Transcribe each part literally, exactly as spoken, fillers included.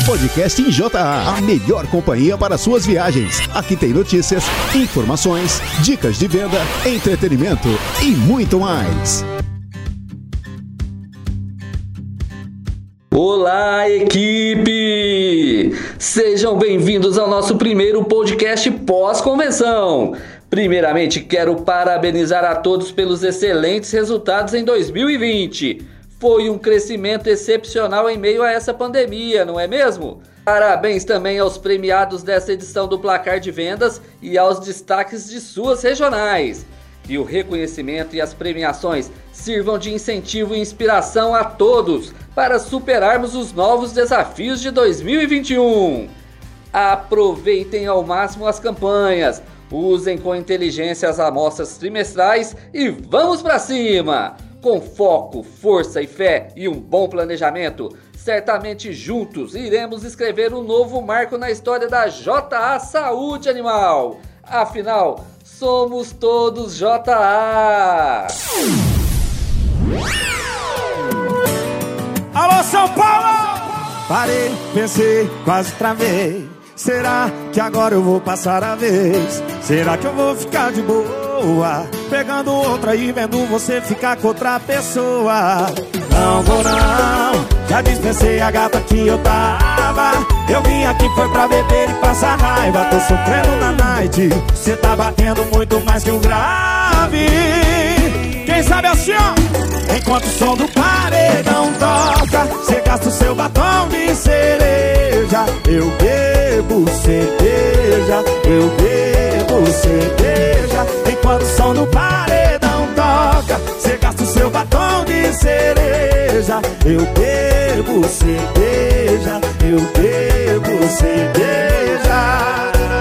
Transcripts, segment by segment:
Podcast em J A, a melhor companhia para suas viagens. Aqui tem notícias, informações, dicas de venda, entretenimento e muito mais. Olá, equipe! Sejam bem-vindos ao nosso primeiro podcast pós-convenção. Primeiramente, quero parabenizar a todos pelos excelentes resultados em dois mil e vinte. Foi um crescimento excepcional em meio a essa pandemia, não é mesmo? Parabéns também aos premiados dessa edição do Placar de Vendas e aos destaques de suas regionais. E o reconhecimento e as premiações sirvam de incentivo e inspiração a todos para superarmos os novos desafios de dois mil e vinte e um. Aproveitem ao máximo as campanhas, usem com inteligência as amostras trimestrais e vamos para cima! Com foco, força e fé e um bom planejamento, certamente juntos iremos escrever um novo marco na história da J A Saúde Animal. Afinal, somos todos J A! Alô, São Paulo! Parei, pensei, quase travei. Será que agora eu vou passar a vez? Será que eu vou ficar de boa, pegando outra e vendo você ficar com outra pessoa? Não vou não, já dispensei a gata que eu tava. Eu vim aqui foi pra beber e passar raiva. Tô sofrendo na night, cê tá batendo muito mais que um grave. Quem sabe assim, ó, enquanto o som do paredão toca, cê gasta o seu batom de cereja. Eu bebo cerveja, eu bebo cerveja. Enquanto o som do paredão toca, cê gasta o seu batom de cereja. Eu bebo cerveja, eu bebo cerveja.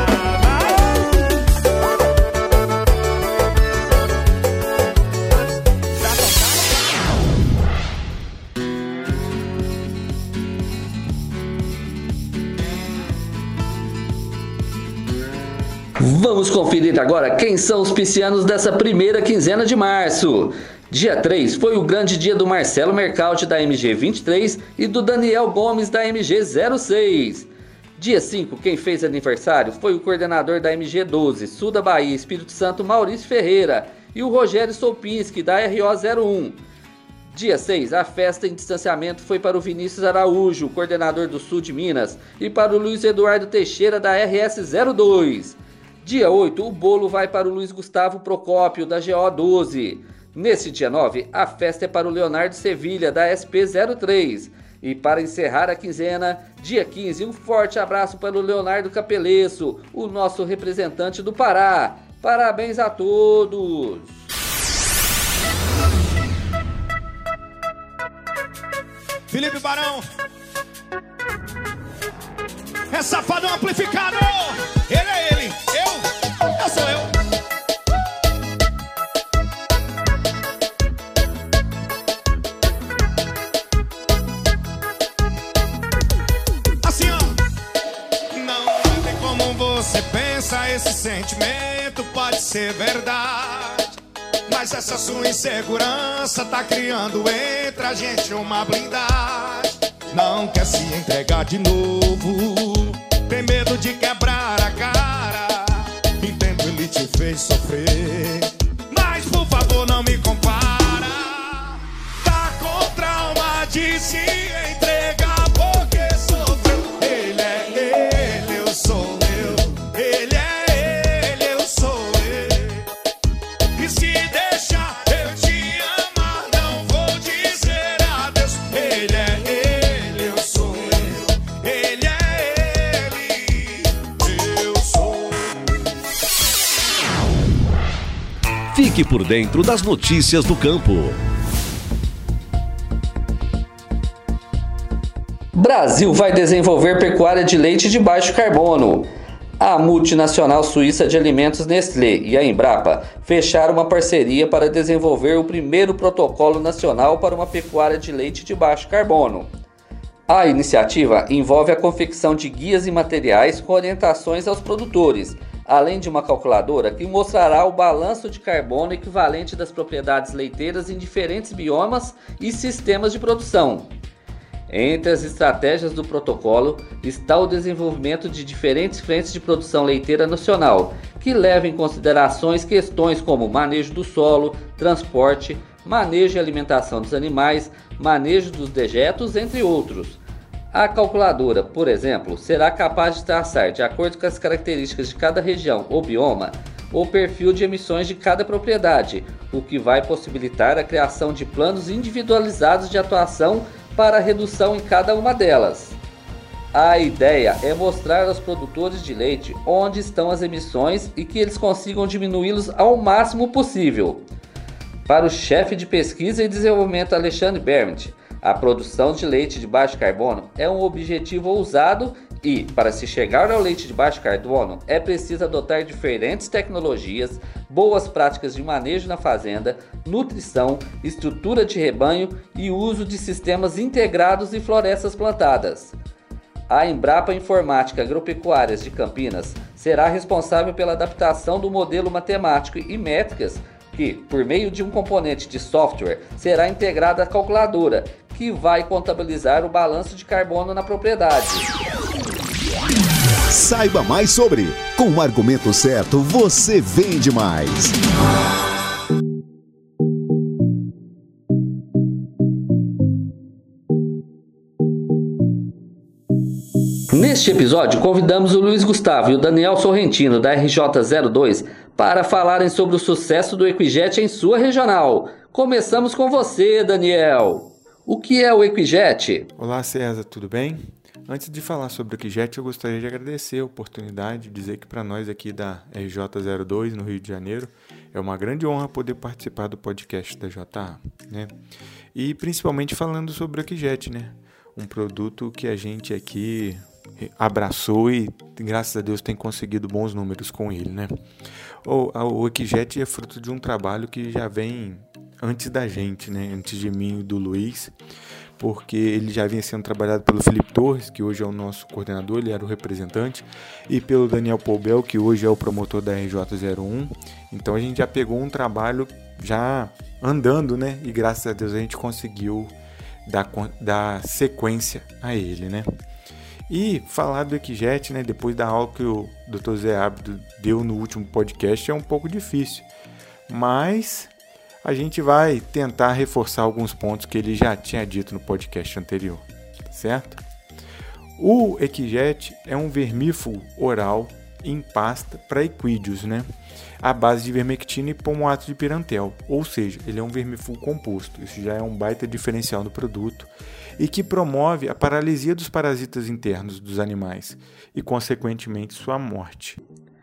Vamos conferir agora quem são os piscianos dessa primeira quinzena de março. Dia três foi o grande dia do Marcelo Mercaldi da M G vinte e três e do Daniel Gomes da M G zero seis. Dia cinco, quem fez aniversário foi o coordenador da M G doze, Sul da Bahia, Espírito Santo, Maurício Ferreira, e o Rogério Solpinski da R O zero um. Dia seis, a festa em distanciamento foi para o Vinícius Araújo, coordenador do Sul de Minas, e para o Luiz Eduardo Teixeira da R S zero dois. Dia oito, o bolo vai para o Luiz Gustavo Procópio, da G O doze. Nesse dia nove, a festa é para o Leonardo Sevilha, da S P zero três. E para encerrar a quinzena, dia quinze, um forte abraço para o Leonardo Capeleço, o nosso representante do Pará. Parabéns a todos! Felipe Barão é safadão amplificado. Ele é ele, eu, eu sou eu. Assim, ó. Não é como você pensa, esse sentimento pode ser verdade, mas essa sua insegurança tá criando entre a gente uma blindagem. Não quer se entregar de novo, tem medo de quebrar a cara. Entendo, ele te fez sofrer, mas por favor não me compara. Tá com trauma de se entregar porque sofreu. Ele é ele, eu sou eu. Ele é ele, eu sou eu. E se deixar eu te amar, não vou dizer adeus. Ele é ele, eu sou eu. Ele é ele, eu sou eu. Fique por dentro das notícias do campo. Brasil vai desenvolver pecuária de leite de baixo carbono. A multinacional suíça de alimentos Nestlé e a Embrapa fecharam uma parceria para desenvolver o primeiro protocolo nacional para uma pecuária de leite de baixo carbono. A iniciativa envolve a confecção de guias e materiais com orientações aos produtores, além de uma calculadora que mostrará o balanço de carbono equivalente das propriedades leiteiras em diferentes biomas e sistemas de produção. Entre as estratégias do protocolo está o desenvolvimento de diferentes frentes de produção leiteira nacional, que levam em considerações questões como manejo do solo, transporte, manejo e alimentação dos animais, manejo dos dejetos, entre outros. A calculadora, por exemplo, será capaz de traçar, de acordo com as características de cada região ou bioma, o perfil de emissões de cada propriedade, o que vai possibilitar a criação de planos individualizados de atuação para a redução em cada uma delas. A ideia é mostrar aos produtores de leite onde estão as emissões e que eles consigam diminuí-los ao máximo possível. Para o chefe de pesquisa e desenvolvimento Alexandre Berment, a produção de leite de baixo carbono é um objetivo ousado e, para se chegar ao leite de baixo carbono, é preciso adotar diferentes tecnologias, boas práticas de manejo na fazenda, nutrição, estrutura de rebanho e uso de sistemas integrados e florestas plantadas. A Embrapa Informática Agropecuárias de Campinas será responsável pela adaptação do modelo matemático e métricas que, por meio de um componente de software, será integrada à calculadora, que vai contabilizar o balanço de carbono na propriedade. Saiba mais sobre Com o Argumento Certo, você vende mais. Neste episódio, convidamos o Luiz Gustavo e o Daniel Sorrentino, da R J zero dois, para falarem sobre o sucesso do Equijet em sua regional. Começamos com você, Daniel. O que é o Equijet? Olá, César, tudo bem? Antes de falar sobre o Equijet, eu gostaria de agradecer a oportunidade de dizer que para nós aqui da R J zero dois, no Rio de Janeiro, é uma grande honra poder participar do podcast da J A, né? E principalmente falando sobre o Equijet, né? Um produto que a gente aqui abraçou e, graças a Deus, tem conseguido bons números com ele, né? O, o Equijet é fruto de um trabalho que já vem antes da gente, né? Antes de mim e do Luiz, porque ele já vinha sendo trabalhado pelo Felipe Torres, que hoje é o nosso coordenador, ele era o representante, e pelo Daniel Poubel, que hoje é o promotor da R J zero um. Então a gente já pegou um trabalho já andando, né? E graças a Deus a gente conseguiu dar, dar sequência a ele, né? E falar do Equijet, né, depois da aula que o doutor Zé Abdo deu no último podcast, é um pouco difícil. Mas a gente vai tentar reforçar alguns pontos que ele já tinha dito no podcast anterior, certo? O Equijet é um vermífugo oral em pasta para equídeos, né? À base de vermectina e pomoato de pirantel, ou seja, ele é um vermífugo composto. Isso já é um baita diferencial do produto e que promove a paralisia dos parasitas internos dos animais e, consequentemente, sua morte.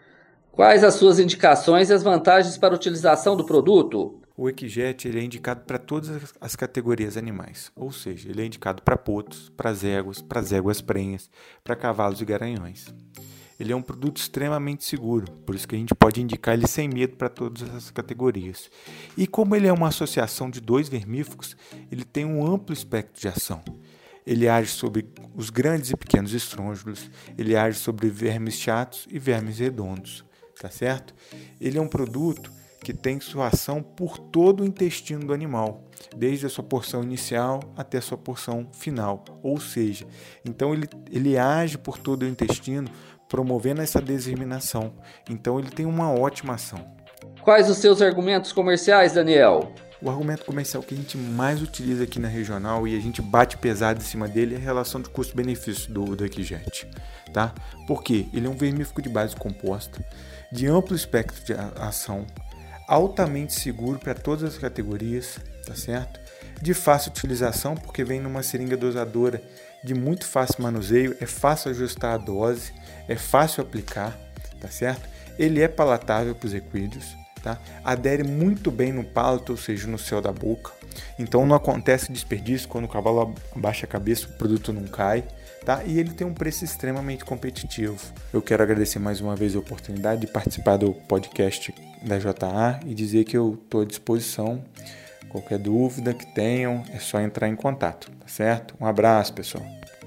Quais as suas indicações e as vantagens para a utilização do produto? O Equijet ele é indicado para todas as categorias animais, ou seja, ele é indicado para potros, para éguas, para éguas prenhas, para cavalos e garanhões. Ele é um produto extremamente seguro, por isso que a gente pode indicar ele sem medo para todas as categorias. E como ele é uma associação de dois vermífugos, ele tem um amplo espectro de ação. Ele age sobre os grandes e pequenos estrôngilos, ele age sobre vermes chatos e vermes redondos, tá certo? Ele é um produto que tem sua ação por todo o intestino do animal, desde a sua porção inicial até a sua porção final, ou seja, então ele, ele age por todo o intestino, promovendo essa disseminação. Então ele tem uma ótima ação. Quais os seus argumentos comerciais, Daniel? O argumento comercial que a gente mais utiliza aqui na regional e a gente bate pesado em cima dele é a relação de custo-benefício do, do Equijet, tá? Porque ele é um vermífugo de base composta, de amplo espectro de ação, altamente seguro para todas as categorias, tá certo? De fácil utilização, porque vem numa seringa dosadora de muito fácil manuseio, é fácil ajustar a dose, é fácil aplicar, tá certo? Ele é palatável para os equídeos, tá? Adere muito bem no palato, ou seja, no céu da boca. Então não acontece desperdício, quando o cavalo abaixa a cabeça, o produto não cai, tá? E ele tem um preço extremamente competitivo. Eu quero agradecer mais uma vez a oportunidade de participar do podcast da J A e dizer que eu estou à disposição. Qualquer dúvida que tenham, é só entrar em contato, tá certo? Um abraço, pessoal.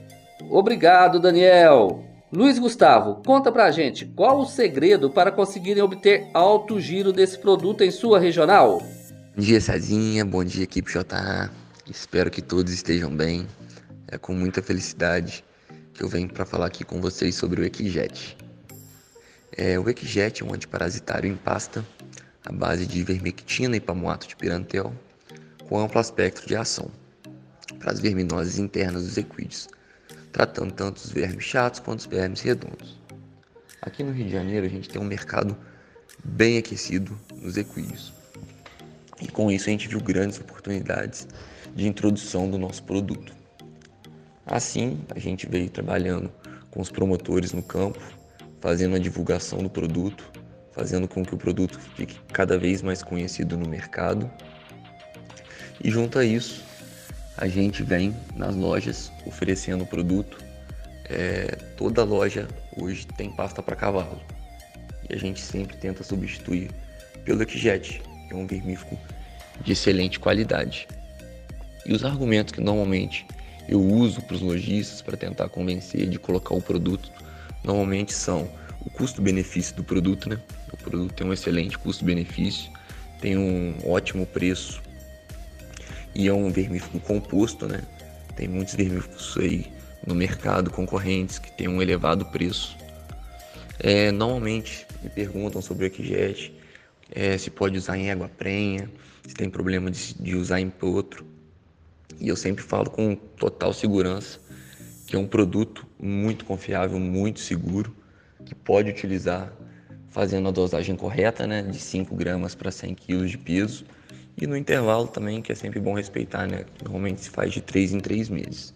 Obrigado, Daniel. Luiz Gustavo, conta pra gente qual o segredo para conseguirem obter alto giro desse produto em sua regional? Bom dia, Cezinha. Bom dia, equipe J A. Espero que todos estejam bem. É com muita felicidade que eu venho para falar aqui com vocês sobre o Equijet. É, o Equijet é um antiparasitário em pasta à base de ivermectina e palmoato de pirantel com amplo espectro de ação para as verminoses internas dos equídeos, tratando tanto os vermes chatos quanto os vermes redondos. Aqui no Rio de Janeiro a gente tem um mercado bem aquecido nos equídeos e com isso a gente viu grandes oportunidades de introdução do nosso produto. Assim, a gente veio trabalhando com os promotores no campo, fazendo a divulgação do produto, fazendo com que o produto fique cada vez mais conhecido no mercado. E junto a isso, a gente vem nas lojas oferecendo o produto. É, toda loja hoje tem pasta para cavalo. E a gente sempre tenta substituir pelo Equijet, que é um vermífugo de excelente qualidade. E os argumentos que normalmente eu uso para os lojistas para tentar convencer de colocar o produto, normalmente são o custo-benefício do produto, né? O produto tem um excelente custo-benefício, tem um ótimo preço e é um vermífugo composto, né? Tem muitos vermífugos aí no mercado concorrentes que tem um elevado preço. É, normalmente me perguntam sobre o Equijet, é, se pode usar em água prenha, se tem problema de, de usar em potro. E eu sempre falo com total segurança que é um produto muito confiável, muito seguro, que pode utilizar fazendo a dosagem correta, né, de cinco gramas para cem quilos de peso, e no intervalo também, que é sempre bom respeitar, né, normalmente se faz de três em três meses.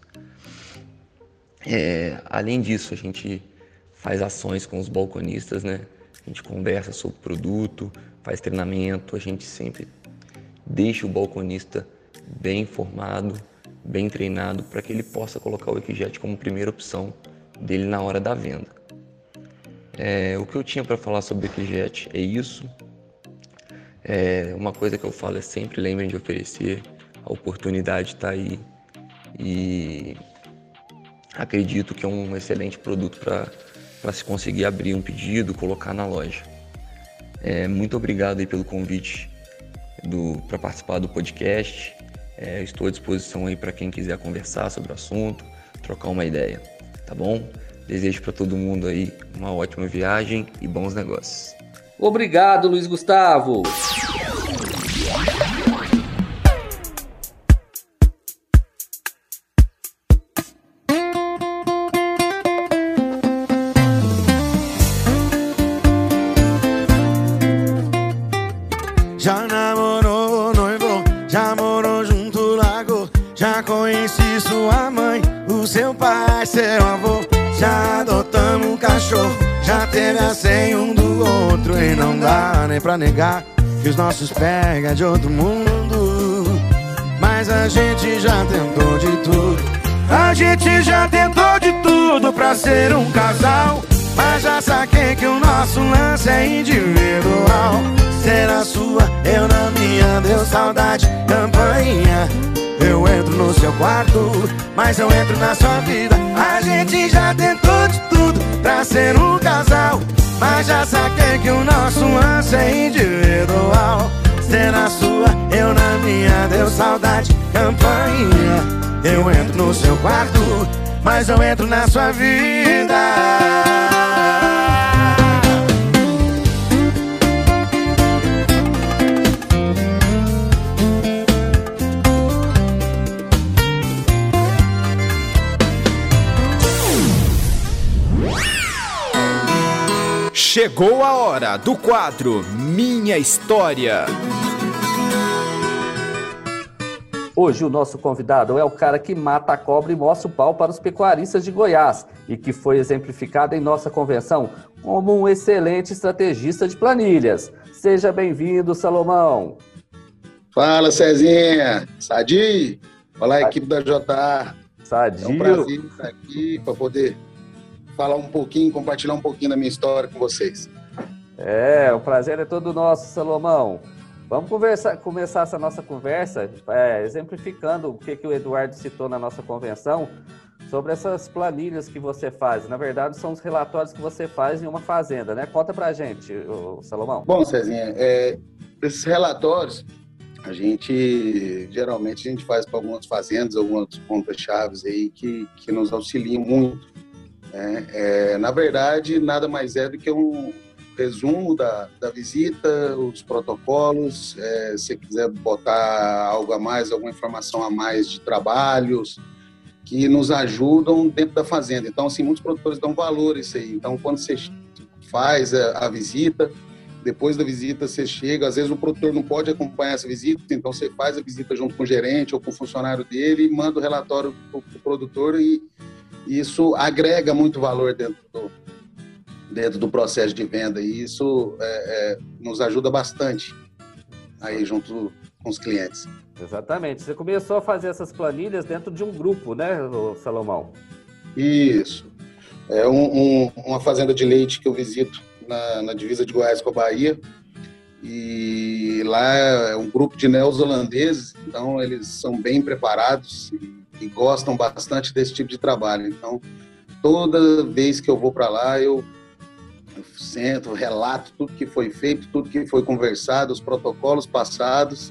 É, além disso, a gente faz ações com os balconistas, né, a gente conversa sobre o produto, faz treinamento, a gente sempre deixa o balconista bem informado, bem treinado, para que ele possa colocar o Equijet como primeira opção dele na hora da venda. É, o que eu tinha para falar sobre o Equijet é isso. É, uma coisa que eu falo é sempre lembrem de oferecer, a oportunidade está aí e acredito que é um excelente produto para se conseguir abrir um pedido, colocar na loja. É, muito obrigado aí pelo convite para participar do podcast. É, estou à disposição aí para quem quiser conversar sobre o assunto, trocar uma ideia, tá bom? Desejo para todo mundo aí uma ótima viagem e bons negócios. Obrigado, Luiz Gustavo! Já namorou, noivou, já morou junto, largou. Já conheci sua mãe, o seu pai, seu avô. Já adotamos um cachorro, já teve a senha um do outro. E não dá nem pra negar que os nossos pega de outro mundo. Mas a gente já tentou de tudo. A gente já tentou de tudo pra ser um casal. Mas já saquei que o nosso lance é individual. Ser a sua, eu na minha, deu saudade, campainha. Eu entro no seu quarto, mas eu entro na sua vida. A gente já tentou de tudo pra ser um casal. Mas já saquei que o nosso lance é individual. Ser a sua, eu na minha, deu saudade, campainha. Eu entro no seu quarto, mas eu entro na sua vida. Chegou a hora do quadro Minha História. Hoje o nosso convidado é o cara que mata a cobra e mostra o pau para os pecuaristas de Goiás e que foi exemplificado em nossa convenção como um excelente estrategista de planilhas. Seja bem-vindo, Salomão. Fala, Cezinha. Sadio. Olá, a equipe da J A. Sadio. É um prazer estar aqui para poder falar um pouquinho, compartilhar um pouquinho da minha história com vocês. É, o prazer é todo nosso, Salomão. Vamos conversar, começar essa nossa conversa é, exemplificando o que, que o Eduardo citou na nossa convenção sobre essas planilhas que você faz. Na verdade, são os relatórios que você faz em uma fazenda, né? Conta pra gente, o Salomão. Bom, Cezinha, é, esses relatórios, A gente, geralmente, a gente faz para algumas fazendas, algumas pontas-chaves aí que, que nos auxiliam muito. Né? É, na verdade, nada mais é do que um resumo da, da visita, os protocolos, é, se quiser botar algo a mais, alguma informação a mais de trabalhos, que nos ajudam dentro da fazenda. Então, assim, muitos produtores dão valor a isso aí. Então, quando você faz a, a visita, depois da visita você chega, às vezes o produtor não pode acompanhar essa visita, então você faz a visita junto com o gerente ou com o funcionário dele e manda o relatório para o pro produtor e isso agrega muito valor dentro do, dentro do processo de venda e isso é, é, nos ajuda bastante aí junto com os clientes. Exatamente. Você começou a fazer essas planilhas dentro de um grupo, né, Salomão? Isso. É um, um, uma fazenda de leite que eu visito na, na divisa de Goiás com a Bahia. E lá é um grupo de neozelandeses, então eles são bem preparados e, e gostam bastante desse tipo de trabalho. Então, toda vez que eu vou para lá, eu, eu sento, relato tudo que foi feito, tudo que foi conversado, os protocolos passados.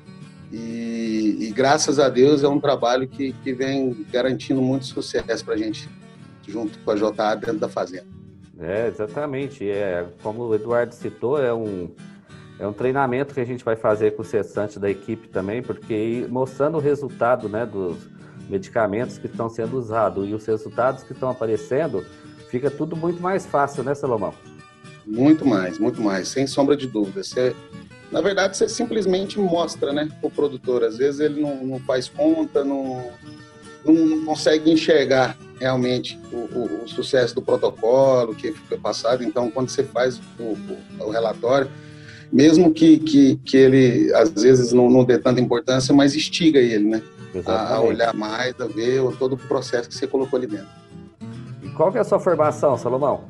E, e graças a Deus é um trabalho que, que vem garantindo muito sucesso para a gente, junto com a J A dentro da fazenda. É, exatamente. É, como o Eduardo citou, é um, é um treinamento que a gente vai fazer com o cessante da equipe também, porque mostrando o resultado, né, dos medicamentos que estão sendo usados e os resultados que estão aparecendo, fica tudo muito mais fácil, né, Salomão? Muito mais, muito mais, sem sombra de dúvida. Você... Na verdade, você simplesmente mostra, né, para o produtor. Às vezes ele não, não faz conta, não, não consegue enxergar realmente o, o, o sucesso do protocolo que foi passado. Então, quando você faz o, o, o relatório, mesmo que, que, que ele, às vezes, não, não dê tanta importância, mas instiga ele, né, a, a olhar mais, a ver todo o processo que você colocou ali dentro. E qual que é a sua formação, Salomão?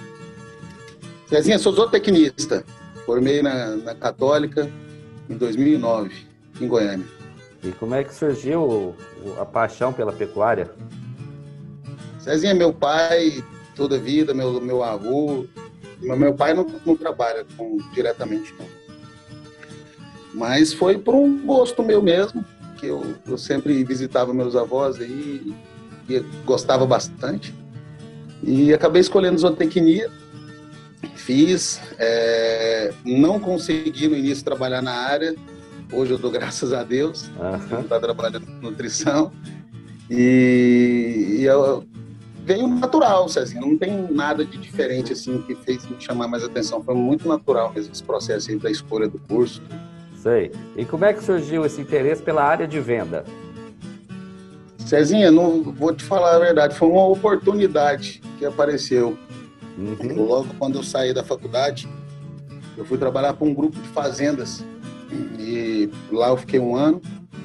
Cezinha, sou zootecnista. Formei na, na Católica em dois mil e nove, em Goiânia. E como é que surgiu a paixão pela pecuária? Cezinha, meu pai, toda a vida, meu, meu avô. Meu pai não, não trabalha com, diretamente, não. Mas foi por um gosto meu mesmo, que eu, eu sempre visitava meus avós aí e gostava bastante. E acabei escolhendo zootecnia. Fiz, é, não consegui no início trabalhar na área, hoje eu dou graças a Deus, uhum. Estou trabalhando com nutrição, e, e eu, veio natural, Cezinha, não tem nada de diferente assim que fez me chamar mais atenção, foi muito natural mesmo esse processo aí da escolha do curso. Sei, e como é que surgiu esse interesse pela área de venda? Cezinha, não, vou te falar a verdade, foi uma oportunidade que apareceu. Uhum. Logo quando eu saí da faculdade, eu fui trabalhar para um grupo de fazendas e lá eu fiquei um ano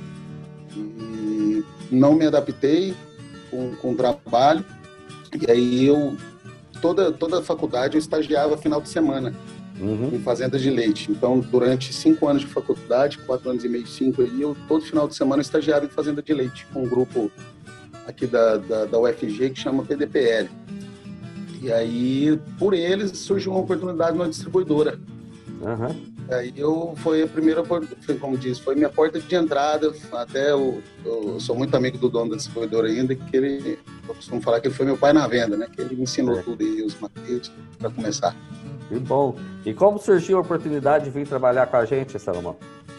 e não me adaptei com, com o trabalho e aí eu toda toda a faculdade eu estagiava final de semana uhum. em fazendas de leite. Então durante cinco anos de faculdade, quatro anos e meio, cinco aí, eu todo final de semana eu estagiava em fazenda de leite com um grupo aqui da, da, da U F G que chama P D P L. E aí, por eles, surgiu uma oportunidade numa distribuidora. Uhum. Aí eu, foi a primeira, foi, como diz, foi minha porta de entrada. Até eu, eu sou muito amigo do dono da distribuidora ainda, que ele, eu costumo falar que ele foi meu pai na venda, né? Que ele me ensinou é. tudo aí, os macetes, para começar. Que bom. E como surgiu a oportunidade de vir trabalhar com a gente, Salomão?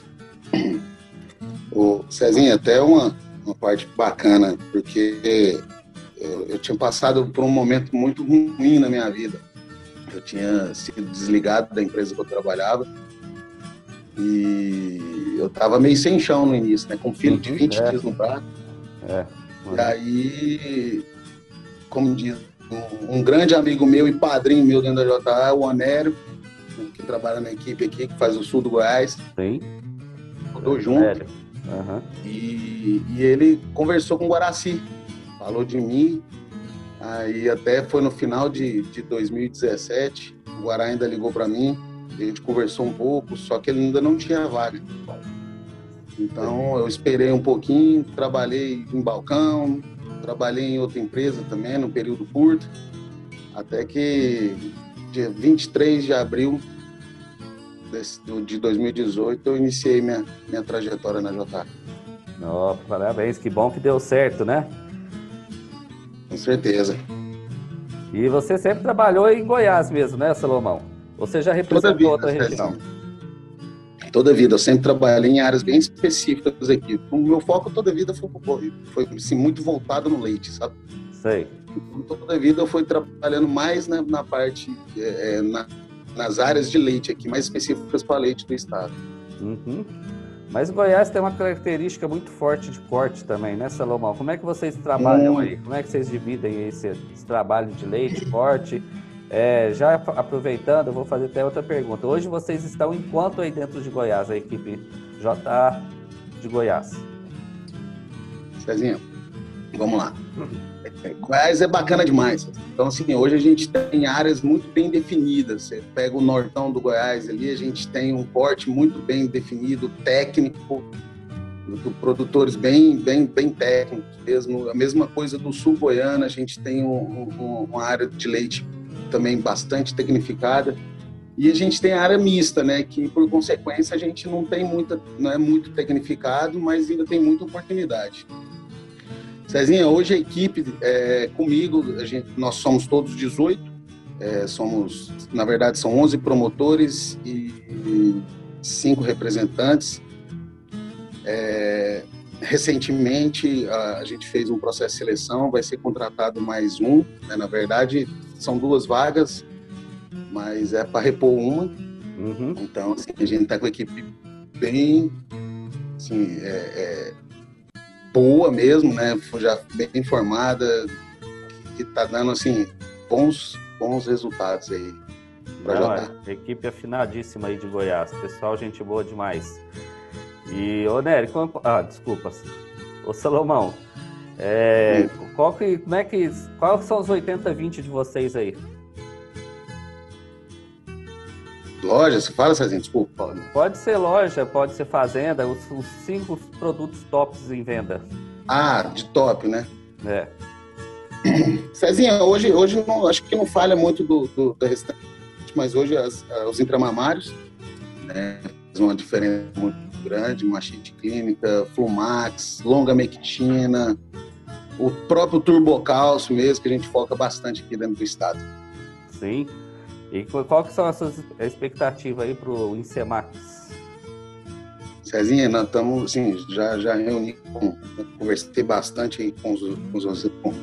Ô, Cezinha, até uma, uma parte bacana, porque... Eu, eu tinha passado por um momento muito ruim na minha vida. Eu tinha sido desligado da empresa que eu trabalhava e eu estava meio sem chão no início, né? Com um filho de vinte é. dias no braço. É. Uhum. E aí, como diz, um, um grande amigo meu e padrinho meu dentro da J A, o Onério, que trabalha na equipe aqui, que faz o sul do Goiás. Sim. Rodou junto. Uhum. E, e ele conversou com o Guaraci. Falou de mim, aí até foi no final de, de dois mil e dezessete, o Guará ainda ligou para mim, a gente conversou um pouco, só que ele ainda não tinha vaga. Então eu esperei um pouquinho, trabalhei em balcão, trabalhei em outra empresa também, num período curto, até que dia vinte e três de abril desse, do, de dois mil e dezoito, eu iniciei minha, minha trajetória na J A. Oh, parabéns, que bom que deu certo, né? Com certeza. E você sempre trabalhou em Goiás mesmo, né, Salomão? Você já representou vida, outra região? Toda a vida, eu sempre trabalhei em áreas bem específicas aqui. O meu foco toda a vida foi, foi assim, muito voltado no leite, sabe? Sei. Toda a vida eu fui trabalhando mais na, na parte, é, na, nas áreas de leite aqui, mais específicas para leite do estado. Uhum. Mas Goiás tem uma característica muito forte de corte também, né, Salomão? Como é que vocês trabalham hum. aí? Como é que vocês dividem esse, esse trabalho de leite, corte? É, já aproveitando, eu vou fazer até outra pergunta. Hoje vocês estão em quanto aí dentro de Goiás, a equipe J A de Goiás? Cezinho, vamos lá. Goiás é bacana demais. Então, assim, hoje a gente tem áreas muito bem definidas. Você pega o nortão do Goiás ali, a gente tem um corte muito bem definido, técnico, produtores bem, bem, bem técnicos mesmo. A mesma coisa do sul goiano, a gente tem um, um, uma área de leite também bastante tecnificada. E a gente tem a área mista, né, que por consequência a gente não tem muita, não é muito tecnificado, mas ainda tem muita oportunidade. Cezinha, hoje a equipe é, comigo, a gente, nós somos todos dezoito, é, somos, na verdade são onze promotores e cinco representantes. É, recentemente a, a gente fez um processo de seleção, vai ser contratado mais um, né, na verdade são duas vagas, mas é para repor uma. Uhum. Então assim, a gente está com a equipe bem assim, é, é, boa mesmo, né? Já bem formada, que está dando assim bons, bons resultados aí para jogar. Equipe afinadíssima aí de Goiás, pessoal, gente boa demais. E ô Nery, como... ah, desculpa, ô Salomão, é, qual que, como é que, quais são os oitenta vinte de vocês aí? Loja, você fala, Cezinho? Desculpa. Pode ser loja, pode ser fazenda, os, os cinco produtos tops em venda. Ah, de top, né? É. Cezinha, hoje, hoje não, acho que não falha muito do, do, do restante, mas hoje as, os intramamários, né, faz uma diferença muito grande, machite clínica, Flumax, longa mectina, o próprio turbocálcio mesmo, que a gente foca bastante aqui dentro do estado. Sim. E qual que são as suas expectativas aí para o Incemax? Cezinha, nós estamos, assim, já, já reuni, com, conversei bastante aí com os... Com os com,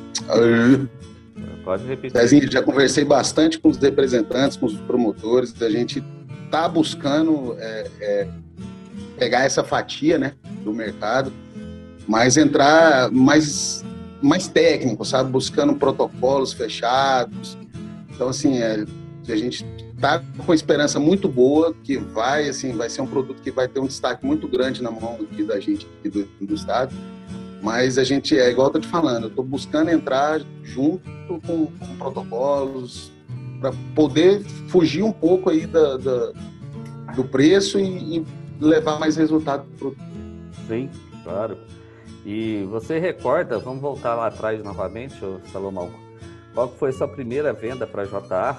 Pode repetir. Cezinha, já conversei bastante com os representantes, com os promotores, a gente está buscando é, é, pegar essa fatia, né, do mercado, mas entrar mais, mais técnico, sabe? Buscando protocolos fechados. Então, assim, é, a gente está com esperança muito boa que vai, assim, vai ser um produto que vai ter um destaque muito grande na mão aqui da gente aqui do, do estado, mas a gente, é igual eu tô te falando, eu estou buscando entrar junto com, com protocolos para poder fugir um pouco aí da, da, do preço e, e levar mais resultado para o produto. Sim, claro. E você recorda, vamos voltar lá atrás novamente, Salomão, qual foi a sua primeira venda para a J A?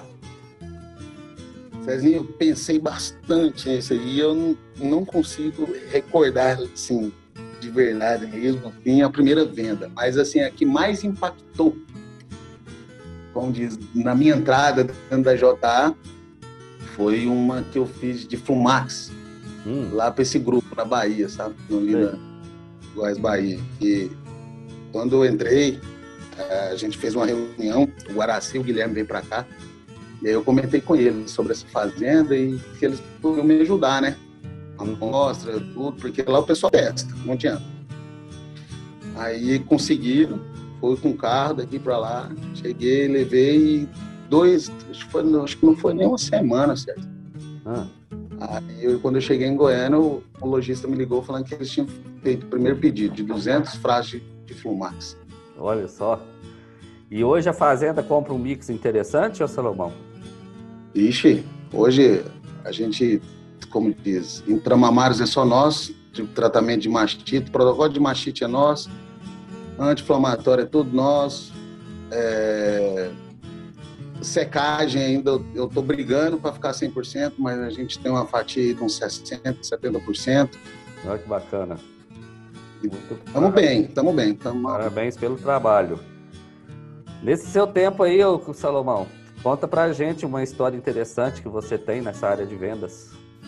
Cezinho, eu pensei bastante nisso aí, eu não, não consigo recordar, assim, de verdade mesmo, assim, a primeira venda, mas, assim, a que mais impactou, como diz, na minha entrada dentro da J A, foi uma que eu fiz de Flumax, hum. lá para esse grupo, na Bahia, sabe, no Lina Goiás, Bahia, e quando eu entrei, a gente fez uma reunião, o Guaraci, o Guilherme veio para cá, e aí eu comentei com eles sobre essa fazenda e que eles podiam me ajudar, né? A mostra, tudo, porque lá o pessoal testa, não adianta. Aí conseguiram, fui com o carro daqui para lá, cheguei, levei dois, acho que, foi, acho que não foi nem uma semana, certo? Ah. Aí eu, quando eu cheguei em Goiânia, o, o lojista me ligou falando que eles tinham feito o primeiro pedido de duzentos frascos de, de Flumax. Olha só. E hoje a fazenda compra um mix interessante, ô Salomão? Ixi, hoje a gente, como diz, intramamários é só nosso, de tratamento de mastite, protocolo de mastite é nosso, anti-inflamatório é tudo nosso, é... secagem ainda eu estou brigando para ficar cem por cento, mas a gente tem uma fatia de uns sessenta por cento, setenta por cento. Olha que bacana. Estamos bem, estamos bem. Tamo... Parabéns pelo trabalho. Nesse seu tempo aí, ô Salomão, conta pra gente uma história interessante que você tem nessa área de vendas.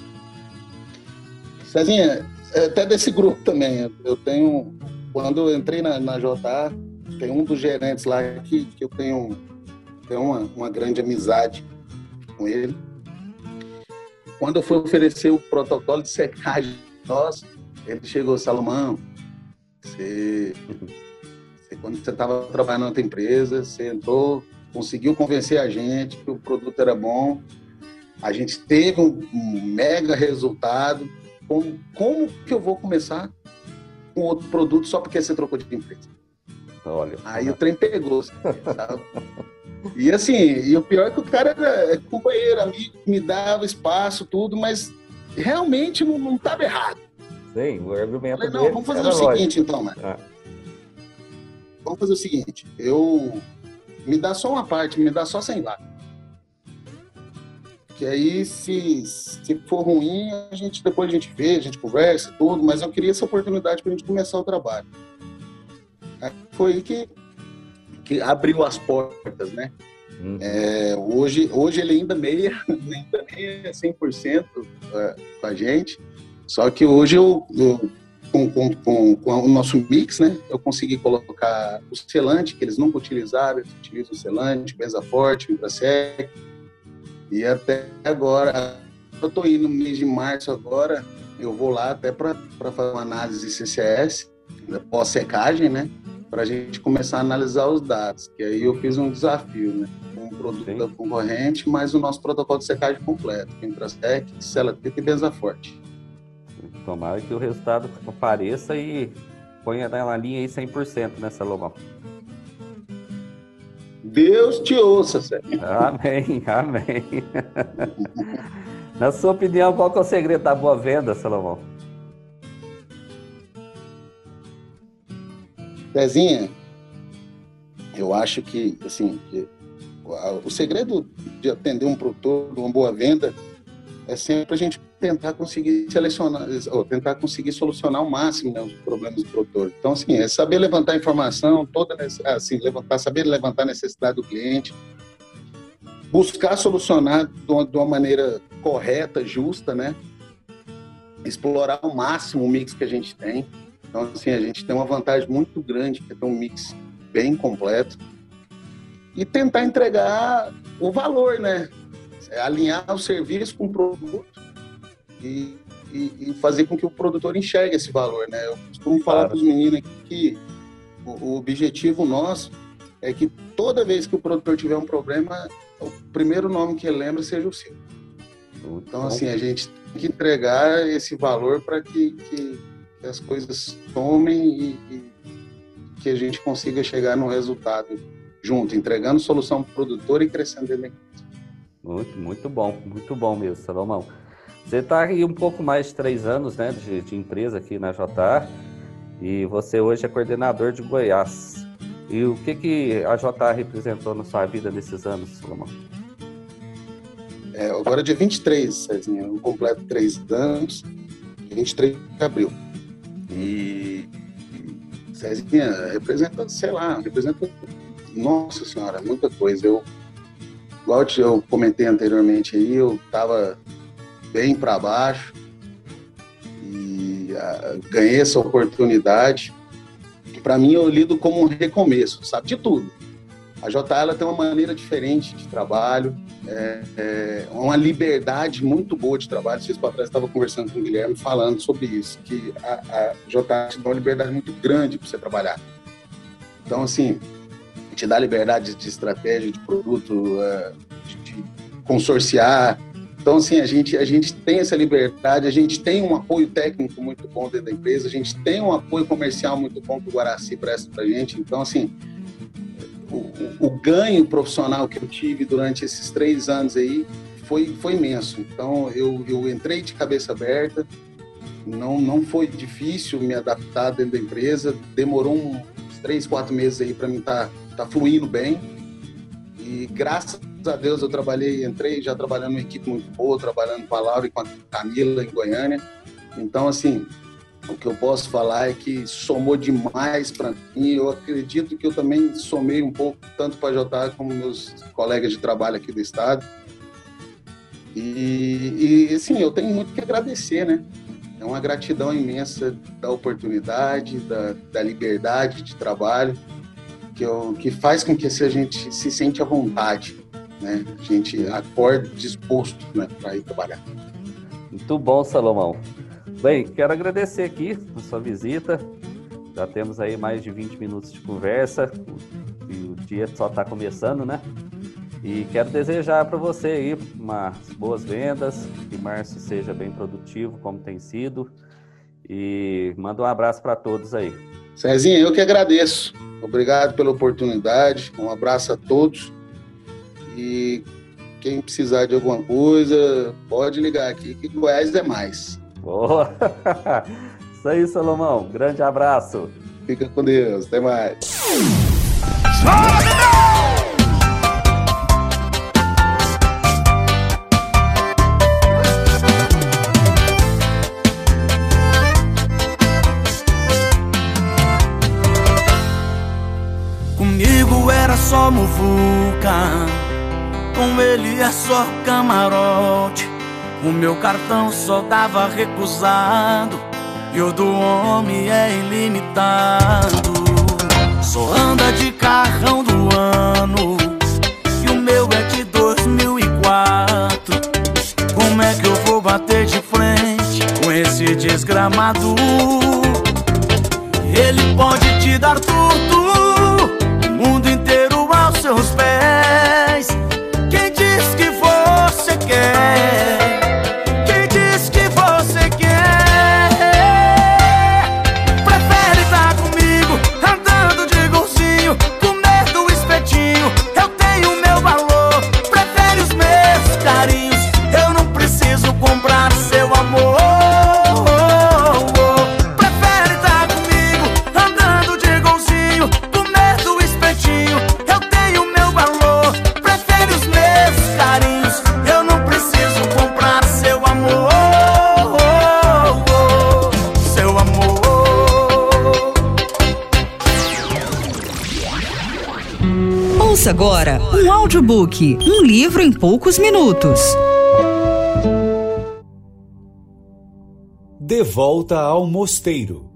Cezinha, até desse grupo também, eu tenho, quando eu entrei na, na J A, tem um dos gerentes lá que, que eu tenho, tenho uma, uma grande amizade com ele. Quando eu fui oferecer o protocolo de secagem nosso, ele chegou, Salomão, você, você, quando você estava trabalhando na outra empresa, você entrou, conseguiu convencer a gente que o produto era bom, a gente teve um, um mega resultado. Como, como que eu vou começar com outro produto só porque você trocou de empresa? Olha. Aí o trem pegou, sabe? E assim, e o pior é que o cara era companheiro, amigo, me dava espaço, tudo, mas realmente não estava errado. Sim, o argumento falei, não, dele vamos fazer o lógico. seguinte então, né? Ah. Vamos fazer o seguinte, eu... Me dá só uma parte, me dá só cem watts. Que aí, se, se for ruim, a gente, depois a gente vê, a gente conversa, tudo, mas eu queria essa oportunidade para a gente começar o trabalho. Aí foi aí que, que abriu as portas, né? Uhum. É, hoje, hoje ele ainda meia, ainda meia cem por cento com a gente, só que hoje eu, eu com, com, com, com o nosso mix, né, eu consegui colocar o selante, que eles nunca utilizaram, eles utilizam o selante, Benza Forte, Vibrasec. E até agora, eu estou indo no mês de março agora, eu vou lá até para fazer uma análise C C S, pós-secagem, né? Para a gente começar a analisar os dados. Que aí eu fiz um desafio, né? Um produto Sim. da concorrente, mais o nosso protocolo de secagem completo, Vibrasec, Celatita e Benza Forte. Tomara que o resultado apareça e ponha na linha aí cem por cento, né, Salomão? Deus te ouça, Sérgio. Amém, amém. Na sua opinião, qual que é o segredo da boa venda, Salomão? Pezinha, eu acho que, assim, que o segredo de atender um produtor, uma boa venda, é sempre a gente tentar conseguir selecionar, ou tentar conseguir solucionar ao máximo, né, os problemas do produtor. Então, assim, é saber levantar informação, toda, assim, levantar, saber levantar a necessidade do cliente, buscar solucionar de uma, de uma maneira correta, justa, né? Explorar ao máximo o mix que a gente tem. Então, assim, a gente tem uma vantagem muito grande, que é ter um mix bem completo. E tentar entregar o valor, né? É alinhar o serviço com o produto e, e, e fazer com que o produtor enxergue esse valor, né? Eu costumo falar claro. Para os meninos aqui que o, o objetivo nosso é que toda vez que o produtor tiver um problema, o primeiro nome que ele lembra seja o seu. Então, assim, a gente tem que entregar esse valor para que, que, que as coisas tomem e, e que a gente consiga chegar num resultado junto, entregando solução para o produtor e crescendo dentro da empresa. Muito, muito bom, muito bom mesmo, Salomão. Você está aí um pouco mais de três anos, né, de, de empresa aqui na J A e você hoje é coordenador de Goiás. E o que, que a J A representou na sua vida nesses anos, Salomão? É, agora é dia vinte e três, Cezinha, eu completo três anos, vinte e três de abril. E, e Cezinha representa, sei lá, representa, nossa senhora, muita coisa. Eu Igual eu comentei anteriormente aí, eu estava bem para baixo e a, ganhei essa oportunidade. Para mim, eu lido como um recomeço, sabe? De tudo. A J A ela tem uma maneira diferente de trabalho, é, é uma liberdade muito boa de trabalho. Esses para trás estava conversando com o Guilherme falando sobre isso, que a, a J A te dá uma liberdade muito grande para você trabalhar. Então, assim, te dá liberdade de estratégia, de produto, de, de consorciar. Então, assim, a gente, a gente tem essa liberdade, a gente tem um apoio técnico muito bom dentro da empresa, a gente tem um apoio comercial muito bom que o Guaraci presta pra gente. Então, assim, o, o, o ganho profissional que eu tive durante esses três anos aí foi, foi imenso. Então, eu, eu entrei de cabeça aberta, não, não foi difícil me adaptar dentro da empresa, demorou uns três, quatro meses aí para mim estar tá, tá fluindo bem. E graças a Deus eu trabalhei, entrei já trabalhando numa equipe muito boa, trabalhando com a Laura e com a Camila em Goiânia. Então, assim, o que eu posso falar é que somou demais para mim. Eu acredito que eu também somei um pouco, tanto para a J A como meus colegas de trabalho aqui do estado. E, e, assim, eu tenho muito que agradecer, né? É uma gratidão imensa da oportunidade, da, da liberdade de trabalho, que, eu, que faz com que a gente se sente à vontade, né? A gente acorda disposto, né, para ir trabalhar. Muito bom, Salomão. Bem, quero agradecer aqui a sua visita. Já temos aí mais de vinte minutos de conversa e o dia só está começando, né? E quero desejar para você aí umas boas vendas, que março seja bem produtivo, como tem sido. E manda um abraço para todos aí. Cezinha, eu que agradeço. Obrigado pela oportunidade. Um abraço a todos. E quem precisar de alguma coisa, pode ligar aqui, que Goiás é mais. Boa! Isso aí, Salomão. Grande abraço. Fica com Deus. Até mais. Comigo era só muvuca, com ele é só camarote. O meu cartão só dava recusado e o do homem é ilimitado. Só anda de carrão do ano e o meu é de dois mil e quatro. Como é que eu vou bater de frente com esse desgramado? Ele pode te dar tudo, o mundo inteiro aos seus pés. Quem diz que você quer? Quem diz que você quer? Prefere estar comigo, andando de golzinho, comer do espetinho. Eu tenho meu valor, prefere os meus carinhos. Eu não preciso comprar seu amor. Prefere estar comigo, andando de golzinho, comer do espetinho. Eu tenho meu valor, prefere os meus carinhos. Eu não preciso comprar seu amor. Seu amor. Ouça agora um audiobook, um livro em poucos minutos. De volta ao mosteiro.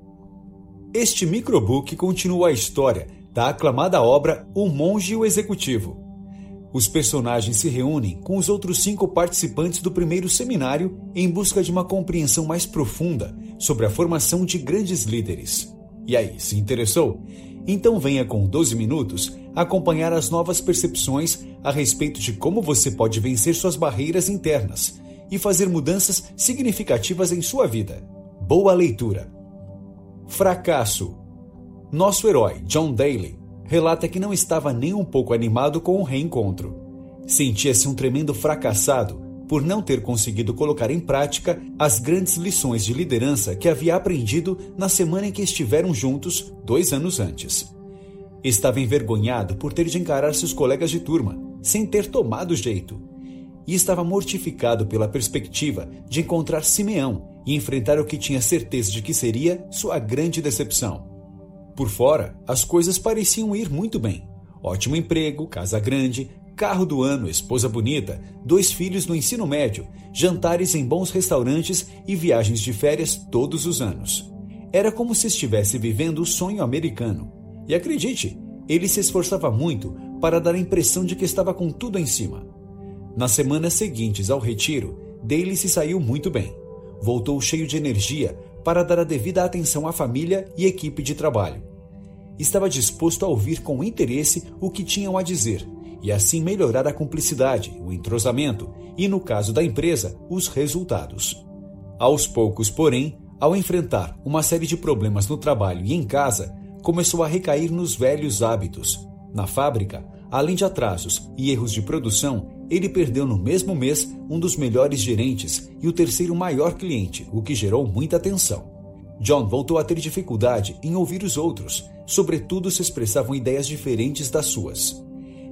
Este microbook continua a história da aclamada obra O Monge e o Executivo. Os personagens se reúnem com os outros cinco participantes do primeiro seminário em busca de uma compreensão mais profunda sobre a formação de grandes líderes. E aí, se interessou? Então venha com doze minutos acompanhar as novas percepções a respeito de como você pode vencer suas barreiras internas e fazer mudanças significativas em sua vida. Boa leitura. Fracasso. Nosso herói, John Daly, relata que não estava nem um pouco animado com o reencontro. Sentia-se um tremendo fracassado por não ter conseguido colocar em prática as grandes lições de liderança que havia aprendido na semana em que estiveram juntos dois anos antes. Estava envergonhado por ter de encarar seus colegas de turma, sem ter tomado jeito. E estava mortificado pela perspectiva de encontrar Simeão e enfrentar o que tinha certeza de que seria sua grande decepção. Por fora, as coisas pareciam ir muito bem. Ótimo emprego, casa grande, carro do ano, esposa bonita, dois filhos no ensino médio, jantares em bons restaurantes e viagens de férias todos os anos. Era como se estivesse vivendo o sonho americano. E acredite, ele se esforçava muito para dar a impressão de que estava com tudo em cima. Nas semanas seguintes ao retiro, Daly se saiu muito bem. Voltou cheio de energia para dar a devida atenção à família e equipe de trabalho. Estava disposto a ouvir com interesse o que tinham a dizer e assim melhorar a cumplicidade, o entrosamento e, no caso da empresa, os resultados. Aos poucos, porém, ao enfrentar uma série de problemas no trabalho e em casa, começou a recair nos velhos hábitos. Na fábrica, além de atrasos e erros de produção, ele perdeu no mesmo mês um dos melhores gerentes e o terceiro maior cliente, o que gerou muita tensão. John voltou a ter dificuldade em ouvir os outros, sobretudo se expressavam ideias diferentes das suas.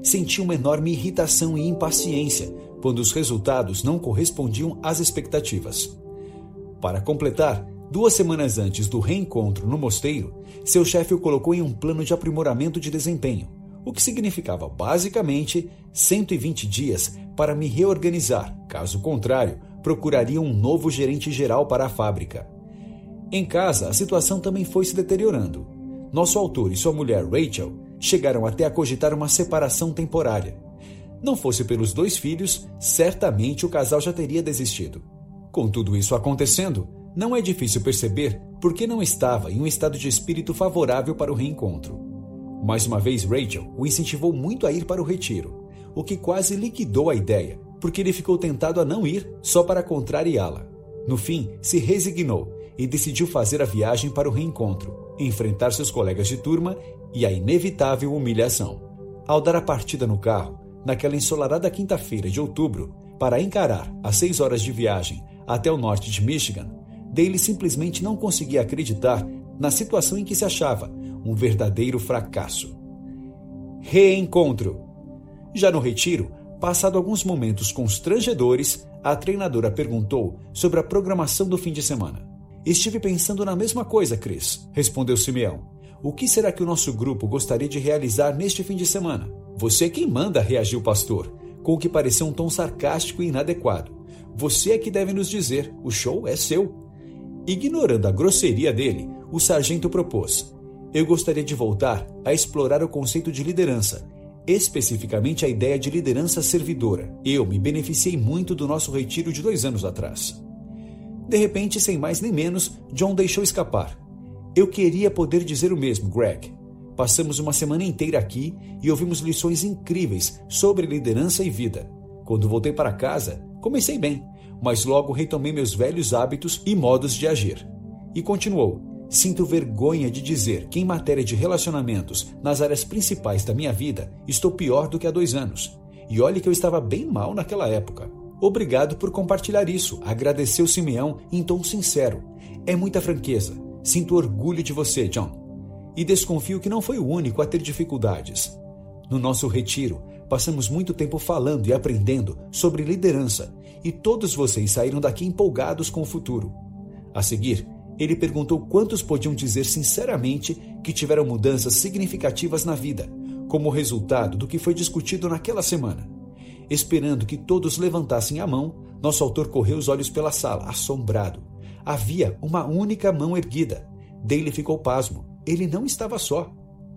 sentia uma enorme irritação e impaciência quando os resultados não correspondiam às expectativas. Para completar, duas semanas antes do reencontro no mosteiro, seu chefe o colocou em um plano de aprimoramento de desempenho, o que significava basicamente cento e vinte dias para me reorganizar, caso contrário, procuraria um novo gerente geral para a fábrica. Em casa, a situação também foi se deteriorando. Nosso autor e sua mulher Rachel chegaram até a cogitar uma separação temporária. Não fosse pelos dois filhos, certamente o casal já teria desistido. Com tudo isso acontecendo, não é difícil perceber por que não estava em um estado de espírito favorável para o reencontro. Mais uma vez, Rachel o incentivou muito a ir para o retiro, o que quase liquidou a ideia, porque ele ficou tentado a não ir só para contrariá-la. No fim, se resignou e decidiu fazer a viagem para o reencontro, enfrentar seus colegas de turma e a inevitável humilhação. Ao dar a partida no carro, naquela ensolarada quinta-feira de outubro, para encarar as seis horas de viagem até o norte de Michigan, Daley simplesmente não conseguia acreditar na situação em que se achava, um verdadeiro fracasso. Reencontro. Já no retiro, passado alguns momentos constrangedores, a treinadora perguntou sobre a programação do fim de semana. Estive pensando na mesma coisa, Chris, respondeu Simeão. O que será que o nosso grupo gostaria de realizar neste fim de semana? Você é quem manda, reagiu o pastor, com o que pareceu um tom sarcástico e inadequado. Você é que deve nos dizer, o show é seu. Ignorando a grosseria dele, o sargento propôs. Eu gostaria de voltar a explorar o conceito de liderança, especificamente a ideia de liderança servidora. Eu me beneficiei muito do nosso retiro de dois anos atrás. De repente, sem mais nem menos, John deixou escapar. Eu queria poder dizer o mesmo, Greg. Passamos uma semana inteira aqui e ouvimos lições incríveis sobre liderança e vida. Quando voltei para casa, comecei bem, mas logo retomei meus velhos hábitos e modos de agir. E continuou, sinto vergonha de dizer que em matéria de relacionamentos nas áreas principais da minha vida, estou pior do que há dois anos. E olhe que eu estava bem mal naquela época. Obrigado por compartilhar isso, agradeceu Simeão em tom sincero. É muita franqueza. Sinto orgulho de você, John. E desconfio que não foi o único a ter dificuldades. No nosso retiro, passamos muito tempo falando e aprendendo sobre liderança, e todos vocês saíram daqui empolgados com o futuro. A seguir, ele perguntou quantos podiam dizer sinceramente que tiveram mudanças significativas na vida, como resultado do que foi discutido naquela semana. Esperando que todos levantassem a mão, nosso autor correu os olhos pela sala, assombrado. Havia uma única mão erguida. Daley ficou pasmo. Ele não estava só.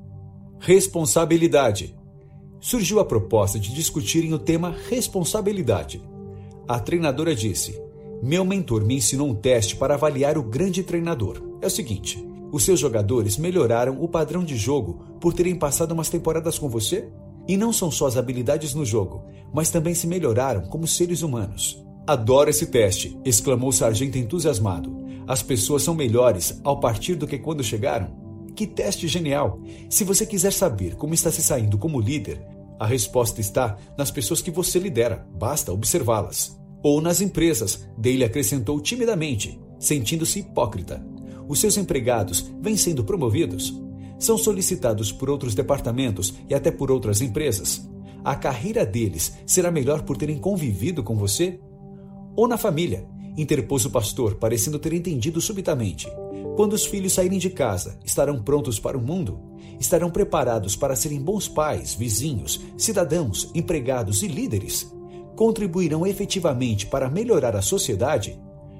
Responsabilidade. Surgiu a proposta de discutirem o tema responsabilidade. A treinadora disse, meu mentor me ensinou um teste para avaliar o grande treinador. É o seguinte, os seus jogadores melhoraram o padrão de jogo por terem passado umas temporadas com você? E não são só as habilidades no jogo, mas também se melhoraram como seres humanos. Adoro esse teste, exclamou o sargento entusiasmado. As pessoas são melhores ao partir do que quando chegaram? Que teste genial! Se você quiser saber como está se saindo como líder, a resposta está nas pessoas que você lidera, basta observá-las. Ou nas empresas, Daley acrescentou timidamente, sentindo-se hipócrita. Os seus empregados vêm sendo promovidos? São solicitados por outros departamentos e até por outras empresas? A carreira deles será melhor por terem convivido com você? Ou na família, interpôs o pastor, parecendo ter entendido subitamente. Quando os filhos saírem de casa, estarão prontos para o mundo? Estarão preparados para serem bons pais, vizinhos, cidadãos, empregados e líderes? Contribuirão efetivamente para melhorar a sociedade?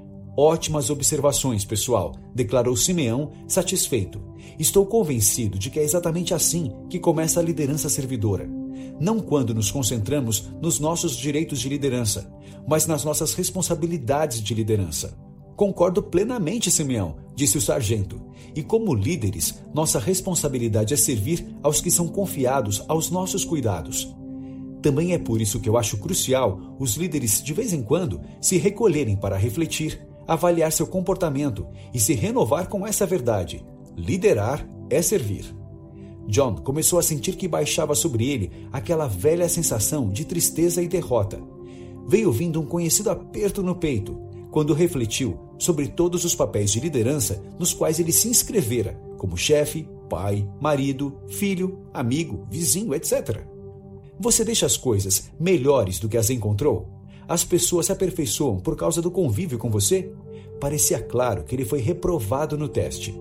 Ótimas observações, pessoal, declarou Simeão, satisfeito. Estou convencido de que é exatamente assim que começa a liderança servidora. Não quando nos concentramos nos nossos direitos de liderança, mas nas nossas responsabilidades de liderança. Concordo plenamente, Simeão, disse o sargento. E como líderes, nossa responsabilidade é servir aos que são confiados aos nossos cuidados. Também é por isso que eu acho crucial os líderes, de vez em quando, se recolherem para refletir, avaliar seu comportamento e se renovar com essa verdade. Liderar é servir. John começou a sentir que baixava sobre ele aquela velha sensação de tristeza e derrota. Veio vindo um conhecido aperto no peito, quando refletiu sobre todos os papéis de liderança nos quais ele se inscrevera, como chefe, pai, marido, filho, amigo, vizinho, etcétera. Você deixa as coisas melhores do que as encontrou? As pessoas se aperfeiçoam por causa do convívio com você? Parecia claro que ele foi reprovado no teste.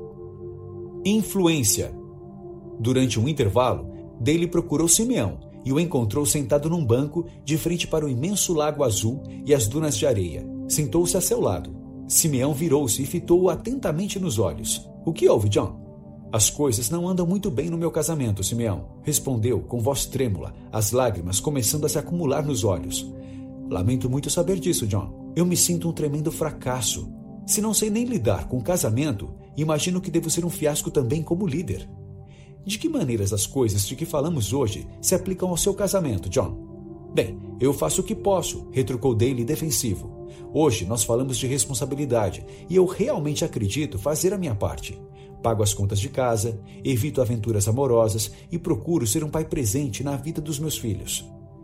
Influência. Durante um intervalo, Daley procurou Simeão e o encontrou sentado num banco de frente para o imenso lago azul e as dunas de areia. Sentou-se a seu lado. Simeão virou-se e fitou-o atentamente nos olhos. O que houve, John? As coisas não andam muito bem no meu casamento, Simeão, respondeu com voz trêmula, as lágrimas começando a se acumular nos olhos. Lamento muito saber disso, John. Eu me sinto um tremendo fracasso. Se não sei nem lidar com o casamento, imagino que devo ser um fiasco também como líder. De que maneiras as coisas de que falamos hoje se aplicam ao seu casamento, John? Bem, eu faço o que posso, retrucou Daley defensivo. Hoje nós falamos de responsabilidade e eu realmente acredito fazer a minha parte. Pago as contas de casa, evito aventuras amorosas e procuro ser um pai presente na vida dos meus filhos.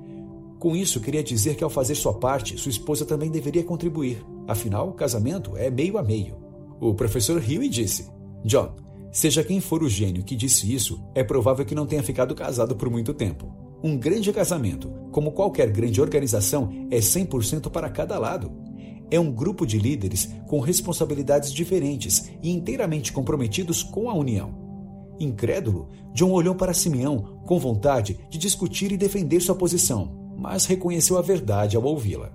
Com isso, queria dizer que ao fazer sua parte, sua esposa também deveria contribuir. Afinal, o casamento é meio a meio. O professor riu e disse: John, seja quem for o gênio que disse isso, é provável que não tenha ficado casado por muito tempo. Um grande casamento, como qualquer grande organização, é cem por cento para cada lado. É um grupo de líderes com responsabilidades diferentes e inteiramente comprometidos com a união. Incrédulo, John olhou para Simeão com vontade de discutir e defender sua posição, mas reconheceu a verdade ao ouvi-la.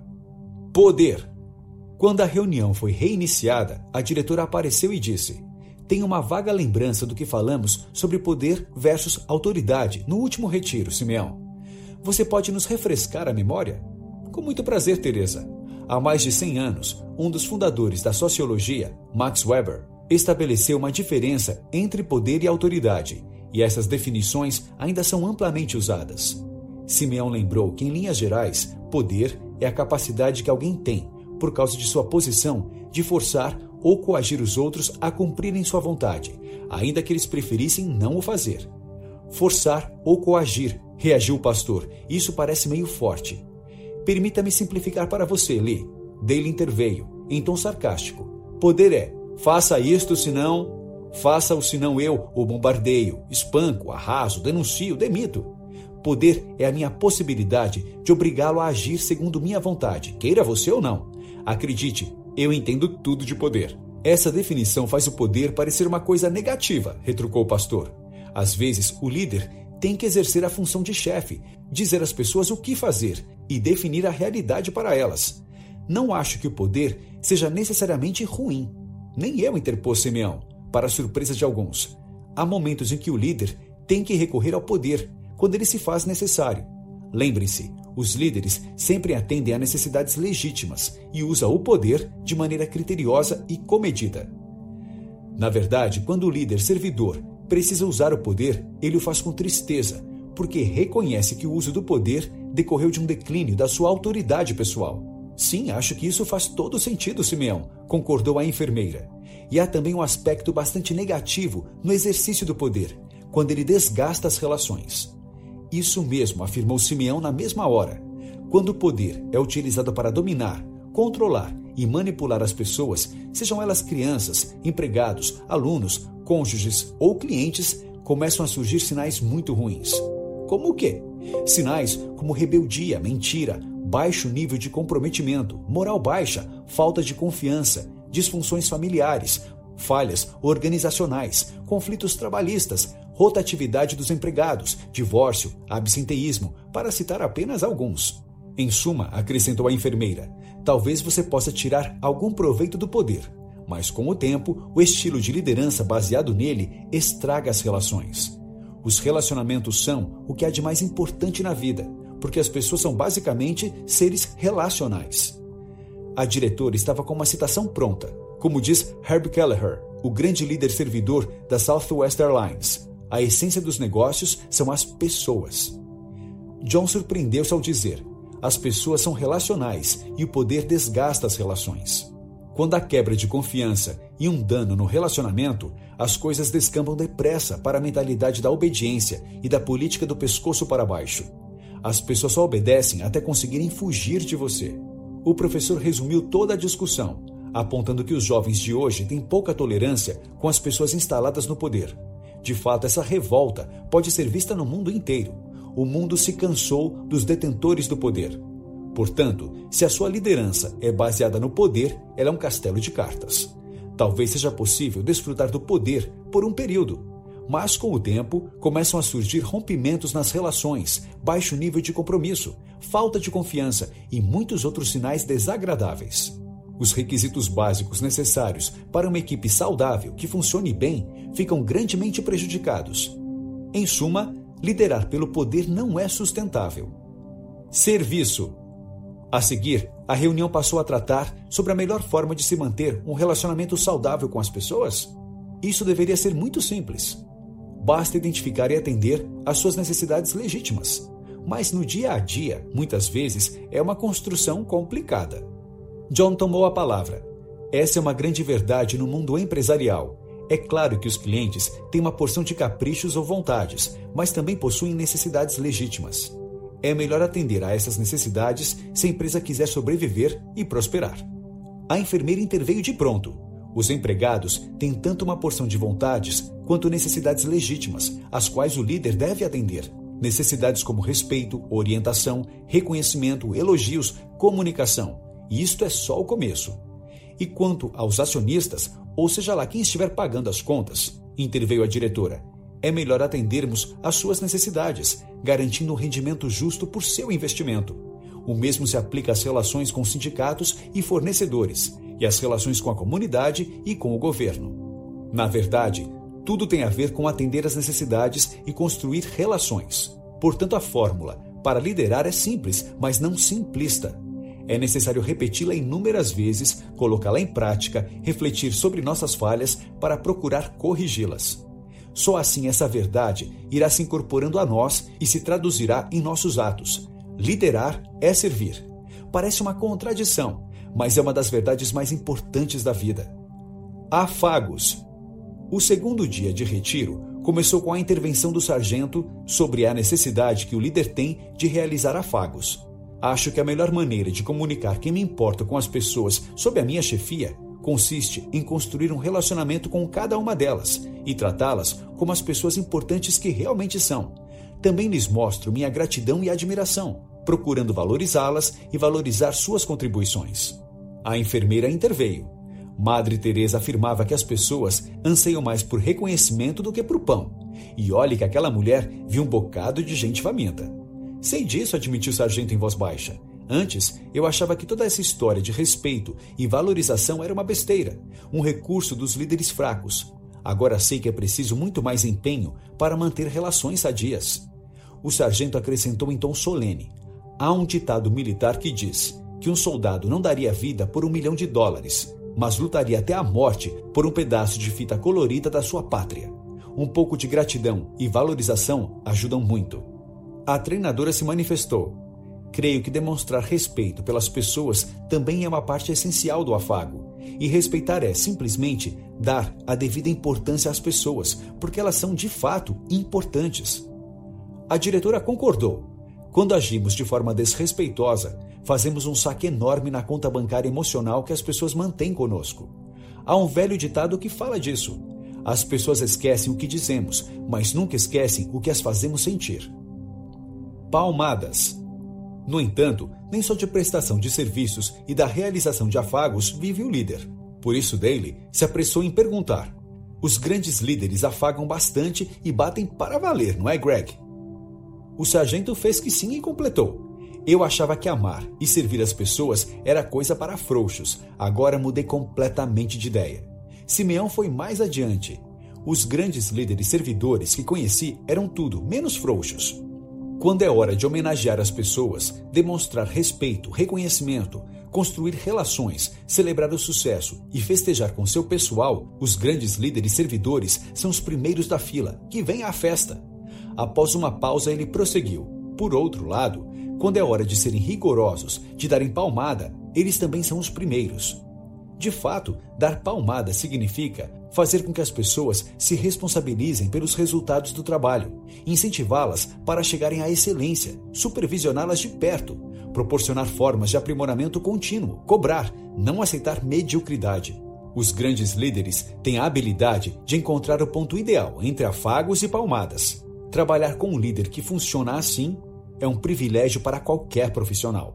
Poder. Quando a reunião foi reiniciada, a diretora apareceu e disse: Tenho uma vaga lembrança do que falamos sobre poder versus autoridade no último retiro, Simeão. Você pode nos refrescar a memória? Com muito prazer, Teresa. Há mais de cem anos, um dos fundadores da sociologia, Max Weber, estabeleceu uma diferença entre poder e autoridade, e essas definições ainda são amplamente usadas. Simeão lembrou que, em linhas gerais, poder é a capacidade que alguém tem, por causa de sua posição, de forçar ou coagir os outros a cumprirem sua vontade, ainda que eles preferissem não o fazer. Forçar ou coagir, reagiu o pastor. Isso parece meio forte. Permita-me simplificar para você, Lee. Daley interveio, em tom sarcástico. Poder é, faça isto, senão... Faça-o, senão eu o bombardeio, espanco, arraso, denuncio, demito. Poder é a minha possibilidade de obrigá-lo a agir segundo minha vontade, queira você ou não. Acredite, eu entendo tudo de poder. Essa definição faz o poder parecer uma coisa negativa, retrucou o pastor. Às vezes, o líder tem que exercer a função de chefe, dizer às pessoas o que fazer e definir a realidade para elas. Não acho que o poder seja necessariamente ruim. Nem eu, interpôs Simeão, para a surpresa de alguns. Há momentos em que o líder tem que recorrer ao poder, quando ele se faz necessário. Lembrem-se, os líderes sempre atendem a necessidades legítimas e usam o poder de maneira criteriosa e comedida. Na verdade, quando o líder servidor precisa usar o poder, ele o faz com tristeza, porque reconhece que o uso do poder decorreu de um declínio da sua autoridade pessoal. Sim, acho que isso faz todo sentido, Simeão, concordou a enfermeira. E há também um aspecto bastante negativo no exercício do poder, quando ele desgasta as relações. Isso mesmo, afirmou Simeão na mesma hora. Quando o poder é utilizado para dominar, controlar e manipular as pessoas, sejam elas crianças, empregados, alunos, cônjuges ou clientes, começam a surgir sinais muito ruins. Como o quê? Sinais como rebeldia, mentira, baixo nível de comprometimento, moral baixa, falta de confiança, disfunções familiares, falhas organizacionais, conflitos trabalhistas, rotatividade dos empregados, divórcio, absenteísmo, para citar apenas alguns. Em suma, acrescentou a enfermeira, talvez você possa tirar algum proveito do poder, mas com o tempo, o estilo de liderança baseado nele estraga as relações. Os relacionamentos são o que há de mais importante na vida, porque as pessoas são basicamente seres relacionais. A diretora estava com uma citação pronta, como diz Herb Kelleher, o grande líder servidor da Southwest Airlines. A essência dos negócios são as pessoas. John surpreendeu-se ao dizer: as pessoas são relacionais e o poder desgasta as relações. Quando há quebra de confiança e um dano no relacionamento, as coisas descambam depressa para a mentalidade da obediência e da política do pescoço para baixo. As pessoas só obedecem até conseguirem fugir de você. O professor resumiu toda a discussão, apontando que os jovens de hoje têm pouca tolerância com as pessoas instaladas no poder. De fato, essa revolta pode ser vista no mundo inteiro. o mundo se cansou dos detentores do poder. Portanto, se a sua liderança é baseada no poder, ela é um castelo de cartas. Talvez seja possível desfrutar do poder por um período, mas com o tempo começam a surgir rompimentos nas relações, baixo nível de compromisso, falta de confiança e muitos outros sinais desagradáveis. Os requisitos básicos necessários para uma equipe saudável que funcione bem ficam grandemente prejudicados. Em suma, liderar pelo poder não é sustentável. Serviço. A seguir, a reunião passou a tratar sobre a melhor forma de se manter um relacionamento saudável com as pessoas? Isso deveria ser muito simples. Basta identificar e atender às suas necessidades legítimas. Mas no dia a dia, muitas vezes, é uma construção complicada. John tomou a palavra. Essa é uma grande verdade no mundo empresarial. É claro que os clientes têm uma porção de caprichos ou vontades, mas também possuem necessidades legítimas. É melhor atender a essas necessidades se a empresa quiser sobreviver e prosperar. A enfermeira interveio de pronto. Os empregados têm tanto uma porção de vontades quanto necessidades legítimas, as quais o líder deve atender. Necessidades como respeito, orientação, reconhecimento, elogios, comunicação. E isto é só o começo. E quanto aos acionistas, ou seja lá quem estiver pagando as contas, interveio a diretora, é melhor atendermos às suas necessidades, garantindo um rendimento justo por seu investimento. O mesmo se aplica às relações com sindicatos e fornecedores, e às relações com a comunidade e com o governo. Na verdade, tudo tem a ver com atender às necessidades e construir relações. Portanto, a fórmula para liderar é simples, mas não simplista. É necessário repeti-la inúmeras vezes, colocá-la em prática, refletir sobre nossas falhas para procurar corrigi-las. Só assim essa verdade irá se incorporando a nós e se traduzirá em nossos atos. Liderar é servir. Parece uma contradição, mas é uma das verdades mais importantes da vida. Afagos. O segundo dia de retiro começou com a intervenção do sargento sobre a necessidade que o líder tem de realizar afagos. Acho que a melhor maneira de comunicar que me importo com as pessoas sob a minha chefia consiste em construir um relacionamento com cada uma delas e tratá-las como as pessoas importantes que realmente são. Também lhes mostro minha gratidão e admiração, procurando valorizá-las e valorizar suas contribuições. A enfermeira interveio. Madre Teresa afirmava que as pessoas anseiam mais por reconhecimento do que por pão. E olhe que aquela mulher viu um bocado de gente faminta. Sei disso, admitiu o sargento em voz baixa. Antes, eu achava que toda essa história de respeito e valorização era uma besteira, um recurso dos líderes fracos. Agora sei que é preciso muito mais empenho para manter relações sadias. O sargento acrescentou em tom solene. Há um ditado militar que diz que um soldado não daria vida por um milhão de dólares, mas lutaria até a morte por um pedaço de fita colorida da sua pátria. Um pouco de gratidão e valorização ajudam muito. A treinadora se manifestou. Creio que demonstrar respeito pelas pessoas também é uma parte essencial do afago. E respeitar é, simplesmente, dar a devida importância às pessoas, porque elas são, de fato, importantes. A diretora concordou. Quando agimos de forma desrespeitosa, fazemos um saque enorme na conta bancária emocional que as pessoas mantêm conosco. Há um velho ditado que fala disso. As pessoas esquecem o que dizemos, mas nunca esquecem o que as fazemos sentir. Palmadas. No entanto, nem só de prestação de serviços e da realização de afagos vive o líder. Por isso, Daly se apressou em perguntar. Os grandes líderes afagam bastante e batem para valer, não é, Greg? O sargento fez que sim e completou. Eu achava que amar e servir as pessoas era coisa para frouxos. Agora mudei completamente de ideia. Simeão foi mais adiante. Os grandes líderes servidores que conheci eram tudo menos frouxos. Quando é hora de homenagear as pessoas, demonstrar respeito, reconhecimento, construir relações, celebrar o sucesso e festejar com seu pessoal, os grandes líderes servidores são os primeiros da fila, que vem à festa. Após uma pausa, ele prosseguiu. Por outro lado, quando é hora de serem rigorosos, de darem palmada, eles também são os primeiros. De fato, dar palmada significa fazer com que as pessoas se responsabilizem pelos resultados do trabalho, incentivá-las para chegarem à excelência, supervisioná-las de perto, proporcionar formas de aprimoramento contínuo, cobrar, não aceitar mediocridade. Os grandes líderes têm a habilidade de encontrar o ponto ideal entre afagos e palmadas. Trabalhar com um líder que funciona assim é um privilégio para qualquer profissional.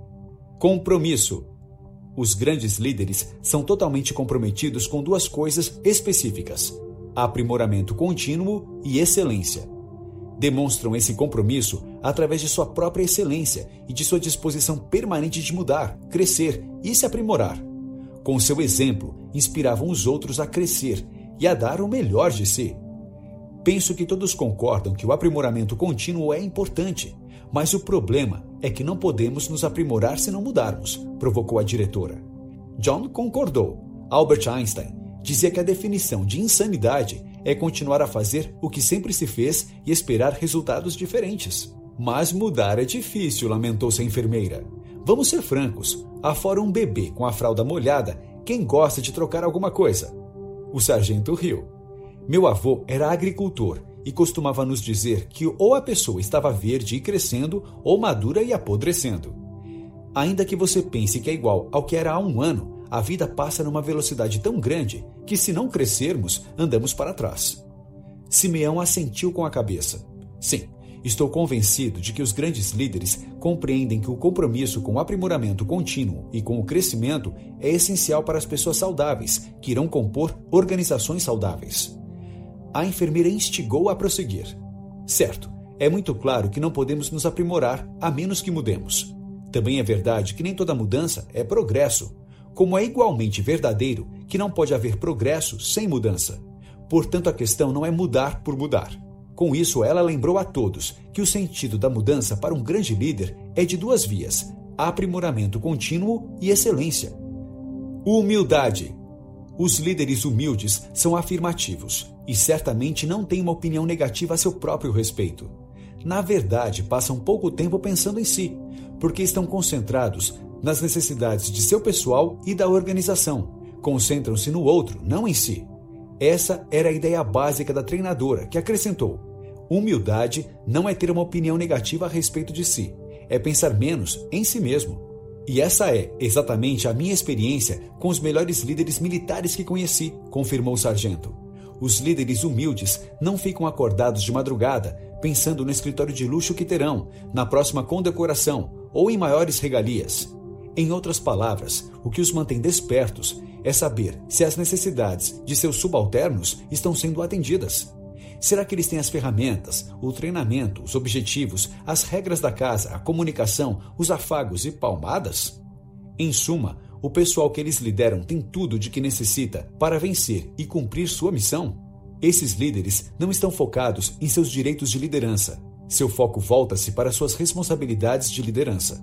Compromisso. Os grandes líderes são totalmente comprometidos com duas coisas específicas: aprimoramento contínuo e excelência. Demonstram esse compromisso através de sua própria excelência e de sua disposição permanente de mudar, crescer e se aprimorar. Com seu exemplo, inspiravam os outros a crescer e a dar o melhor de si. Penso que todos concordam que o aprimoramento contínuo é importante, mas o problema é que não podemos nos aprimorar se não mudarmos, provocou a diretora. John concordou. Albert Einstein dizia que a definição de insanidade é continuar a fazer o que sempre se fez e esperar resultados diferentes. Mas mudar é difícil, lamentou-se a enfermeira. Vamos ser francos, afora um bebê com a fralda molhada, quem gosta de trocar alguma coisa? O sargento riu. Meu avô era agricultor e costumava nos dizer que ou a pessoa estava verde e crescendo ou madura e apodrecendo. Ainda que você pense que é igual ao que era há um ano, a vida passa numa velocidade tão grande que, se não crescermos, andamos para trás. Simeão assentiu com a cabeça. Sim, estou convencido de que os grandes líderes compreendem que o compromisso com o aprimoramento contínuo e com o crescimento é essencial para as pessoas saudáveis, que irão compor organizações saudáveis. A enfermeira instigou a prosseguir. Certo, é muito claro que não podemos nos aprimorar a menos que mudemos. Também é verdade que nem toda mudança é progresso, como é igualmente verdadeiro que não pode haver progresso sem mudança. Portanto, a questão não é mudar por mudar. Com isso, ela lembrou a todos que o sentido da mudança para um grande líder é de duas vias: aprimoramento contínuo e excelência. Humildade. Os líderes humildes são afirmativos e certamente não têm uma opinião negativa a seu próprio respeito. Na verdade, passam pouco tempo pensando em si, porque estão concentrados nas necessidades de seu pessoal e da organização. Concentram-se no outro, não em si. Essa era a ideia básica da treinadora, que acrescentou: humildade não é ter uma opinião negativa a respeito de si, é pensar menos em si mesmo. E essa é exatamente a minha experiência com os melhores líderes militares que conheci, confirmou o sargento. Os líderes humildes não ficam acordados de madrugada, pensando no escritório de luxo que terão, na próxima condecoração ou em maiores regalias. Em outras palavras, o que os mantém despertos é saber se as necessidades de seus subalternos estão sendo atendidas. Será que eles têm as ferramentas, o treinamento, os objetivos, as regras da casa, a comunicação, os afagos e palmadas? Em suma, o pessoal que eles lideram tem tudo de que necessita para vencer e cumprir sua missão? Esses líderes não estão focados em seus direitos de liderança. Seu foco volta-se para suas responsabilidades de liderança.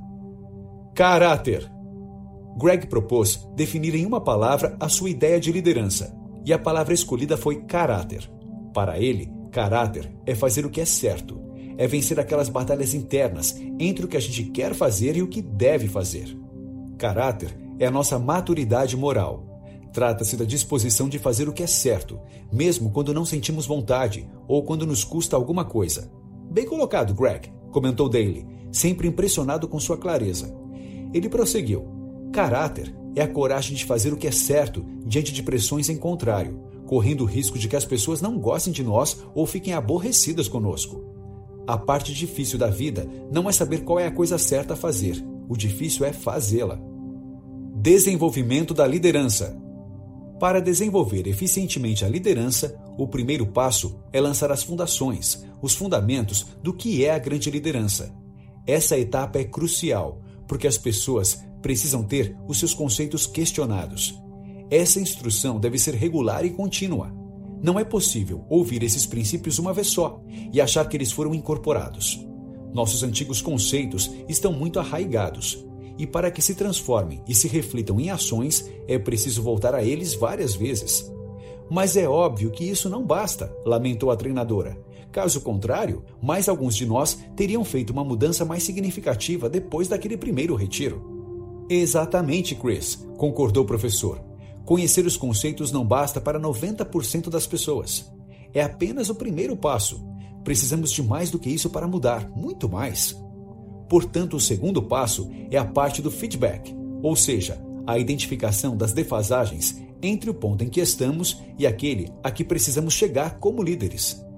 Caráter. Greg propôs definir em uma palavra a sua ideia de liderança, e a palavra escolhida foi caráter. Para ele, caráter é fazer o que é certo, é vencer aquelas batalhas internas entre o que a gente quer fazer e o que deve fazer. Caráter é a nossa maturidade moral. Trata-se da disposição de fazer o que é certo, mesmo quando não sentimos vontade ou quando nos custa alguma coisa. Bem colocado, Greg, comentou Daly, sempre impressionado com sua clareza. Ele prosseguiu. Caráter é a coragem de fazer o que é certo diante de pressões em contrário, correndo o risco de que as pessoas não gostem de nós ou fiquem aborrecidas conosco. A parte difícil da vida não é saber qual é a coisa certa a fazer, o difícil é fazê-la. Desenvolvimento da liderança. Para desenvolver eficientemente a liderança, o primeiro passo é lançar as fundações, os fundamentos do que é a grande liderança. Essa etapa é crucial, porque as pessoas precisam ter os seus conceitos questionados. Essa instrução deve ser regular e contínua. Não é possível ouvir esses princípios uma vez só e achar que eles foram incorporados. Nossos antigos conceitos estão muito arraigados, e para que se transformem e se reflitam em ações, é preciso voltar a eles várias vezes. Mas é óbvio que isso não basta, lamentou a treinadora. Caso contrário, mais alguns de nós teriam feito uma mudança mais significativa depois daquele primeiro retiro. Exatamente, Chris, concordou o professor. Conhecer os conceitos não basta para noventa por cento das pessoas. É apenas o primeiro passo. Precisamos de mais do que isso para mudar, muito mais. Portanto, o segundo passo é a parte do feedback, ou seja, a identificação das defasagens entre o ponto em que estamos e aquele a que precisamos chegar como líderes.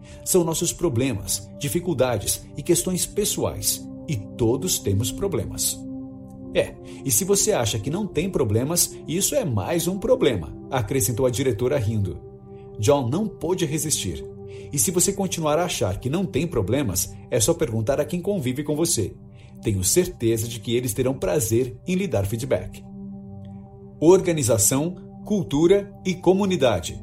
São nossos problemas, dificuldades e questões pessoais. E todos temos problemas. É, e se você acha que não tem problemas, isso é mais um problema, acrescentou a diretora rindo. John não pôde resistir. E se você continuar a achar que não tem problemas, é só perguntar a quem convive com você. Tenho certeza de que eles terão prazer em lhe dar feedback. Organização, cultura e comunidade.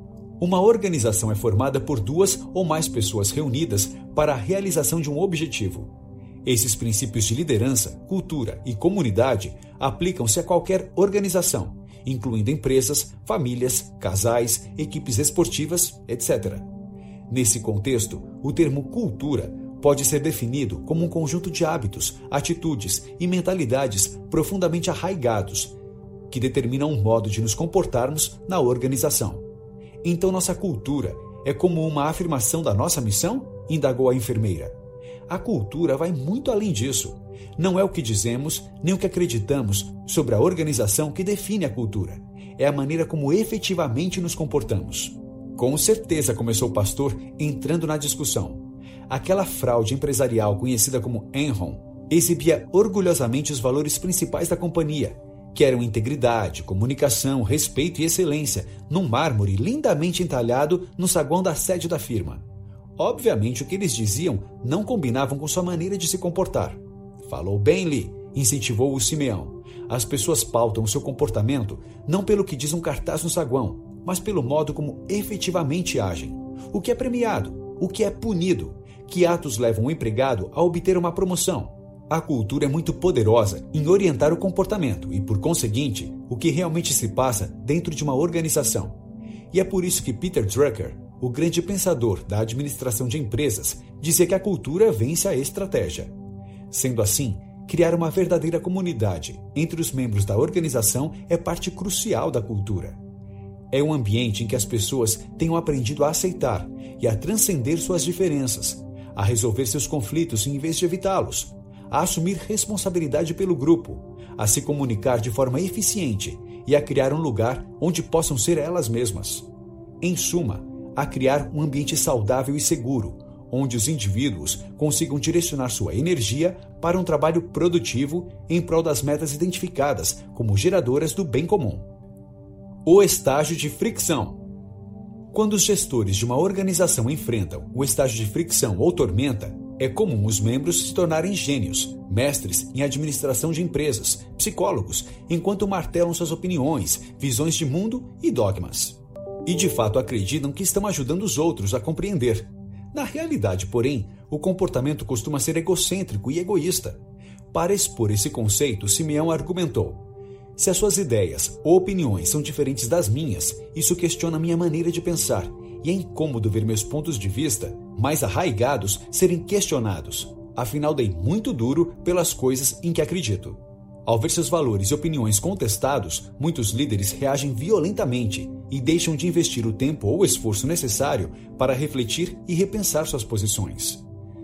Uma organização é formada por duas ou mais pessoas reunidas para a realização de um objetivo. Esses princípios de liderança, cultura e comunidade aplicam-se a qualquer organização, incluindo empresas, famílias, casais, equipes esportivas, etcétera. Nesse contexto, o termo cultura pode ser definido como um conjunto de hábitos, atitudes e mentalidades profundamente arraigados, que determinam um modo de nos comportarmos na organização. Então nossa cultura é como uma afirmação da nossa missão? Indagou a enfermeira. A cultura vai muito além disso. Não é o que dizemos, nem o que acreditamos sobre a organização que define a cultura. É a maneira como efetivamente nos comportamos. Com certeza, começou o pastor, entrando na discussão. Aquela fraude empresarial conhecida como Enron exibia orgulhosamente os valores principais da companhia, que eram integridade, comunicação, respeito e excelência, num mármore lindamente entalhado no saguão da sede da firma. Obviamente, o que eles diziam não combinavam com sua maneira de se comportar. Falou bem, Lee, incentivou o Simeão. As pessoas pautam o seu comportamento não pelo que diz um cartaz no saguão, mas pelo modo como efetivamente agem. O que é premiado, o que é punido, que atos levam o empregado a obter uma promoção. A cultura é muito poderosa em orientar o comportamento e, por conseguinte, o que realmente se passa dentro de uma organização. E é por isso que Peter Drucker, o grande pensador da administração de empresas, dizia que a cultura vence a estratégia. Sendo assim, criar uma verdadeira comunidade entre os membros da organização é parte crucial da cultura. É um ambiente em que as pessoas tenham aprendido a aceitar e a transcender suas diferenças, a resolver seus conflitos em vez de evitá-los, a assumir responsabilidade pelo grupo, a se comunicar de forma eficiente e a criar um lugar onde possam ser elas mesmas. Em suma, a criar um ambiente saudável e seguro, onde os indivíduos consigam direcionar sua energia para um trabalho produtivo em prol das metas identificadas como geradoras do bem comum. O estágio de fricção. Quando os gestores de uma organização enfrentam o estágio de fricção ou tormenta, é comum os membros se tornarem gênios, mestres em administração de empresas, psicólogos, enquanto martelam suas opiniões, visões de mundo e dogmas. E de fato acreditam que estão ajudando os outros a compreender. Na realidade, porém, o comportamento costuma ser egocêntrico e egoísta. Para expor esse conceito, Simeão argumentou: se as suas ideias ou opiniões são diferentes das minhas, isso questiona minha maneira de pensar, e é incômodo ver meus pontos de vista, mais arraigados, serem questionados. Afinal, dei muito duro pelas coisas em que acredito. Ao ver seus valores e opiniões contestados, muitos líderes reagem violentamente e deixam de investir o tempo ou esforço necessário para refletir e repensar suas posições.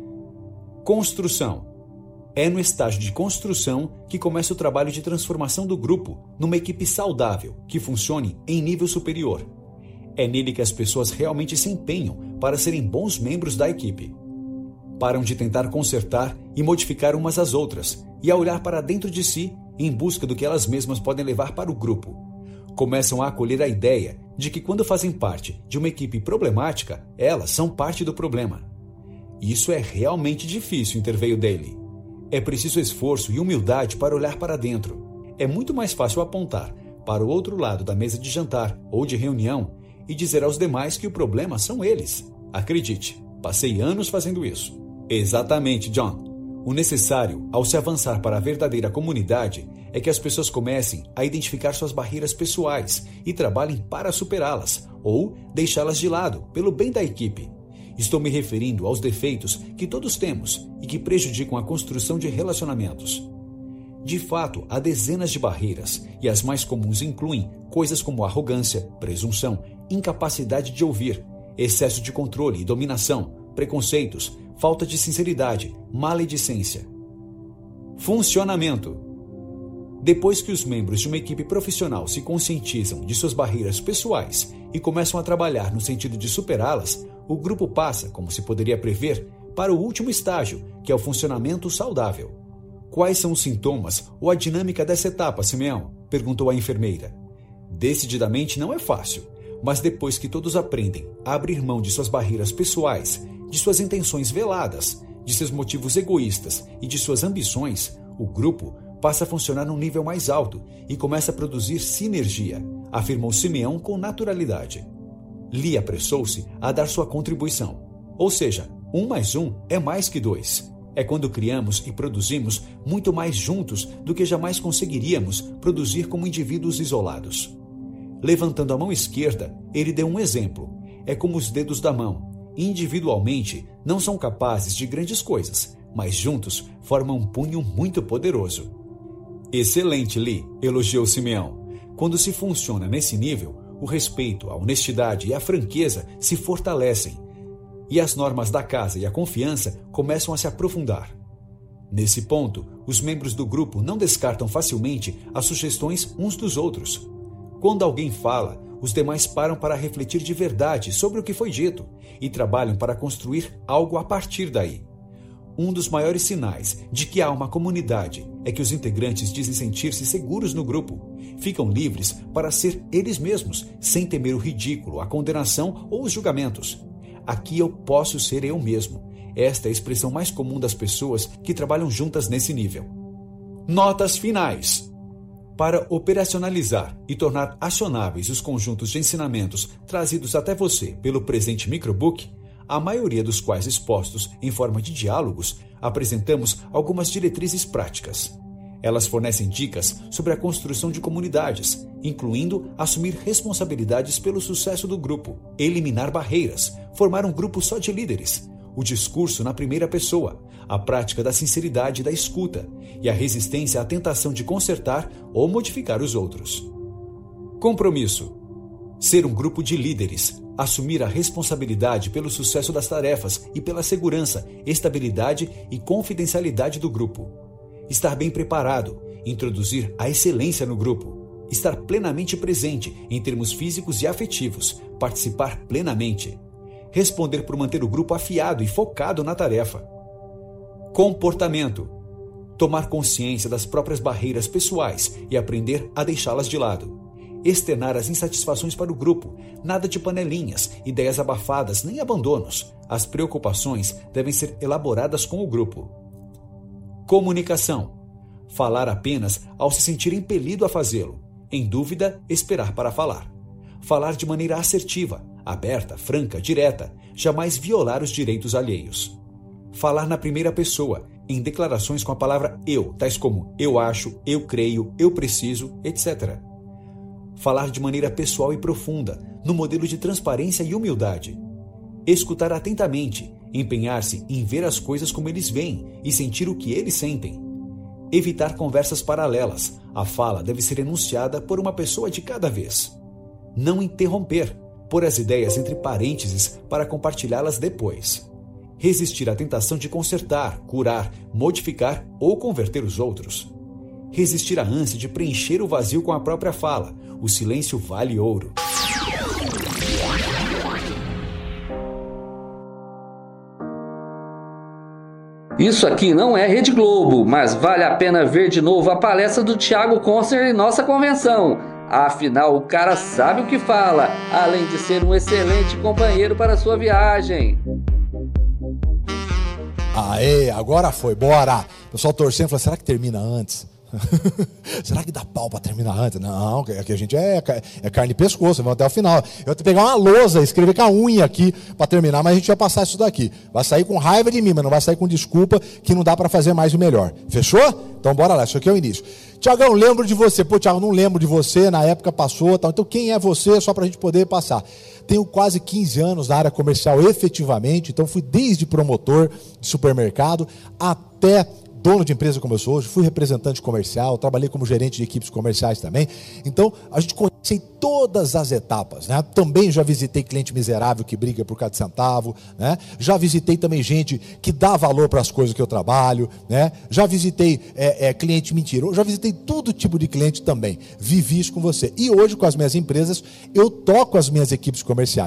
Construção. É no estágio de construção que começa o trabalho de transformação do grupo numa equipe saudável, que funcione em nível superior. É nele que as pessoas realmente se empenham para serem bons membros da equipe. Param de tentar consertar e modificar umas às outras e a olhar para dentro de si em busca do que elas mesmas podem levar para o grupo. Começam a acolher a ideia de que quando fazem parte de uma equipe problemática, elas são parte do problema. Isso é realmente difícil, interveio Daly. É preciso esforço e humildade para olhar para dentro. É muito mais fácil apontar para o outro lado da mesa de jantar ou de reunião e dizer aos demais que o problema são eles. Acredite, passei anos fazendo isso. Exatamente, John. O necessário, ao se avançar para a verdadeira comunidade, é que as pessoas comecem a identificar suas barreiras pessoais e trabalhem para superá-las ou deixá-las de lado pelo bem da equipe. Estou me referindo aos defeitos que todos temos e que prejudicam a construção de relacionamentos. De fato, há dezenas de barreiras e as mais comuns incluem coisas como arrogância, presunção, incapacidade de ouvir, excesso de controle e dominação, preconceitos, falta de sinceridade, maledicência. Funcionamento. Depois que os membros de uma equipe profissional se conscientizam de suas barreiras pessoais e começam a trabalhar no sentido de superá-las, o grupo passa, como se poderia prever, para o último estágio, que é o funcionamento saudável. Quais são os sintomas ou a dinâmica dessa etapa, Simeão? Perguntou a enfermeira. Decididamente não é fácil, mas depois que todos aprendem a abrir mão de suas barreiras pessoais, de suas intenções veladas, de seus motivos egoístas e de suas ambições, o grupo passa a funcionar num nível mais alto e começa a produzir sinergia, afirmou Simeão com naturalidade. Li apressou-se a dar sua contribuição. Ou seja, um mais um é mais que dois. É quando criamos e produzimos muito mais juntos do que jamais conseguiríamos produzir como indivíduos isolados. Levantando a mão esquerda, ele deu um exemplo. É como os dedos da mão. Individualmente, não são capazes de grandes coisas, mas juntos formam um punho muito poderoso. Excelente, Li, elogiou Simeão. Quando se funciona nesse nível, o respeito, a honestidade e a franqueza se fortalecem, e as normas da casa e a confiança começam a se aprofundar. Nesse ponto, os membros do grupo não descartam facilmente as sugestões uns dos outros. Quando alguém fala, os demais param para refletir de verdade sobre o que foi dito e trabalham para construir algo a partir daí. Um dos maiores sinais de que há uma comunidade é que os integrantes dizem sentir-se seguros no grupo. Ficam livres para ser eles mesmos, sem temer o ridículo, a condenação ou os julgamentos. Aqui eu posso ser eu mesmo. Esta é a expressão mais comum das pessoas que trabalham juntas nesse nível. Notas finais. Para operacionalizar e tornar acionáveis os conjuntos de ensinamentos trazidos até você pelo presente microbook, a maioria dos quais expostos em forma de diálogos, apresentamos algumas diretrizes práticas. Elas fornecem dicas sobre a construção de comunidades, incluindo assumir responsabilidades pelo sucesso do grupo, eliminar barreiras, formar um grupo só de líderes, o discurso na primeira pessoa, a prática da sinceridade e da escuta e a resistência à tentação de consertar ou modificar os outros. Compromisso. Ser um grupo de líderes, assumir a responsabilidade pelo sucesso das tarefas e pela segurança, estabilidade e confidencialidade do grupo. Estar bem preparado, introduzir a excelência no grupo, estar plenamente presente em termos físicos e afetivos, participar plenamente, responder por manter o grupo afiado e focado na tarefa. Comportamento. Tomar consciência das próprias barreiras pessoais e aprender a deixá-las de lado. Externar as insatisfações para o grupo, nada de panelinhas, ideias abafadas nem abandonos. As preocupações devem ser elaboradas com o grupo. Comunicação. Falar apenas ao se sentir impelido a fazê-lo. Em dúvida, esperar para falar. Falar de maneira assertiva, aberta, franca, direta, jamais violar os direitos alheios. Falar na primeira pessoa, em declarações com a palavra eu, tais como eu acho, eu creio, eu preciso, etcétera. Falar de maneira pessoal e profunda, no modelo de transparência e humildade. Escutar atentamente, empenhar-se em ver as coisas como eles veem e sentir o que eles sentem. Evitar conversas paralelas. A fala deve ser enunciada por uma pessoa de cada vez. Não interromper. Pôr as ideias entre parênteses para compartilhá-las depois. Resistir à tentação de consertar, curar, modificar ou converter os outros. Resistir à ânsia de preencher o vazio com a própria fala. O silêncio vale ouro. Isso aqui não é Rede Globo, mas vale a pena ver de novo a palestra do Thiago Concer em nossa convenção. Afinal, o cara sabe o que fala, além de ser um excelente companheiro para a sua viagem. Aê, agora foi, bora! O pessoal torcendo, falou, será que termina antes? Será que dá pau pra terminar antes? Não, aqui a gente é, é carne e pescoço, vamos até o final. Eu vou pegar uma lousa, escrever com a unha aqui pra terminar, mas a gente vai passar isso daqui. Vai sair com raiva de mim, mas não vai sair com desculpa que não dá pra fazer mais o melhor. Fechou? Então bora lá, isso aqui é o início. Tiagão, lembro de você. Pô, Tiago, não lembro de você, na época passou, tal. Então quem é você, só pra gente poder passar. Tenho quase quinze anos na área comercial efetivamente, então fui desde promotor de supermercado até dono de empresa como eu sou hoje, fui representante comercial, trabalhei como gerente de equipes comerciais também. Então, a gente conhece em todas as etapas, né? Também já visitei cliente miserável que briga por cada centavo, né? Já visitei também gente que dá valor para as coisas que eu trabalho, né? Já visitei é, é, cliente mentiroso, já visitei todo tipo de cliente também. Vivi isso com você. E hoje, com as minhas empresas, eu toco as minhas equipes comerciais.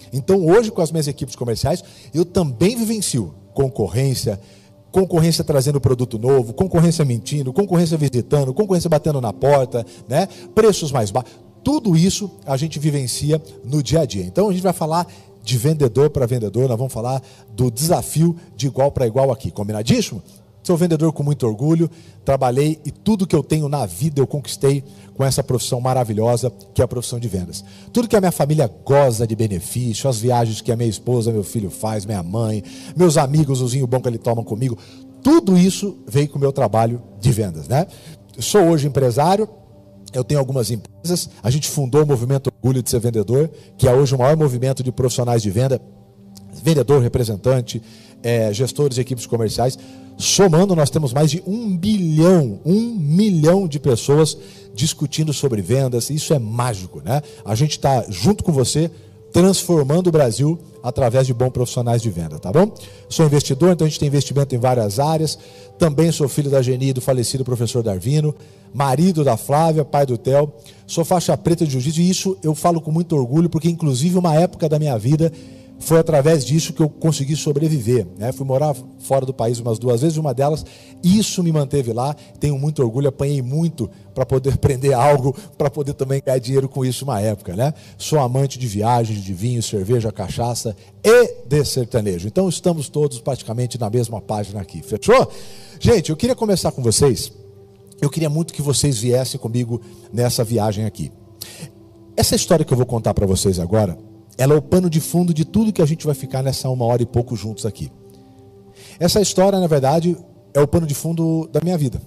Então hoje com as minhas equipes comerciais, eu também vivencio concorrência, concorrência trazendo produto novo, concorrência mentindo, concorrência visitando, concorrência batendo na porta, né? Preços mais baixos. Tudo isso a gente vivencia no dia a dia. Então a gente vai falar de vendedor para vendedor, nós vamos falar do desafio de igual para igual aqui. Combinadíssimo? Sou vendedor com muito orgulho, trabalhei e tudo que eu tenho na vida eu conquistei com essa profissão maravilhosa que é a profissão de vendas. Tudo que a minha família goza de benefício, as viagens que a minha esposa, meu filho faz, minha mãe, meus amigos, os vinhos bons que eles tomam comigo, tudo isso veio com o meu trabalho de vendas, né? Eu sou hoje empresário, eu tenho algumas empresas, a gente fundou o movimento Orgulho de Ser Vendedor, que é hoje o maior movimento de profissionais de venda, vendedor, representante, é, gestores de equipes comerciais. Somando, nós temos mais de um bilhão, um milhão de pessoas discutindo sobre vendas. Isso é mágico, né? A gente está junto com você, transformando o Brasil através de bons profissionais de venda, tá bom? Sou investidor, então a gente tem investimento em várias áreas. Também sou filho da Geni e do falecido professor Darvino, marido da Flávia, pai do Theo. Sou faixa preta de jiu-jitsu e isso eu falo com muito orgulho, porque inclusive uma época da minha vida foi através disso que eu consegui sobreviver, né? Fui morar fora do país umas duas vezes, uma delas, isso me manteve lá, tenho muito orgulho, apanhei muito para poder aprender algo, para poder também ganhar dinheiro com isso uma época, né? Sou amante de viagens, de vinho, cerveja, cachaça e de sertanejo. Então estamos todos praticamente na mesma página aqui, fechou? Gente, eu queria começar com vocês, eu queria muito que vocês viessem comigo nessa viagem aqui. Essa história que eu vou contar para vocês agora, ela é o pano de fundo de tudo que a gente vai ficar nessa uma hora e pouco juntos aqui. Essa história, na verdade, é o pano de fundo da minha vida.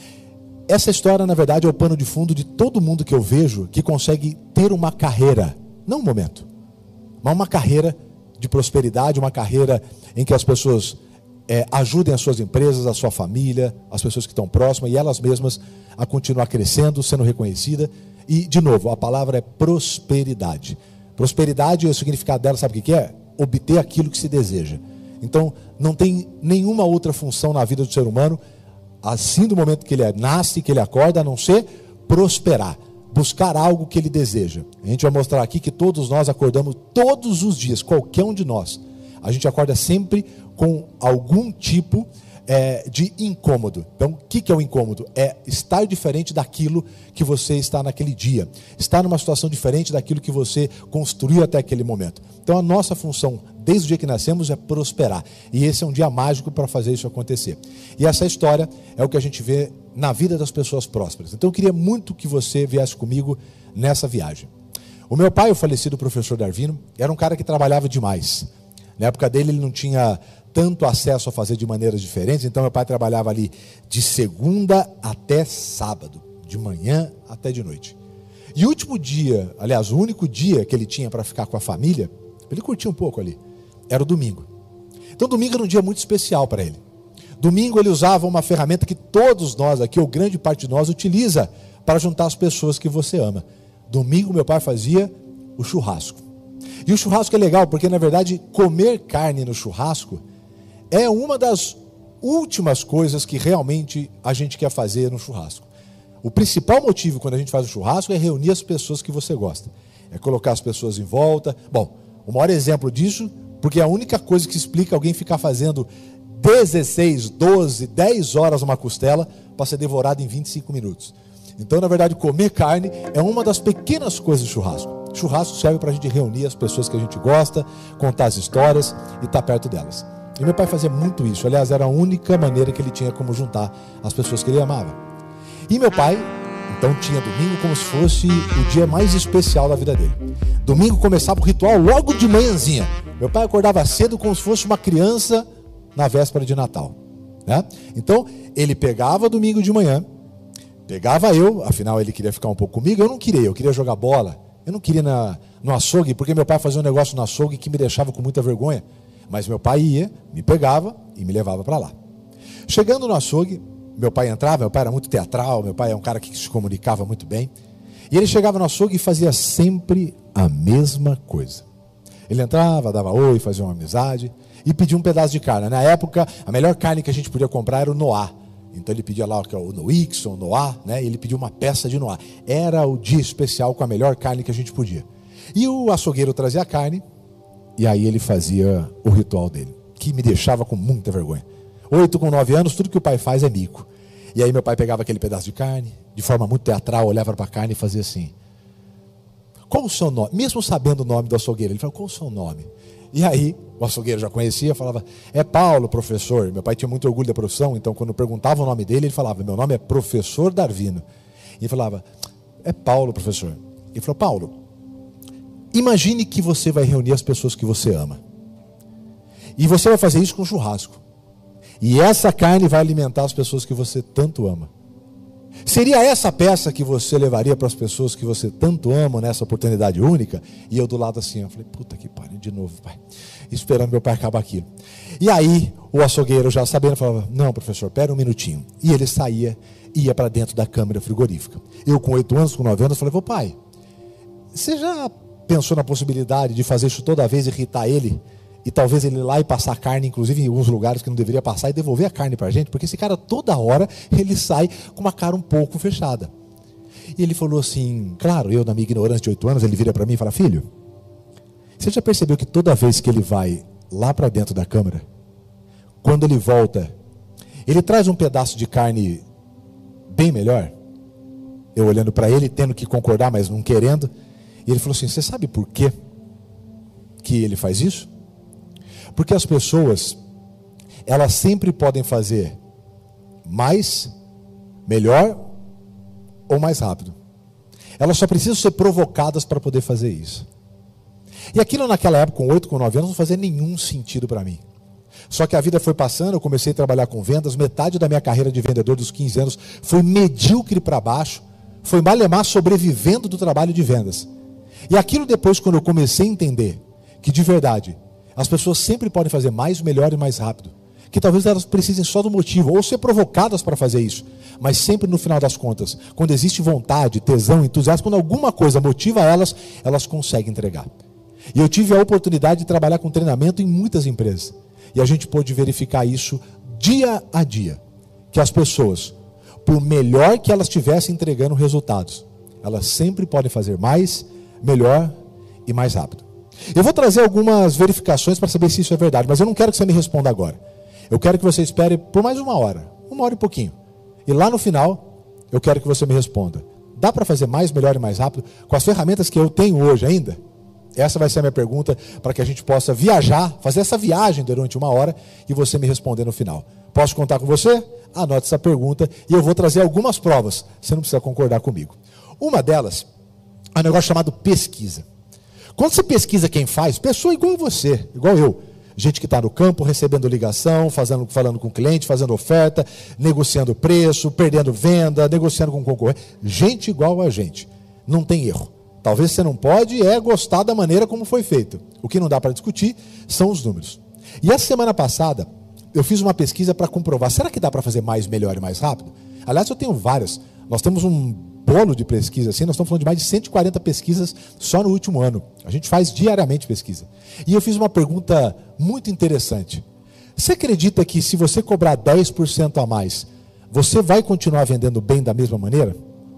Essa história, na verdade, é o pano de fundo de todo mundo que eu vejo que consegue ter uma carreira, não um momento, mas uma carreira de prosperidade, uma carreira em que as pessoas é, ajudem as suas empresas, a sua família, as pessoas que estão próximas e elas mesmas a continuar crescendo, sendo reconhecida. E, de novo, a palavra é prosperidade. Prosperidade, o significado dela, sabe o que é? Obter aquilo que se deseja. Então, não tem nenhuma outra função na vida do ser humano, assim do momento que ele nasce, que ele acorda, a não ser prosperar, buscar algo que ele deseja. A gente vai mostrar aqui que todos nós acordamos todos os dias, qualquer um de nós. A gente acorda sempre com algum tipo É, de incômodo. Então, o que, que é o incômodo? É estar diferente daquilo que você está naquele dia. Estar numa situação diferente daquilo que você construiu até aquele momento. Então, a nossa função, desde o dia que nascemos, é prosperar. E esse é um dia mágico para fazer isso acontecer. E essa história é o que a gente vê na vida das pessoas prósperas. Então, eu queria muito que você viesse comigo nessa viagem. O meu pai, o falecido professor Darvino, era um cara que trabalhava demais. Na época dele, ele não tinha tanto acesso a fazer de maneiras diferentes, então meu pai trabalhava ali de segunda até sábado, de manhã até de noite. E o último dia, aliás, o único dia que ele tinha para ficar com a família, ele curtia um pouco ali, era o domingo. Então domingo era um dia muito especial para ele. Domingo ele usava uma ferramenta que todos nós aqui, ou grande parte de nós, utiliza para juntar as pessoas que você ama. Domingo meu pai fazia o churrasco. E o churrasco é legal porque, na verdade, comer carne no churrasco é uma das últimas coisas que realmente a gente quer fazer no churrasco. O principal motivo quando a gente faz o churrasco é reunir as pessoas que você gosta. É colocar as pessoas em volta. Bom, o maior exemplo disso, porque é a única coisa que explica alguém ficar fazendo dezesseis, doze, dez horas uma costela para ser devorado em vinte e cinco minutos. Então, na verdade, comer carne é uma das pequenas coisas do churrasco. Churrasco serve para a gente reunir as pessoas que a gente gosta, contar as histórias e estar perto delas. E meu pai fazia muito isso. Aliás, era a única maneira que ele tinha como juntar as pessoas que ele amava. E meu pai, então, tinha domingo como se fosse o dia mais especial da vida dele. Domingo começava o ritual logo de manhãzinha. Meu pai acordava cedo como se fosse uma criança na véspera de Natal, né? Então, ele pegava domingo de manhã, pegava eu, afinal ele queria ficar um pouco comigo, eu não queria, eu queria jogar bola, eu não queria ir na, no açougue, porque meu pai fazia um negócio no açougue que me deixava com muita vergonha. Mas meu pai ia, me pegava e me levava para lá. Chegando no açougue, meu pai entrava, meu pai era muito teatral, meu pai é um cara que se comunicava muito bem. E ele chegava no açougue e fazia sempre a mesma coisa. Ele entrava, dava oi, fazia uma amizade e pedia um pedaço de carne. Na época, a melhor carne que a gente podia comprar era o Noá. Então ele pedia lá o Noixon, o Noá, né? E ele pediu uma peça de Noá. Era o dia especial com a melhor carne que a gente podia. E o açougueiro trazia a carne, E aí ele fazia o ritual dele, que me deixava com muita vergonha. Oito com nove anos, tudo que o pai faz é mico. E aí meu pai pegava aquele pedaço de carne, de forma muito teatral, olhava para a carne e fazia assim: qual o seu nome? Mesmo sabendo o nome do açougueiro, ele falava: qual o seu nome? E aí, o açougueiro já conhecia, falava: é Paulo, professor. Meu pai tinha muito orgulho da profissão, então quando perguntava o nome dele, ele falava: meu nome é professor Darvino. E ele falava: é Paulo, professor. Ele falou: Paulo, imagine que você vai reunir as pessoas que você ama. E você vai fazer isso com churrasco. E essa carne vai alimentar as pessoas que você tanto ama. Seria essa peça que você levaria para as pessoas que você tanto ama nessa oportunidade única? E eu do lado assim, eu falei: puta que pariu, de novo, pai. Esperando meu pai acabar aquilo. E aí, o açougueiro já sabendo, falava: não, professor, pera um minutinho. E ele saía, ia para dentro da câmara frigorífica. Eu com oito anos, com nove anos, falei: vô pai, você já pensou na possibilidade de fazer isso toda vez, irritar ele? E talvez ele ir lá e passar carne, inclusive em alguns lugares que não deveria passar, e devolver a carne para a gente? Porque esse cara, toda hora, ele sai com uma cara um pouco fechada. E ele falou assim, claro, eu na minha ignorância de oito anos, ele vira para mim e fala: filho, você já percebeu que toda vez que ele vai lá para dentro da câmara, quando ele volta, ele traz um pedaço de carne bem melhor? Eu olhando para ele, tendo que concordar, mas não querendo. E ele falou assim: você sabe por quê que ele faz isso? Porque as pessoas, elas sempre podem fazer mais, melhor ou mais rápido. Elas só precisam ser provocadas para poder fazer isso. E aquilo naquela época, com oito, com nove anos, não fazia nenhum sentido para mim. Só que a vida foi passando, eu comecei a trabalhar com vendas, metade da minha carreira de vendedor dos quinze anos foi medíocre para baixo, foi malemar sobrevivendo do trabalho de vendas. E aquilo depois, quando eu comecei a entender que de verdade as pessoas sempre podem fazer mais, melhor e mais rápido, que talvez elas precisem só do motivo, ou ser provocadas para fazer isso, mas sempre no final das contas, quando existe vontade, tesão, entusiasmo, quando alguma coisa motiva elas, elas conseguem entregar. E eu tive a oportunidade de trabalhar com treinamento em muitas empresas, e a gente pôde verificar isso dia a dia, que as pessoas, por melhor que elas estivessem entregando resultados, elas sempre podem fazer mais, melhor e mais rápido. Eu vou trazer algumas verificações para saber se isso é verdade, mas eu não quero que você me responda agora. Eu quero que você espere por mais uma hora, uma hora e pouquinho. E lá no final, eu quero que você me responda: dá para fazer mais, melhor e mais rápido com as ferramentas que eu tenho hoje ainda? Essa vai ser a minha pergunta, para que a gente possa viajar, fazer essa viagem durante uma hora e você me responder no final. Posso contar com você? Anote essa pergunta e eu vou trazer algumas provas. Você não precisa concordar comigo. Uma delas é um negócio chamado pesquisa. Quando você pesquisa quem faz, pessoa igual você, igual eu, gente que está no campo, recebendo ligação, fazendo, falando com o cliente, fazendo oferta, negociando preço, perdendo venda, negociando com concorrente, gente igual a gente, não tem erro. Talvez você não pode é gostar da maneira como foi feito. O que não dá para discutir são os números. E essa semana passada, eu fiz uma pesquisa para comprovar, será que dá para fazer mais, melhor e mais rápido? Aliás, eu tenho várias. Nós temos um bolo de pesquisa, assim, nós estamos falando de mais de cento e quarenta pesquisas só no último ano. A gente faz diariamente pesquisa. E eu fiz uma pergunta muito interessante. Você acredita que se você cobrar dez por cento a mais, você vai continuar vendendo bem da mesma maneira?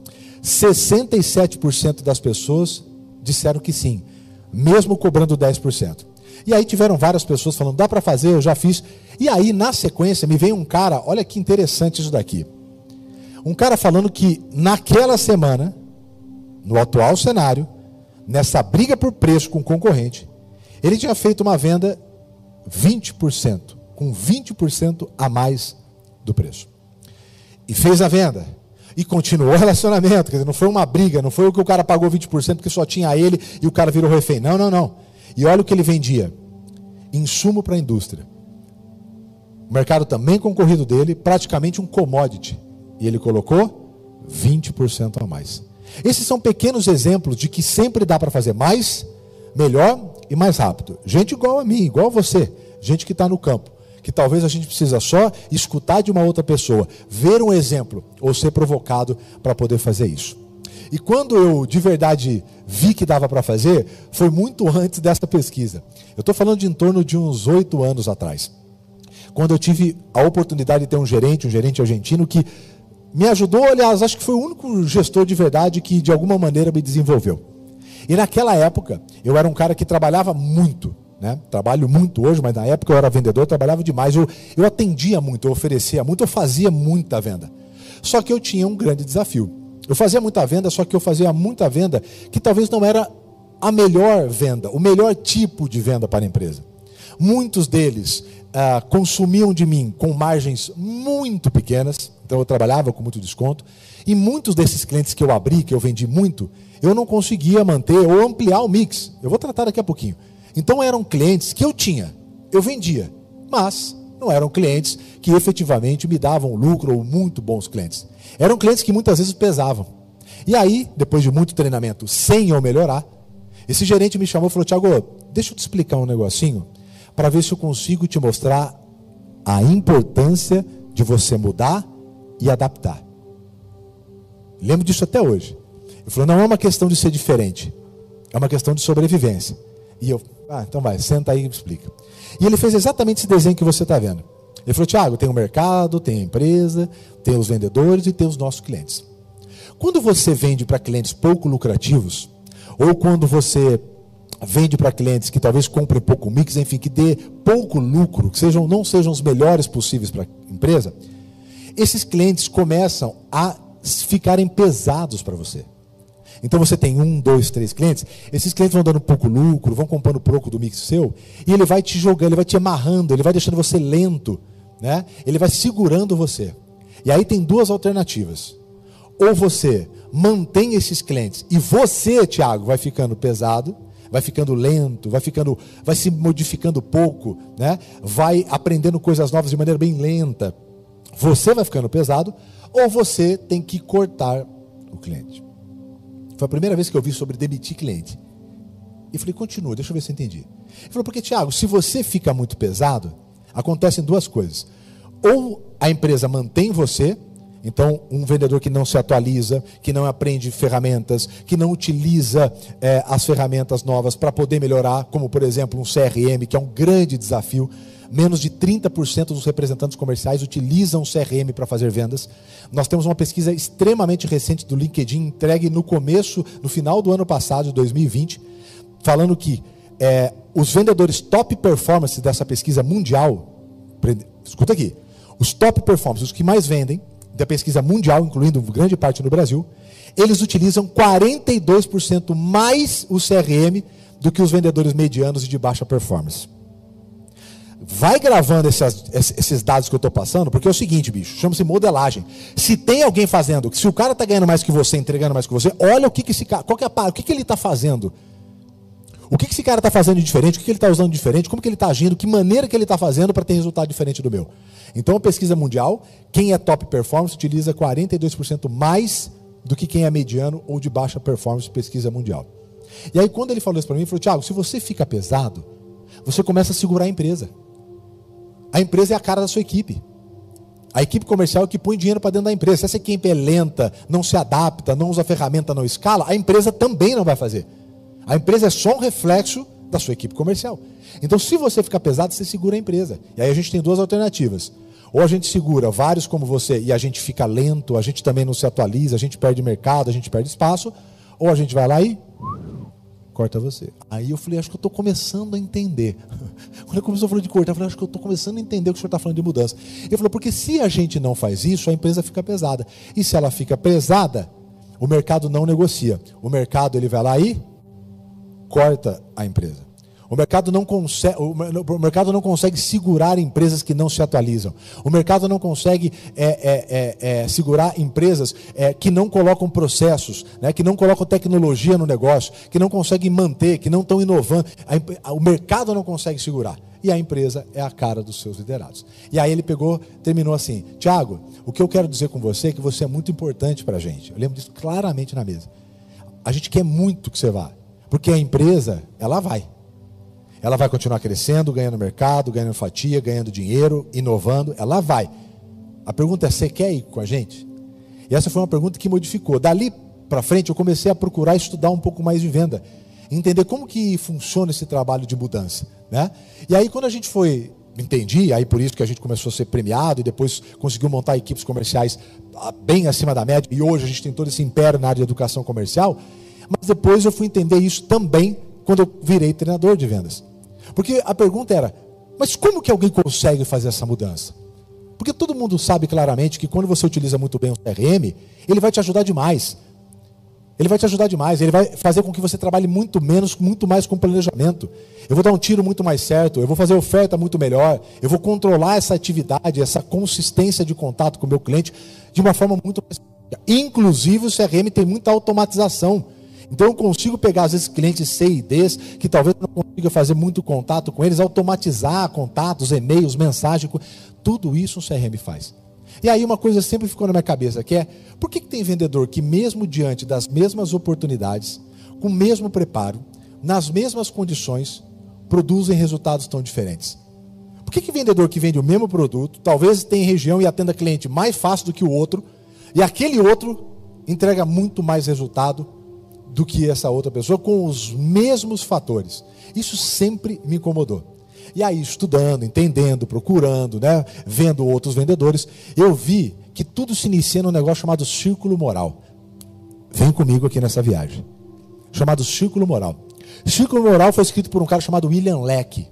sessenta e sete por cento das pessoas disseram que sim, mesmo cobrando dez por cento. E aí tiveram várias pessoas falando: dá para fazer, eu já fiz. E aí, na sequência, me veio um cara, olha que interessante isso daqui. Um cara falando que naquela semana, no atual cenário, nessa briga por preço com o concorrente, ele tinha feito uma venda vinte por cento, com vinte por cento a mais do preço. E fez a venda. E continuou o relacionamento. Quer dizer, não foi uma briga, não foi o que o cara pagou vinte por cento porque só tinha ele e o cara virou refém. Não, não, não. E olha o que ele vendia. Insumo para a indústria. O mercado também concorrido dele, praticamente um commodity. E ele colocou vinte por cento a mais. Esses são pequenos exemplos de que sempre dá para fazer mais, melhor e mais rápido. Gente igual a mim, igual a você. Gente que está no campo. Que talvez a gente precisa só escutar de uma outra pessoa, ver um exemplo ou ser provocado para poder fazer isso. E quando eu de verdade vi que dava para fazer, foi muito antes dessa pesquisa. Eu estou falando de em torno de uns oito anos atrás. Quando eu tive a oportunidade de ter um gerente, um gerente argentino que me ajudou, aliás, acho que foi o único gestor de verdade que de alguma maneira me desenvolveu. E naquela época, eu era um cara que trabalhava muito, né? Trabalho muito hoje, mas na época eu era vendedor, eu trabalhava demais. Eu, eu atendia muito, eu oferecia muito, eu fazia muita venda. Só que eu tinha um grande desafio. Eu fazia muita venda, só que eu fazia muita venda que talvez não era a melhor venda, o melhor tipo de venda para a empresa. Muitos deles ah, consumiam de mim com margens muito pequenas, então eu trabalhava com muito desconto, e muitos desses clientes que eu abri, que eu vendi muito, eu não conseguia manter ou ampliar o mix. Eu vou tratar daqui a pouquinho. Então eram clientes que eu tinha, eu vendia, mas não eram clientes que efetivamente me davam lucro ou muito bons clientes. Eram clientes que muitas vezes pesavam. E aí, depois de muito treinamento, sem eu melhorar, esse gerente me chamou e falou: Thiago, deixa eu te explicar um negocinho para ver se eu consigo te mostrar a importância de você mudar e adaptar. Lembro disso até hoje. Ele falou: não é uma questão de ser diferente, é uma questão de sobrevivência. E eu, ah, então vai, senta aí e me explica. E ele fez exatamente esse desenho que você está vendo. Ele falou: Thiago, tem o mercado, tem a empresa, tem os vendedores e tem os nossos clientes. Quando você vende para clientes pouco lucrativos, ou quando você vende para clientes que talvez comprem pouco mix, enfim, que dê pouco lucro, que sejam, não sejam os melhores possíveis para a empresa, esses clientes começam a ficarem pesados para você. Então você tem um, dois, três clientes, esses clientes vão dando pouco lucro, vão comprando pouco do mix seu, e ele vai te jogando, ele vai te amarrando, ele vai deixando você lento, né? Ele vai segurando você. E aí tem duas alternativas. Ou você mantém esses clientes, e você, Thiago, vai ficando pesado, vai ficando lento, vai ficando, vai se modificando pouco, né? Vai aprendendo coisas novas de maneira bem lenta. Você vai ficando pesado, ou você tem que cortar o cliente. Foi a primeira vez que eu vi sobre demitir cliente. E falei: continua, deixa eu ver se eu entendi. Ele falou: porque, Thiago, se você fica muito pesado, acontecem duas coisas. Ou a empresa mantém você, então um vendedor que não se atualiza, que não aprende ferramentas, que não utiliza é, as ferramentas novas para poder melhorar, como por exemplo um C R M, que é um grande desafio. Menos de trinta por cento dos representantes comerciais utilizam o C R M para fazer vendas. Nós temos uma pesquisa extremamente recente do LinkedIn, entregue no começo, no final do ano passado, de dois mil e vinte, falando que é, os vendedores top performance dessa pesquisa mundial, escuta aqui, os top performance, os que mais vendem, da pesquisa mundial, incluindo grande parte no Brasil, eles utilizam quarenta e dois por cento mais o C R M do que os vendedores medianos e de baixa performance. Vai gravando essas, esses dados que eu estou passando, porque é o seguinte, bicho, chama-se modelagem. Se tem alguém fazendo, se o cara está ganhando mais que você, entregando mais que você, olha o que, que esse cara, qual que é a, o que, que ele está fazendo. O que, que esse cara está fazendo de diferente, o que, que ele está usando de diferente, como que ele está agindo, que maneira que ele está fazendo para ter resultado diferente do meu. Então, a pesquisa mundial, quem é top performance utiliza quarenta e dois por cento mais do que quem é mediano ou de baixa performance, pesquisa mundial. E aí, quando ele falou isso para mim, ele falou: Thiago, se você fica pesado, você começa a segurar a empresa. A empresa é a cara da sua equipe. A equipe comercial é que põe dinheiro para dentro da empresa. Se essa equipe é lenta, não se adapta, não usa ferramenta, não escala, a empresa também não vai fazer. A empresa é só um reflexo da sua equipe comercial. Então, se você ficar pesado, você segura a empresa. E aí a gente tem duas alternativas. Ou a gente segura vários como você e a gente fica lento, a gente também não se atualiza, a gente perde mercado, a gente perde espaço. Ou a gente vai lá e corta você. Aí eu falei: acho que eu estou começando a entender. Quando ele começou a falar de cortar, eu falei: acho que eu estou começando a entender o que o senhor está falando de mudança. Ele falou: porque se a gente não faz isso, a empresa fica pesada. E se ela fica pesada, o mercado não negocia. O mercado, ele vai lá e corta a empresa. O mercado não consegue, o mercado não consegue segurar empresas que não se atualizam. O mercado não consegue é, é, é, é, segurar empresas é, que não colocam processos, né, que não colocam tecnologia no negócio, que não conseguem manter, que não estão inovando. A, o mercado não consegue segurar. E a empresa é a cara dos seus liderados. E aí ele pegou, terminou assim: Thiago, o que eu quero dizer com você é que você é muito importante para a gente. Eu lembro disso claramente na mesa. A gente quer muito que você vá, porque a empresa, ela vai. Ela vai continuar crescendo, ganhando mercado, ganhando fatia, ganhando dinheiro, inovando. Ela vai. A pergunta é: você quer ir com a gente? E essa foi uma pergunta que modificou. Dali para frente eu comecei a procurar estudar um pouco mais de venda. Entender como que funciona esse trabalho de mudança, né? E aí quando a gente foi, entendi, aí por isso que a gente começou a ser premiado e depois conseguiu montar equipes comerciais bem acima da média. E hoje a gente tem todo esse império na área de educação comercial. Mas depois eu fui entender isso também quando eu virei treinador de vendas. Porque a pergunta era, mas como que alguém consegue fazer essa mudança? Porque todo mundo sabe claramente que quando você utiliza muito bem o C R M, ele vai te ajudar demais. Ele vai te ajudar demais, ele vai fazer com que você trabalhe muito menos, muito mais com planejamento. Eu vou dar um tiro muito mais certo, eu vou fazer oferta muito melhor, eu vou controlar essa atividade, essa consistência de contato com o meu cliente de uma forma muito mais... Inclusive o C R M tem muita automatização. Então eu consigo pegar, às vezes, clientes C e Ds, que talvez eu não consiga fazer muito contato com eles, automatizar contatos, e-mails, mensagens, tudo isso o C R M faz. E aí uma coisa sempre ficou na minha cabeça, que é, por que, que tem vendedor que mesmo diante das mesmas oportunidades, com o mesmo preparo, nas mesmas condições, produzem resultados tão diferentes? Por que, que vendedor que vende o mesmo produto, talvez tenha região e atenda cliente mais fácil do que o outro, e aquele outro entrega muito mais resultado do que essa outra pessoa, com os mesmos fatores? Isso sempre me incomodou. E aí, estudando, entendendo, procurando, né, vendo outros vendedores, eu vi que tudo se inicia num negócio chamado círculo moral. Vem comigo aqui nessa viagem. Chamado círculo moral. Círculo moral foi escrito por um cara chamado William Leck,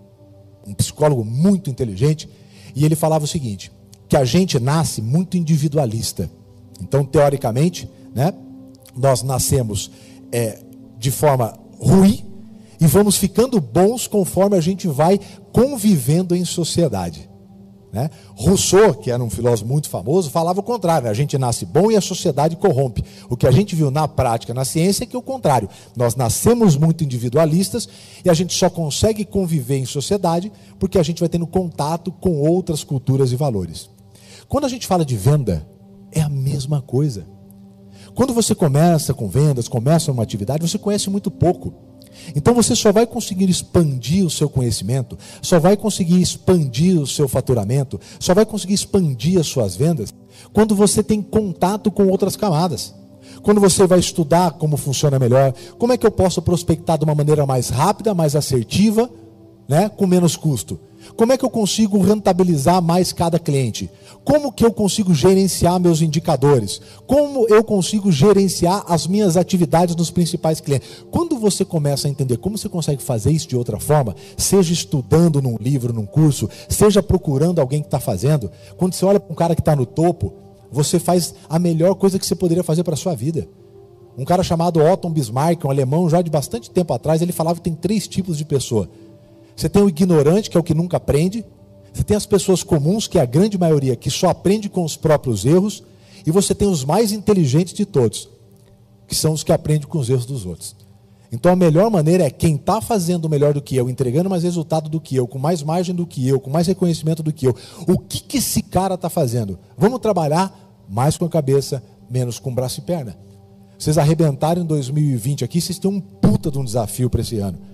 um psicólogo muito inteligente, e ele falava o seguinte, que a gente nasce muito individualista. Então, teoricamente, né, nós nascemos é, de forma ruim, e vamos ficando bons conforme a gente vai convivendo em sociedade. Né? Rousseau, que era um filósofo muito famoso, falava o contrário, né? A gente nasce bom e a sociedade corrompe. O que a gente viu na prática, na ciência, é que é o contrário. Nós nascemos muito individualistas e a gente só consegue conviver em sociedade porque a gente vai tendo contato com outras culturas e valores. Quando a gente fala de venda, é a mesma coisa. Quando você começa com vendas, começa uma atividade, você conhece muito pouco. Então você só vai conseguir expandir o seu conhecimento, só vai conseguir expandir o seu faturamento, só vai conseguir expandir as suas vendas quando você tem contato com outras camadas. Quando você vai estudar como funciona melhor, como é que eu posso prospectar de uma maneira mais rápida, mais assertiva, né, com menos custo? Como é que eu consigo rentabilizar mais cada cliente? Como que eu consigo gerenciar meus indicadores? Como eu consigo gerenciar as minhas atividades nos principais clientes? Quando você começa a entender como você consegue fazer isso de outra forma, seja estudando num livro, num curso, seja procurando alguém que está fazendo, quando você olha para um cara que está no topo, você faz a melhor coisa que você poderia fazer para a sua vida. Um cara chamado Otto Bismarck, um alemão já de bastante tempo atrás, ele falava que tem três tipos de pessoa. Você tem o ignorante, que é o que nunca aprende. Você tem as pessoas comuns, que é a grande maioria, que só aprende com os próprios erros. E você tem os mais inteligentes de todos, que são os que aprendem com os erros dos outros. Então a melhor maneira é quem está fazendo melhor do que eu, entregando mais resultado do que eu, com mais margem do que eu, com mais reconhecimento do que eu. O que, que esse cara está fazendo? Vamos trabalhar mais com a cabeça, menos com braço e perna. Vocês arrebentaram em dois mil e vinte aqui, vocês têm um puta de um desafio para esse ano.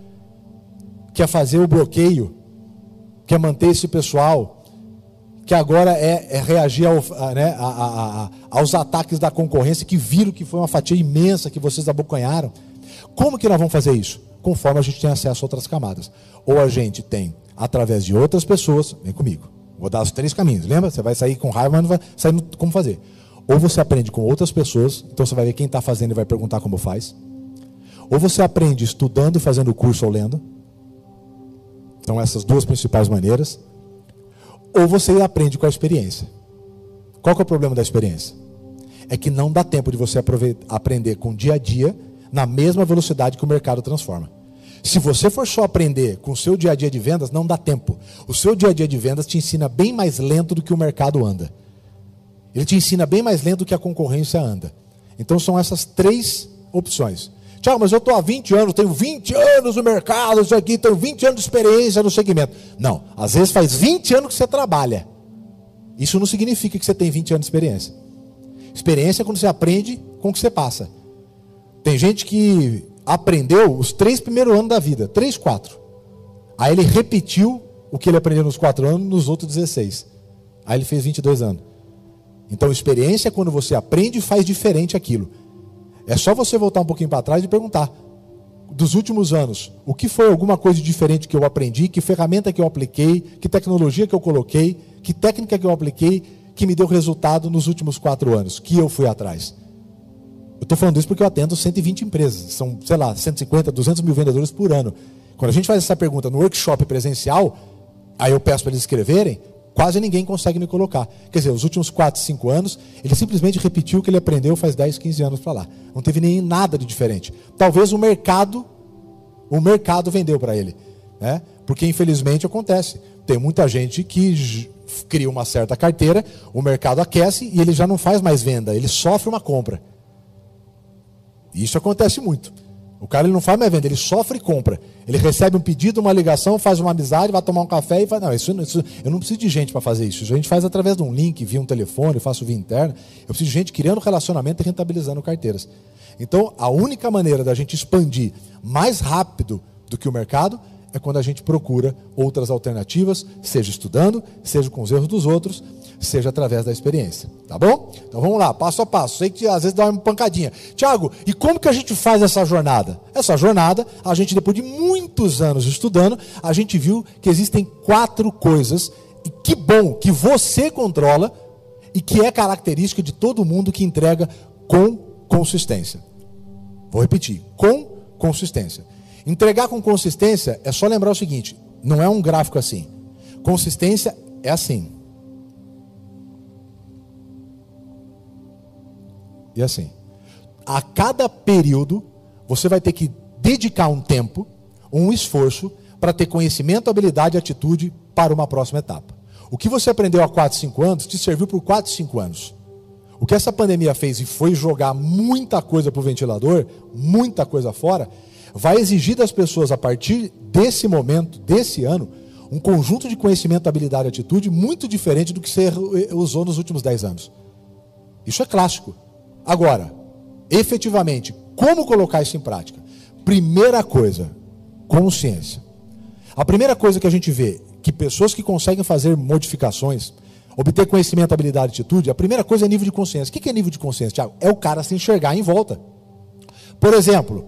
Quer fazer o bloqueio, quer manter esse pessoal, que agora é, é reagir ao, a, né, a, a, a, aos ataques da concorrência, que viram que foi uma fatia imensa que vocês abocanharam. Como que nós vamos fazer isso? Conforme a gente tem acesso a outras camadas. Ou a gente tem, através de outras pessoas, vem comigo, vou dar os três caminhos, lembra? Você vai sair com raiva, mas não vai sair como fazer. Ou você aprende com outras pessoas, então você vai ver quem está fazendo e vai perguntar como faz. Ou você aprende estudando e fazendo curso ou lendo. Então essas duas principais maneiras. Ou você aprende com a experiência. Qual que é o problema da experiência? É que não dá tempo de você aprender com o dia a dia na mesma velocidade que o mercado transforma. Se você for só aprender com o seu dia a dia de vendas, não dá tempo. O seu dia a dia de vendas te ensina bem mais lento do que o mercado anda. Ele te ensina bem mais lento do que a concorrência anda. Então são essas três opções. Tiago, mas eu estou há vinte anos, tenho vinte anos no mercado, isso aqui, tenho vinte anos de experiência no segmento. Não, às vezes faz vinte anos que você trabalha. Isso não significa que você tem vinte anos de experiência. Experiência é quando você aprende com o que você passa. Tem gente que aprendeu os três primeiros anos da vida, três, quatro. Aí ele repetiu o que ele aprendeu nos quatro anos, nos outros dezesseis. Aí ele fez vinte e dois anos. Então experiência é quando você aprende e faz diferente aquilo. É só você voltar um pouquinho para trás e perguntar, dos últimos anos, o que foi alguma coisa diferente que eu aprendi, que ferramenta que eu apliquei, que tecnologia que eu coloquei, que técnica que eu apliquei, que me deu resultado nos últimos quatro anos, que eu fui atrás. Eu estou falando isso porque eu atendo cento e vinte empresas, são, sei lá, cento e cinquenta, duzentos mil vendedores por ano. Quando a gente faz essa pergunta no workshop presencial, aí eu peço para eles escreverem, quase ninguém consegue me colocar. Quer dizer, os últimos quatro, cinco anos, ele simplesmente repetiu o que ele aprendeu faz dez, quinze anos para lá. Não teve nem nada de diferente. Talvez o mercado, o mercado vendeu para ele, né? Porque infelizmente acontece. Tem muita gente que cria uma certa carteira, o mercado aquece e ele já não faz mais venda, ele sofre uma compra. Isso acontece muito. O cara ele não faz mais venda, ele sofre e compra. Ele recebe um pedido, uma ligação, faz uma amizade, vai tomar um café e fala, não, isso, isso, eu não preciso de gente para fazer isso. Isso a gente faz através de um link, via um telefone, faço via interna. Eu preciso de gente criando relacionamento e rentabilizando carteiras. Então, a única maneira da gente expandir mais rápido do que o mercado é quando a gente procura outras alternativas, seja estudando, seja com os erros dos outros, seja através da experiência, tá bom? Então vamos lá, passo a passo. Sei que às vezes dá uma pancadinha. Tiago, e como que a gente faz essa jornada? Essa jornada, a gente depois de muitos anos estudando, a gente viu que existem quatro coisas, e que bom que você controla, e que é característica de todo mundo que entrega com consistência. Vou repetir, com consistência. Entregar com consistência é só lembrar o seguinte, não é um gráfico assim. Consistência é assim. E assim. A cada período, você vai ter que dedicar um tempo, um esforço, para ter conhecimento, habilidade e atitude para uma próxima etapa. O que você aprendeu há quatro, cinco anos, te serviu por quatro, cinco anos. O que essa pandemia fez e foi jogar muita coisa para o ventilador, muita coisa fora, vai exigir das pessoas, a partir desse momento, desse ano, um conjunto de conhecimento, habilidade e atitude muito diferente do que você usou nos últimos dez anos. Isso é clássico. Agora, efetivamente, como colocar isso em prática? Primeira coisa, consciência. A primeira coisa que a gente vê, que pessoas que conseguem fazer modificações, obter conhecimento, habilidade e atitude, a primeira coisa é nível de consciência. O que é nível de consciência, Thiago? É o cara se enxergar em volta. Por exemplo,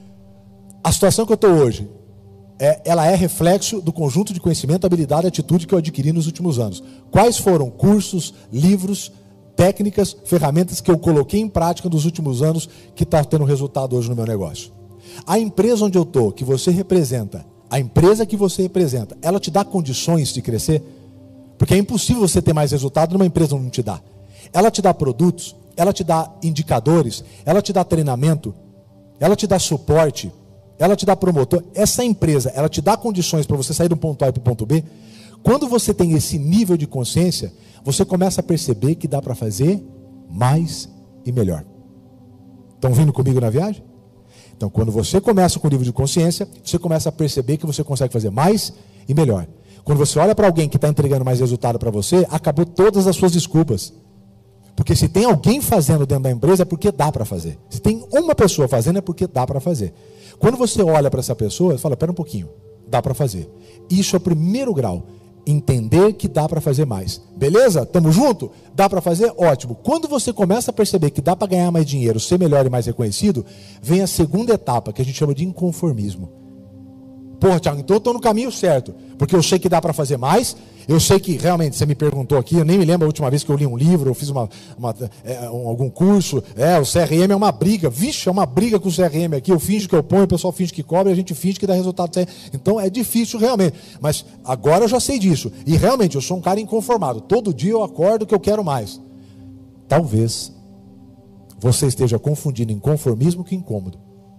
a situação que eu estou hoje, é, ela é reflexo do conjunto de conhecimento, habilidade e atitude que eu adquiri nos últimos anos. Quais foram cursos, livros, técnicas, ferramentas que eu coloquei em prática nos últimos anos que está tendo resultado hoje no meu negócio? A empresa onde eu estou, que você representa, a empresa que você representa, ela te dá condições de crescer? Porque é impossível você ter mais resultado numa empresa onde não te dá. Ela te dá produtos, ela te dá indicadores, ela te dá treinamento, ela te dá suporte, ela te dá promotor. Essa empresa, ela te dá condições para você sair do ponto A para o ponto B. Quando você tem esse nível de consciência, você começa a perceber que dá para fazer mais e melhor. Estão vindo comigo na viagem? Então, quando você começa com o nível de consciência, você começa a perceber que você consegue fazer mais e melhor. Quando você olha para alguém que está entregando mais resultado para você, acabou todas as suas desculpas. Porque se tem alguém fazendo dentro da empresa, é porque dá para fazer. Se tem uma pessoa fazendo, é porque dá para fazer. Quando você olha para essa pessoa, você fala, pera um pouquinho, dá para fazer. Isso é o primeiro grau. Entender que dá para fazer mais. Beleza? Tamo junto? Dá para fazer? Ótimo. Quando você começa a perceber que dá para ganhar mais dinheiro, ser melhor e mais reconhecido, vem a segunda etapa, que a gente chama de inconformismo. Porra, Thiago, então eu estou no caminho certo, porque eu sei que dá para fazer mais, eu sei que realmente, você me perguntou aqui, eu nem me lembro a última vez que eu li um livro, eu fiz uma, uma, é, um, algum curso, é, o C R M é uma briga, vixe, é uma briga com o C R M aqui, eu finjo que eu ponho, o pessoal finge que cobra, a gente finge que dá resultado. Então é difícil realmente, mas agora eu já sei disso, e realmente eu sou um cara inconformado, todo dia eu acordo que eu quero mais. Talvez você esteja confundindo inconformismo com incômodo.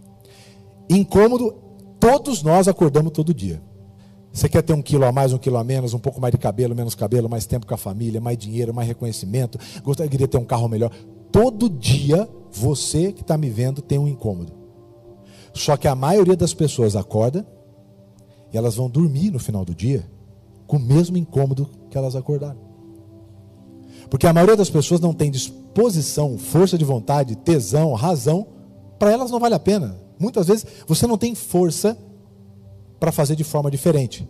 Incômodo, todos nós acordamos todo dia. Você quer ter um quilo a mais, um quilo a menos, um pouco mais de cabelo, menos cabelo, mais tempo com a família, mais dinheiro, mais reconhecimento, gostaria de ter um carro melhor. Todo dia, você que está me vendo tem um incômodo. Só que a maioria das pessoas acorda e elas vão dormir no final do dia com o mesmo incômodo que elas acordaram. Porque a maioria das pessoas não tem disposição, força de vontade, tesão, razão, para elas não vale a pena. Muitas vezes você não tem força para fazer de forma diferente.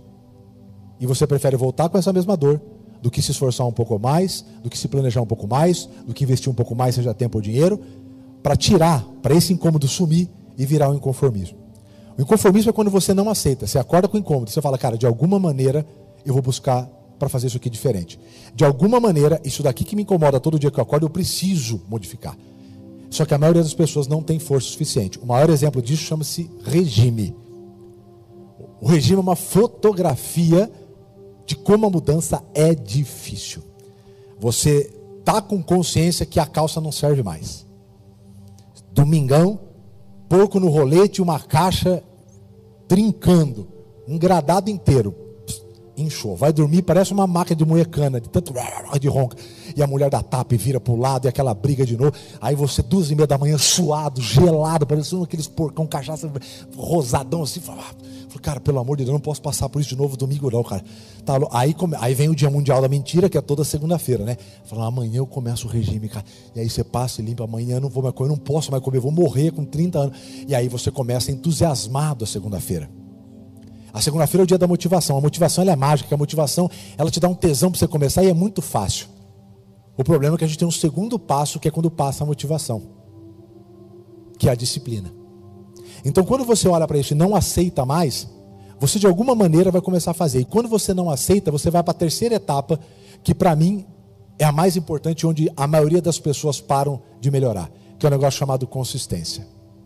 E você prefere voltar com essa mesma dor do que se esforçar um pouco mais, do que se planejar um pouco mais, do que investir um pouco mais, seja tempo ou dinheiro, para tirar, para esse incômodo sumir e virar um inconformismo. O inconformismo é quando você não aceita, você acorda com incômodo, você fala, cara, de alguma maneira eu vou buscar para fazer isso aqui diferente. De alguma maneira, isso daqui que me incomoda todo dia que eu acordo, eu preciso modificar. Só que a maioria das pessoas não tem força suficiente. O maior exemplo disso chama-se regime. O regime é uma fotografia de como a mudança é difícil. Você tá com consciência que a calça não serve mais. Domingão, porco no rolete, uma caixa trincando, um gradado inteiro. Inchou, vai dormir, parece uma máquina de moer cana, de tanto de ronca. E a mulher dá tapa e vira para o lado, e aquela briga de novo. Aí você, duas e meia da manhã, suado, gelado, parecendo aqueles porcão, cachaça, rosadão assim. Fala, cara, pelo amor de Deus, não posso passar por isso de novo domingo não, cara. Tá, aí, aí vem o Dia Mundial da Mentira, que é toda segunda-feira, né? Fala, amanhã eu começo o regime, cara. E aí você passa e limpa, amanhã eu não vou mais comer, eu não posso mais comer, vou morrer com trinta anos. E aí você começa entusiasmado a segunda-feira. A segunda-feira é o dia da motivação. A motivação ela é mágica, a motivação ela te dá um tesão para você começar e é muito fácil. O problema é que a gente tem um segundo passo, que é quando passa a motivação, que é a disciplina. Então quando você olha para isso e não aceita mais, você de alguma maneira vai começar a fazer. E quando você não aceita, você vai para a terceira etapa, que para mim é a mais importante, onde a maioria das pessoas param de melhorar, que é um negócio chamado consistência.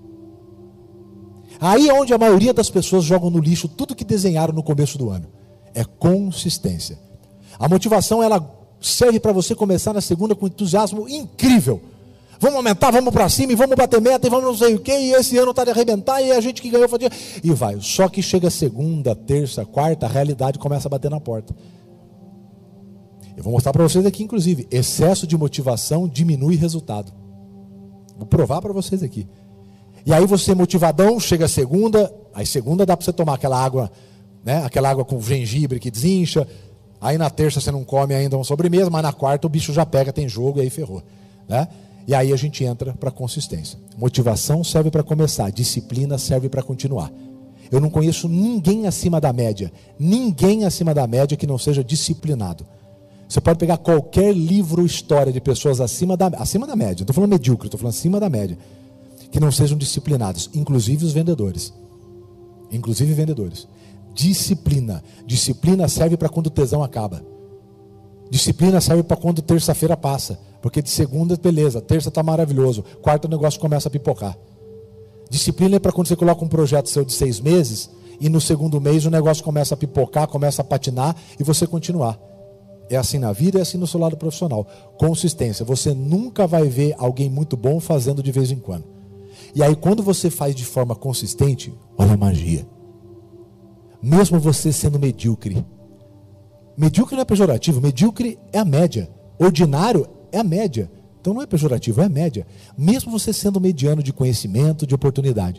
Aí é onde a maioria das pessoas jogam no lixo tudo que desenharam no começo do ano. É consistência. A motivação ela serve para você começar na segunda com entusiasmo incrível. Vamos aumentar, vamos para cima e vamos bater meta e vamos não sei o que, e esse ano está de arrebentar e a gente que ganhou fatia. E vai. Só que chega segunda, terça, quarta, a realidade começa a bater na porta. Eu vou mostrar para vocês aqui, inclusive, excesso de motivação diminui resultado. Vou provar para vocês aqui. E aí você motivadão, chega segunda, aí segunda dá para você tomar aquela água, né? Aquela água com gengibre que desincha. Aí na terça você não come ainda uma sobremesa, mas na quarta o bicho já pega, tem jogo e aí ferrou, né? E aí a gente entra para consistência. Motivação serve para começar, disciplina serve para continuar. Eu não conheço ninguém acima da média, ninguém acima da média que não seja disciplinado. Você pode pegar qualquer livro, história de pessoas acima da, acima da média, não estou falando medíocre, estou falando acima da média, que não sejam disciplinados, inclusive os vendedores. Inclusive vendedores. Disciplina. Disciplina serve para quando o tesão acaba. Disciplina serve para quando terça-feira passa. Porque de segunda, beleza, terça está maravilhoso, quarta o negócio começa a pipocar. Disciplina é para quando você coloca um projeto seu de seis meses e no segundo mês o negócio começa a pipocar, começa a patinar e você continuar. É assim na vida, é assim no seu lado profissional. Consistência. Você nunca vai ver alguém muito bom fazendo de vez em quando. E aí quando você faz de forma consistente, olha a magia. Mesmo você sendo medíocre. Medíocre não é pejorativo, medíocre é a média. Ordinário é a média. Então não é pejorativo, é a média. Mesmo você sendo mediano de conhecimento, de oportunidade.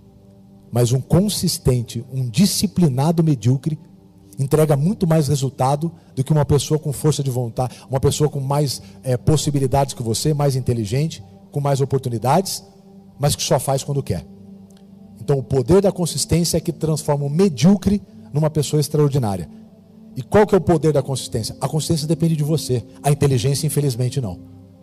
Mas um consistente, um disciplinado medíocre entrega muito mais resultado do que uma pessoa com força de vontade, uma pessoa com mais é, possibilidades que você, mais inteligente, com mais oportunidades, mas que só faz quando quer. Então o poder da consistência é que transforma o medíocre numa pessoa extraordinária. E qual que é o poder da consistência? A consistência depende de você. A inteligência, infelizmente, não.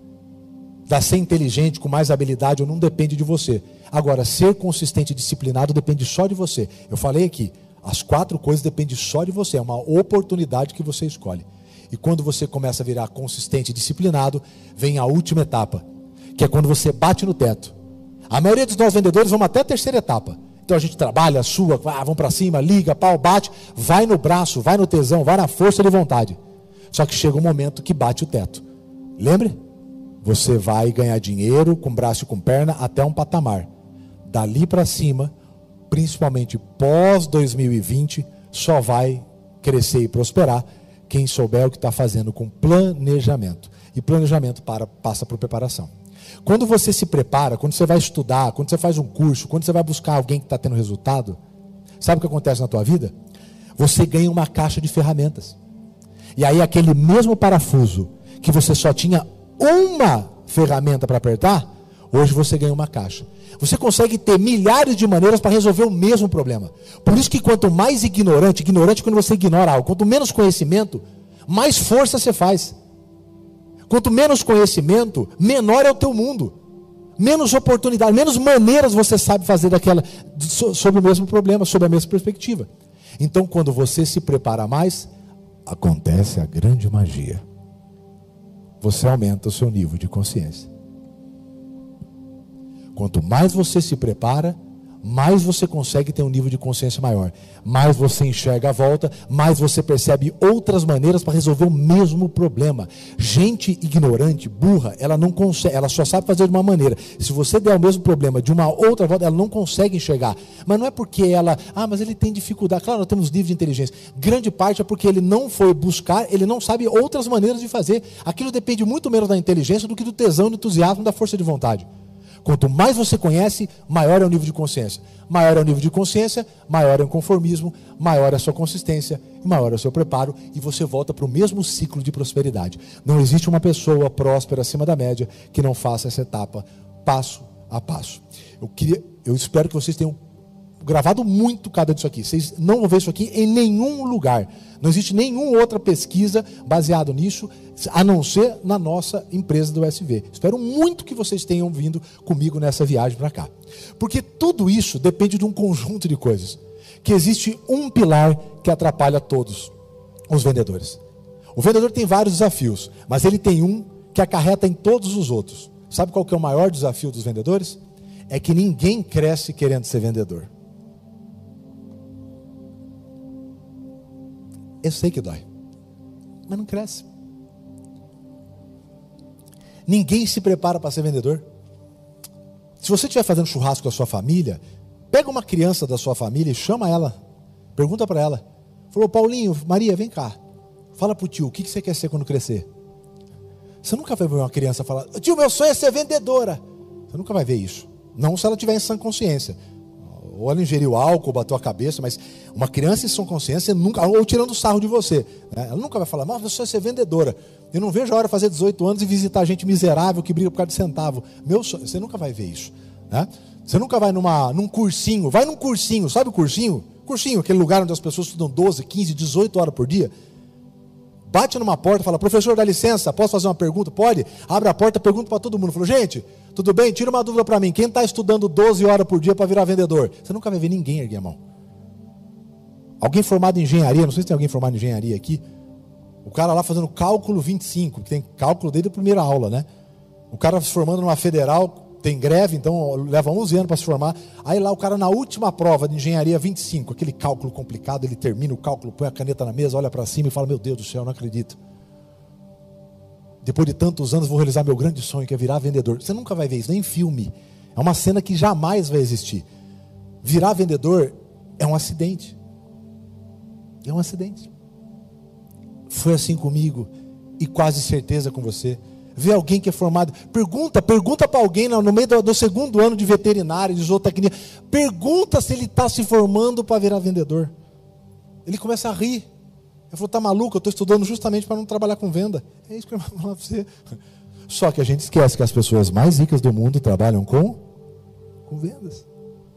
Da ser inteligente, com mais habilidade, ou não depende de você. Agora, ser consistente e disciplinado depende só de você. Eu falei aqui, as quatro coisas dependem só de você. É uma oportunidade que você escolhe. E quando você começa a virar consistente e disciplinado, vem a última etapa, que é quando você bate no teto. A maioria dos nossos vendedores vão até a terceira etapa. Então a gente trabalha, sua, ah, vamos para cima, liga, pau, bate, vai no braço, vai no tesão, vai na força de vontade. Só que chega um momento que bate o teto. Lembre? Você vai ganhar dinheiro com braço e com perna até um patamar. Dali para cima, principalmente pós dois mil e vinte, só vai crescer e prosperar quem souber o que está fazendo com planejamento. E planejamento para, passa por preparação. Quando você se prepara, quando você vai estudar, quando você faz um curso, quando você vai buscar alguém que está tendo resultado, sabe o que acontece na tua vida? Você ganha uma caixa de ferramentas. E aí aquele mesmo parafuso que você só tinha uma ferramenta para apertar, hoje você ganha uma caixa. Você consegue ter milhares de maneiras para resolver o mesmo problema. Por isso que quanto mais ignorante, ignorante quando você ignora algo, quanto menos conhecimento, mais força você faz. Quanto menos conhecimento, menor é o teu mundo. Menos oportunidade, menos maneiras você sabe fazer daquela, sobre o mesmo problema, sobre a mesma perspectiva. Então, quando você se prepara mais, acontece a grande magia. Você aumenta o seu nível de consciência. Quanto mais você se prepara, mais você consegue ter um nível de consciência maior. Mais você enxerga a volta, mais você percebe outras maneiras para resolver o mesmo problema. Gente ignorante, burra, ela não consegue, ela só sabe fazer de uma maneira. Se você der o mesmo problema de uma outra volta, ela não consegue enxergar. Mas não é porque ela, ah, mas ele tem dificuldade. Claro, nós temos nível de inteligência. Grande parte é porque ele não foi buscar, ele não sabe outras maneiras de fazer. Aquilo depende muito menos da inteligência do que do tesão, do entusiasmo, da força de vontade. Quanto mais você conhece, maior é o nível de consciência. Maior é o nível de consciência, maior é o conformismo, maior é a sua consistência, maior é o seu preparo, e você volta para o mesmo ciclo de prosperidade. Não existe uma pessoa próspera acima da média que não faça essa etapa passo a passo. Eu, queria, eu espero que vocês tenham gravado muito cada disso aqui. Vocês não vão ver isso aqui em nenhum lugar. Não existe nenhuma outra pesquisa baseada nisso, a não ser na nossa empresa do S V. Espero muito que vocês tenham vindo comigo nessa viagem para cá. Porque tudo isso depende de um conjunto de coisas. Que existe um pilar que atrapalha todos os vendedores. O vendedor tem vários desafios, mas ele tem um que acarreta em todos os outros. Sabe qual que é o maior desafio dos vendedores? É que ninguém cresce querendo ser vendedor. Eu sei que dói, mas não cresce. Ninguém se prepara para ser vendedor. Se você estiver fazendo churrasco com a sua família, pega uma criança da sua família e chama ela. Pergunta para ela. Falou, Paulinho, Maria, vem cá. Fala pro tio, o que você quer ser quando crescer? Você nunca vai ver uma criança falar, tio, meu sonho é ser vendedora. Você nunca vai ver isso. Não se ela tiver em sã consciência. Ou ela ingeriu álcool, bateu a cabeça, mas uma criança em sã consciência nunca, ou tirando sarro de você, né? Ela nunca vai falar, mas você vai ser vendedora. Eu não vejo a hora de fazer dezoito anos e visitar gente miserável que briga por causa de centavo. Meu sonho, você nunca vai ver isso, né? Você nunca vai numa, num cursinho, vai num cursinho, sabe o cursinho? Cursinho, aquele lugar onde as pessoas estudam doze, quinze, dezoito horas por dia. Bate numa porta e fala, professor, dá licença, posso fazer uma pergunta? Pode? Abre a porta, pergunta para todo mundo. Falou, gente, tudo bem? Tira uma dúvida para mim. Quem está estudando doze horas por dia para virar vendedor? Você nunca vai ver ninguém erguer a mão. Alguém formado em engenharia, não sei se tem alguém formado em engenharia aqui. O cara lá fazendo cálculo vinte e cinco, que tem cálculo desde a primeira aula, né? O cara se formando numa federal, tem greve, então leva onze anos para se formar. Aí lá o cara na última prova de engenharia vinte e cinco, aquele cálculo complicado, ele termina o cálculo, põe a caneta na mesa, olha para cima e fala, meu Deus do céu, não acredito. Depois de tantos anos vou realizar meu grande sonho, que é virar vendedor. Você nunca vai ver isso, nem em filme. É uma cena que jamais vai existir. Virar vendedor é um acidente. É um acidente. Foi assim comigo e quase certeza com você. Vê alguém que é formado, pergunta, pergunta para alguém no meio do, do segundo ano de veterinária, de zootecnia, pergunta se ele está se formando para virar vendedor. Ele começa a rir. Ele falou, tá maluco? Eu estou estudando justamente para não trabalhar com venda. É isso que eu vou falar para você. Só que a gente esquece que as pessoas mais ricas do mundo trabalham com, com vendas.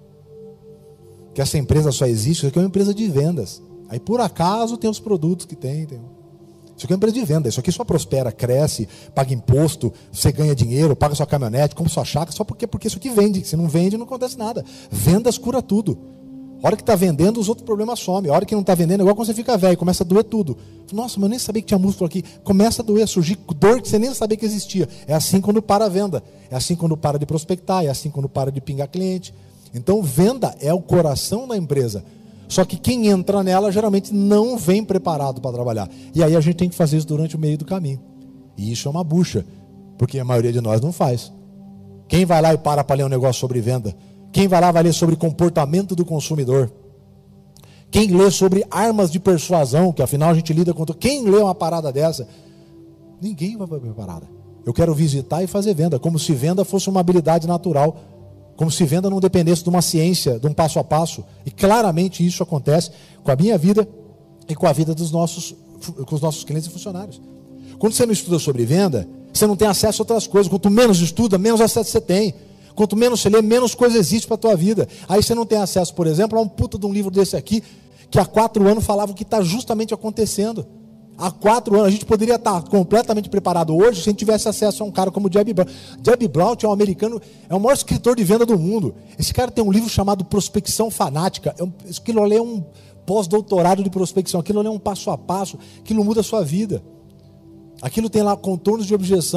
Que essa empresa só existe porque é uma empresa de vendas. Aí por acaso tem os produtos que tem, tem... Isso aqui é uma empresa de venda, isso aqui só prospera, cresce, paga imposto, você ganha dinheiro, paga sua caminhonete, compra sua chácara, só porque, porque isso aqui vende. Se não vende, não acontece nada. Vendas cura tudo. A hora que está vendendo, os outros problemas somem. A hora que não está vendendo, é igual quando você fica velho, começa a doer tudo. Nossa, mas eu nem sabia que tinha músculo aqui. Começa a doer, surgir dor que você nem sabia que existia. É assim quando para a venda. É assim quando para de prospectar, é assim quando para de pingar cliente. Então, venda é o coração da empresa. Só que quem entra nela geralmente não vem preparado para trabalhar. E aí a gente tem que fazer isso durante o meio do caminho. E isso é uma bucha, porque a maioria de nós não faz. Quem vai lá e para para ler um negócio sobre venda? Quem vai lá vai ler sobre comportamento do consumidor? Quem lê sobre armas de persuasão, que afinal a gente lida com... Quem lê uma parada dessa? Ninguém vai preparada. Eu quero visitar e fazer venda, como se venda fosse uma habilidade natural. Como se venda não dependesse de uma ciência, de um passo a passo. E claramente isso acontece com a minha vida e com a vida dos nossos, com os nossos clientes e funcionários. Quando você não estuda sobre venda, você não tem acesso a outras coisas. Quanto menos estuda, menos acesso você tem. Quanto menos você lê, menos coisa existe para a tua vida. Aí você não tem acesso, por exemplo, a um puta de um livro desse aqui, que há quatro anos falava o que está justamente acontecendo. Há quatro anos, a gente poderia estar completamente preparado hoje se a gente tivesse acesso a um cara como o Jeb Brown. Jeb Brown é um americano, é o maior escritor de venda do mundo. Esse cara tem um livro chamado Prospecção Fanática. É um, aquilo ali é um pós-doutorado de prospecção. Aquilo ali é um passo a passo. Aquilo muda a sua vida. Aquilo tem lá contornos de objeção.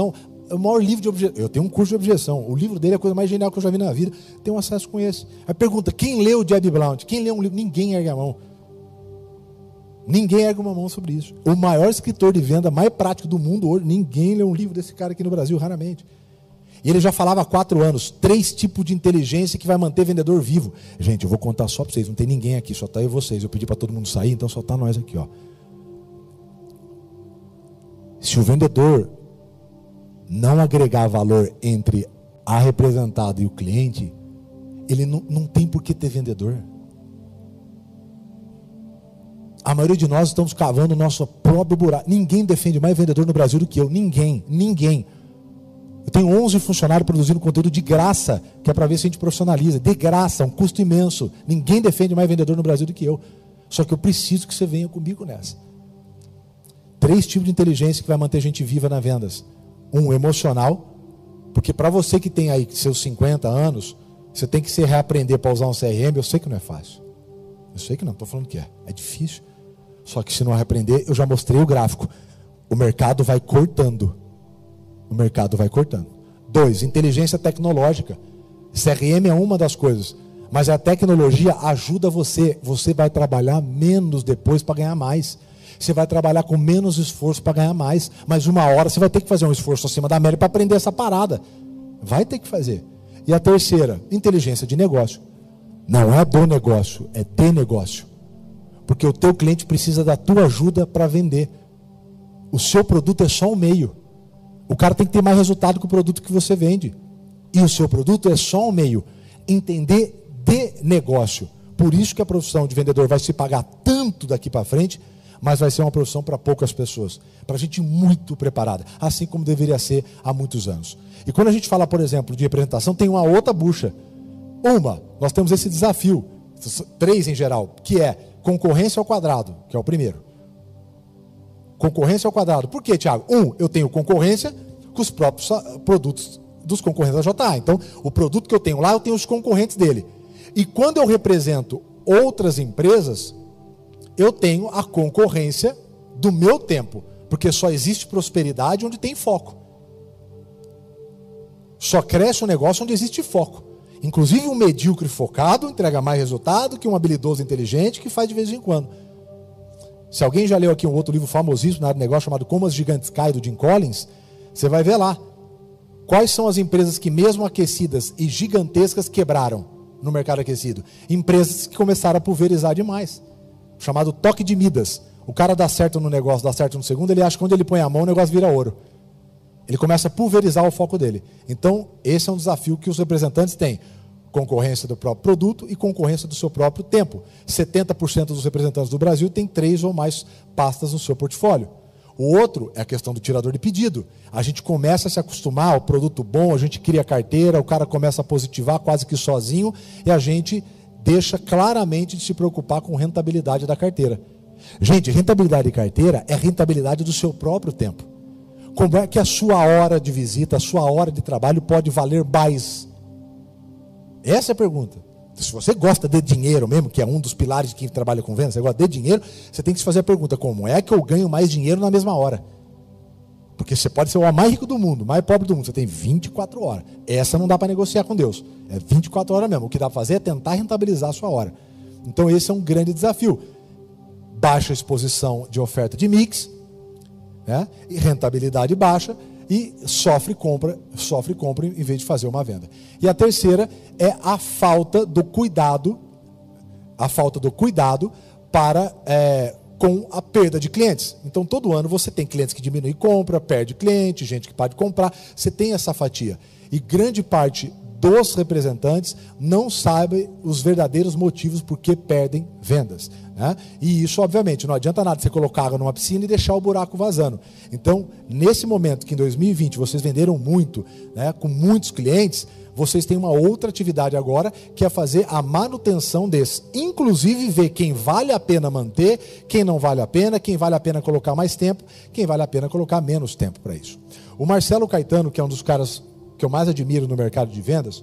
o maior livro de objeção. Eu tenho um curso de objeção. O livro dele é a coisa mais genial que eu já vi na vida. Tenho acesso com esse. Aí pergunta, quem leu o Jeb Blount? Quem leu um livro? Ninguém ergue a mão. Ninguém ergue uma mão sobre isso. O maior escritor de venda mais prático do mundo hoje, ninguém leu um livro desse cara aqui no Brasil, raramente. E ele já falava há quatro anos, três tipos de inteligência que vai manter vendedor vivo. Gente, eu vou contar só para vocês, não tem ninguém aqui, só tá eu e vocês. Eu pedi para todo mundo sair, então só tá nós aqui, ó. Se o vendedor não agregar valor entre a representada e o cliente, ele não, não tem por que ter vendedor. A maioria de nós estamos cavando o nosso próprio buraco. Ninguém defende mais vendedor no Brasil do que eu. Ninguém, ninguém. Eu tenho onze funcionários produzindo conteúdo de graça, que é para ver se a gente profissionaliza. De graça, um custo imenso. Ninguém defende mais vendedor no Brasil do que eu. Só que eu preciso que você venha comigo nessa. Três tipos de inteligência que vai manter a gente viva nas vendas. Um, emocional. Porque para você que tem aí seus cinquenta anos, você tem que se reaprender para usar um C R M. Eu sei que não é fácil. Eu sei que não, estou falando que é. É difícil. Só que se não reaprender, eu já mostrei o gráfico. O mercado vai cortando. O mercado vai cortando. Dois, inteligência tecnológica. C R M é uma das coisas. Mas a tecnologia ajuda você. Você vai trabalhar menos depois para ganhar mais. Você vai trabalhar com menos esforço para ganhar mais. Mas uma hora você vai ter que fazer um esforço acima da média para aprender essa parada. Vai ter que fazer. E a terceira, inteligência de negócio. Não é do negócio, é de negócio. Porque o teu cliente precisa da tua ajuda para vender. O seu produto é só um meio. O cara tem que ter mais resultado que o produto que você vende. E o seu produto é só um meio. Entender de negócio. Por isso que a profissão de vendedor vai se pagar tanto daqui para frente, mas vai ser uma profissão para poucas pessoas. Para gente muito preparada. Assim como deveria ser há muitos anos. E quando a gente fala, por exemplo, de representação, tem uma outra bucha. Uma, nós temos esse desafio. Três em geral, que é concorrência ao quadrado, que é o primeiro. Concorrência ao quadrado. Por quê, Thiago? Um, eu tenho concorrência com os próprios produtos dos concorrentes da J A. Então, o produto que eu tenho lá, eu tenho os concorrentes dele. E quando eu represento outras empresas, eu tenho a concorrência do meu tempo. Porque só existe prosperidade onde tem foco. Só cresce um negócio onde existe foco. Inclusive um medíocre focado entrega mais resultado que um habilidoso inteligente que faz de vez em quando. Se alguém já leu aqui um outro livro famosíssimo na área de negócio chamado Como as Gigantes Caem, do Jim Collins, você vai ver lá quais são as empresas que mesmo aquecidas e gigantescas quebraram no mercado aquecido. Empresas que começaram a pulverizar demais. Chamado toque de Midas. O cara dá certo no negócio, dá certo no segundo, ele acha que quando ele põe a mão o negócio vira ouro. Ele começa a pulverizar o foco dele. Então, esse é um desafio que os representantes têm. Concorrência do próprio produto e concorrência do seu próprio tempo. setenta por cento dos representantes do Brasil têm três ou mais pastas no seu portfólio. O outro é a questão do tirador de pedido. A gente começa a se acostumar ao produto bom, a gente cria carteira, o cara começa a positivar quase que sozinho e a gente deixa claramente de se preocupar com rentabilidade da carteira. Gente, rentabilidade de carteira é rentabilidade do seu próprio tempo. Como é que a sua hora de visita, a sua hora de trabalho pode valer mais? Essa é a pergunta. Se você gosta de dinheiro mesmo, que é um dos pilares de quem trabalha com venda, você gosta de dinheiro, você tem que se fazer a pergunta, como é que eu ganho mais dinheiro na mesma hora? Porque você pode ser o mais rico do mundo, o mais pobre do mundo, você tem vinte e quatro horas. Essa não dá para negociar com Deus. É vinte e quatro horas mesmo. O que dá para fazer é tentar rentabilizar a sua hora. Então esse é um grande desafio. Baixa exposição de oferta de mix, né? E rentabilidade baixa e sofre compra, sofre compra em vez de fazer uma venda. E a terceira é a falta do cuidado, a falta do cuidado para é, com a perda de clientes. Então todo ano você tem clientes que diminuem compra, perde cliente, gente que para de comprar, você tem essa fatia. E grande parte dos representantes não sabem os verdadeiros motivos por que perdem vendas. Né? E isso, obviamente, não adianta nada você colocar água numa piscina e deixar o buraco vazando. Então, nesse momento que em dois mil e vinte vocês venderam muito, né, com muitos clientes, vocês têm uma outra atividade agora, que é fazer a manutenção desses. Inclusive ver quem vale a pena manter, quem não vale a pena, quem vale a pena colocar mais tempo, quem vale a pena colocar menos tempo para isso. O Marcelo Caetano, que é um dos caras que eu mais admiro no mercado de vendas,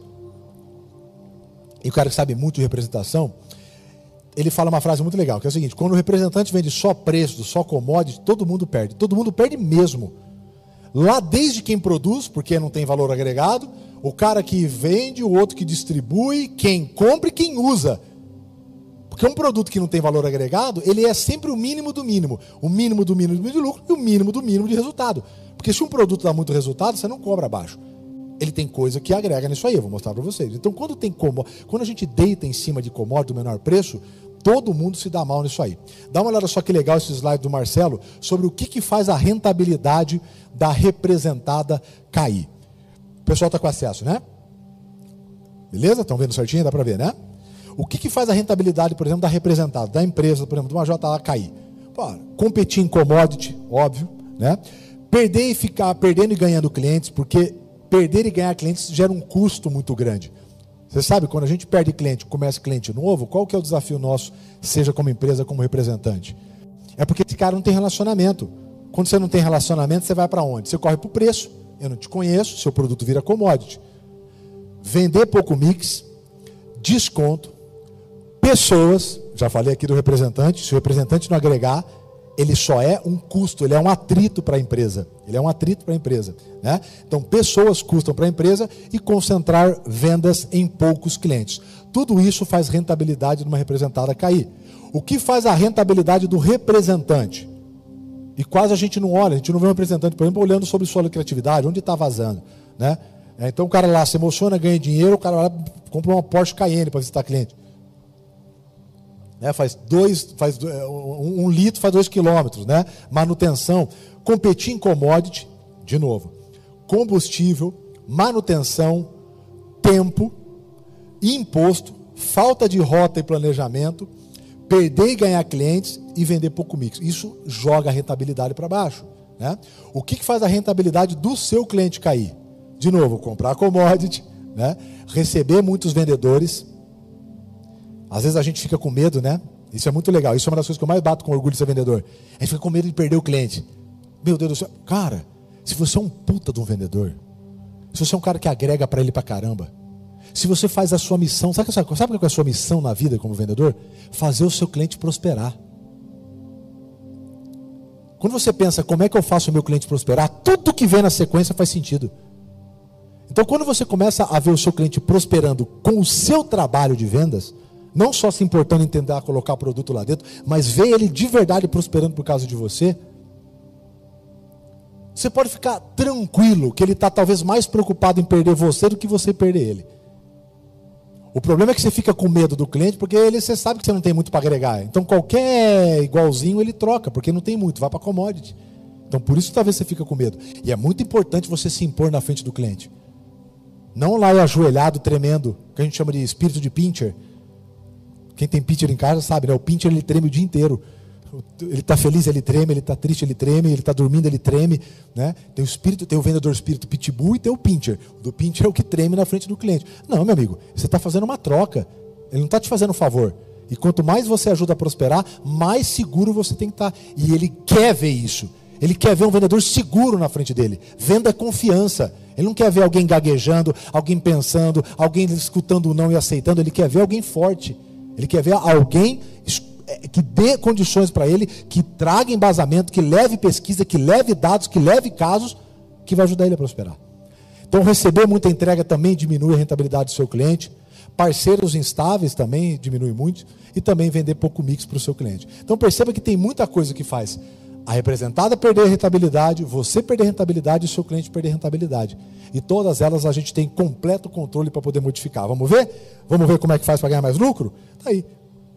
e o cara que sabe muito de representação, ele fala uma frase muito legal, que é o seguinte: quando o representante vende só preço, só commodity, todo mundo perde. Todo mundo perde mesmo. Lá desde quem produz, porque não tem valor agregado, o cara que vende, o outro que distribui, quem compra e quem usa. Porque um produto que não tem valor agregado, ele é sempre o mínimo do mínimo. O mínimo do mínimo de lucro e o mínimo do mínimo de resultado. Porque se um produto dá muito resultado, você não cobra abaixo. Ele tem coisa que agrega nisso aí, eu vou mostrar para vocês. Então, quando tem como, quando a gente deita em cima de commodity do menor preço, todo mundo se dá mal nisso aí. Dá uma olhada só que legal esse slide do Marcelo sobre o que, que faz a rentabilidade da representada cair. O pessoal está com acesso, né? Beleza? Estão vendo certinho? Dá para ver, né? O que, que faz a rentabilidade, por exemplo, da representada, da empresa, por exemplo, de uma J A cair? Pô, competir em commodity, óbvio, né? Perder e ficar perdendo e ganhando clientes, porque perder e ganhar clientes gera um custo muito grande. Você sabe, quando a gente perde cliente, começa cliente novo, qual que é o desafio nosso, seja como empresa, como representante? É porque esse cara não tem relacionamento. Quando você não tem relacionamento, você vai para onde? Você corre para o preço. Eu não te conheço, seu produto vira commodity. Vender pouco mix, desconto, pessoas, já falei aqui do representante, se o representante não agregar, ele só é um custo, ele é um atrito para a empresa. Ele é um atrito para a empresa, né? Então, pessoas custam para a empresa e concentrar vendas em poucos clientes. Tudo isso faz rentabilidade de uma representada cair. O que faz a rentabilidade do representante? E quase a gente não olha, a gente não vê um representante, por exemplo, olhando sobre sua lucratividade, onde está vazando, né? Então, o cara lá se emociona, ganha dinheiro, o cara lá compra uma Porsche Cayenne para visitar cliente. Né, faz dois, faz um, um litro faz dois quilômetros, né? Manutenção, competir em commodity, de novo, combustível, manutenção, tempo, imposto, falta de rota e planejamento, perder e ganhar clientes e vender pouco mix. Isso joga a rentabilidade para baixo, né? O que, que faz a rentabilidade do seu cliente cair? De novo, comprar commodity, né? Receber muitos vendedores. Às vezes a gente fica com medo, né? Isso é muito legal. Isso é uma das coisas que eu mais bato com orgulho de ser vendedor. A gente fica com medo de perder o cliente. Meu Deus do céu. Cara, se você é um puta de um vendedor, se você é um cara que agrega para ele pra caramba, se você faz a sua missão, sabe, sabe, sabe qual é a sua missão na vida como vendedor? Fazer o seu cliente prosperar. Quando você pensa, como é que eu faço o meu cliente prosperar? Tudo que vem na sequência faz sentido. Então, quando você começa a ver o seu cliente prosperando com o seu trabalho de vendas, não só se importando em tentar colocar o produto lá dentro, mas ver ele de verdade prosperando por causa de você, você pode ficar tranquilo que ele está talvez mais preocupado em perder você do que você perder ele. O problema é que você fica com medo do cliente, porque ele, você sabe que você não tem muito para agregar. Então qualquer igualzinho ele troca, porque não tem muito, vai para commodity. Então por isso talvez você fica com medo. E é muito importante você se impor na frente do cliente. Não lá ajoelhado, tremendo, que a gente chama de espírito de pincher. Quem tem pincher em casa sabe, né? O pincher ele treme o dia inteiro. Ele está feliz, ele treme, ele está triste, ele treme, ele está dormindo, ele treme, né? Tem o espírito, tem o vendedor espírito pitbull e tem o pincher. O do pincher é o que treme na frente do cliente. Não, meu amigo, você está fazendo uma troca. Ele não está te fazendo um favor. E quanto mais você ajuda a prosperar, mais seguro você tem que estar. E ele quer ver isso. Ele quer ver um vendedor seguro na frente dele. Venda é confiança. Ele não quer ver alguém gaguejando, alguém pensando, alguém escutando o não e aceitando. Ele quer ver alguém forte. Ele quer ver alguém que dê condições para ele, que traga embasamento, que leve pesquisa, que leve dados, que leve casos, que vai ajudar ele a prosperar. Então, receber muita entrega também diminui a rentabilidade do seu cliente. Parceiros instáveis também diminui muito. E também vender pouco mix para o seu cliente. Então, perceba que tem muita coisa que faz a representada perder a rentabilidade, você perder a rentabilidade e o seu cliente perder a rentabilidade. E todas elas a gente tem completo controle para poder modificar. Vamos ver? Vamos ver como é que faz para ganhar mais lucro? Está aí.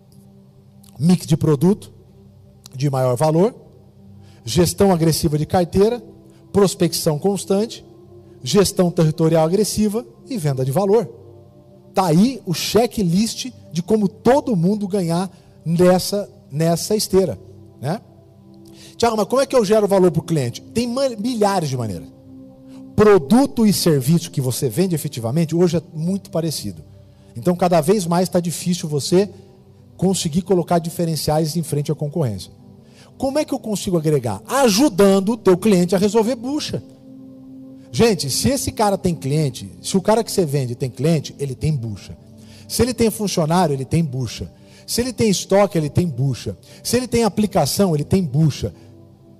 Mix de produto de maior valor, gestão agressiva de carteira, prospecção constante, gestão territorial agressiva e venda de valor. Está aí o checklist de como todo mundo ganhar nessa, nessa esteira, né? Tiago, mas como é que eu gero valor para o cliente? Tem milhares de maneiras. Produto e serviço que você vende efetivamente hoje é muito parecido. Então cada vez mais está difícil você conseguir colocar diferenciais em frente à concorrência. Como é que eu consigo agregar? Ajudando o teu cliente a resolver bucha. Gente, se esse cara tem cliente, se o cara que você vende tem cliente, ele tem bucha. Se ele tem funcionário, ele tem bucha. Se ele tem estoque, ele tem bucha. Se ele tem aplicação, ele tem bucha.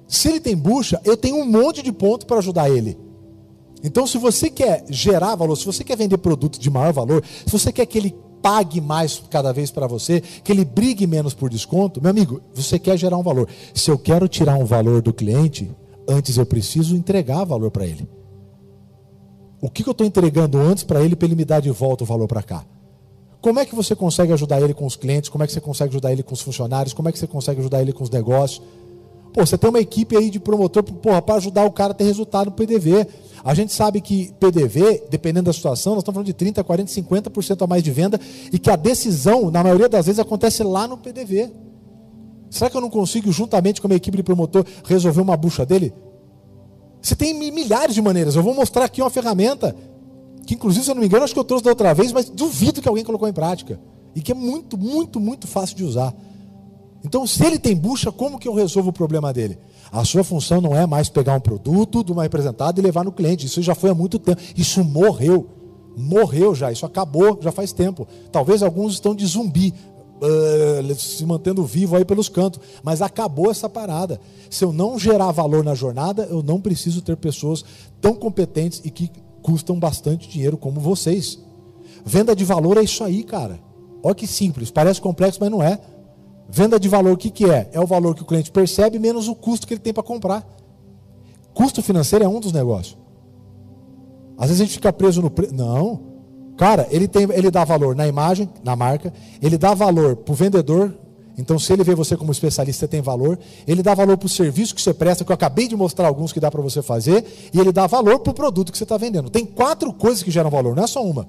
Se ele tem bucha, eu tenho um monte de ponto para ajudar ele. Então, se você quer gerar valor, se você quer vender produtos de maior valor, se você quer que ele pague mais cada vez para você, que ele brigue menos por desconto, meu amigo, você quer gerar um valor. Se eu quero tirar um valor do cliente, antes eu preciso entregar valor para ele. O que, que eu estou entregando antes para ele, para ele me dar de volta o valor para cá? Como é que você consegue ajudar ele com os clientes? Como é que você consegue ajudar ele com os funcionários? Como é que você consegue ajudar ele com os negócios? Pô, você tem uma equipe aí de promotor para ajudar o cara a ter resultado no P D V. A gente sabe que P D V, dependendo da situação, nós estamos falando de trinta, quarenta, cinquenta por cento a mais de venda e que a decisão, na maioria das vezes, acontece lá no P D V. Será que eu não consigo, juntamente com a minha equipe de promotor, resolver uma bucha dele? Você tem milhares de maneiras. Eu vou mostrar aqui uma ferramenta que, inclusive, se eu não me engano, acho que eu trouxe da outra vez, mas duvido que alguém colocou em prática. E que é muito, muito, muito fácil de usar. Então, se ele tem bucha, como que eu resolvo o problema dele? A sua função não é mais pegar um produto de uma representada e levar no cliente. Isso já foi há muito tempo. Isso morreu. Morreu já. Isso acabou já faz tempo. Talvez alguns estão de zumbi, uh, se mantendo vivo aí pelos cantos. Mas acabou essa parada. Se eu não gerar valor na jornada, eu não preciso ter pessoas tão competentes e que custam bastante dinheiro como vocês. Venda de valor é isso aí, cara. Olha que simples. Parece complexo, mas não é. Venda de valor, o que, que é? É o valor que o cliente percebe menos o custo que ele tem para comprar. Custo financeiro é um dos negócios. Às vezes a gente fica preso no preço. Não. Cara, ele, tem, ele dá valor na imagem, na marca. Ele dá valor para o vendedor. Então, se ele vê você como especialista, você tem valor. Ele dá valor para o serviço que você presta, que eu acabei de mostrar alguns que dá para você fazer. E ele dá valor para o produto que você está vendendo. Tem quatro coisas que geram valor, não é só uma.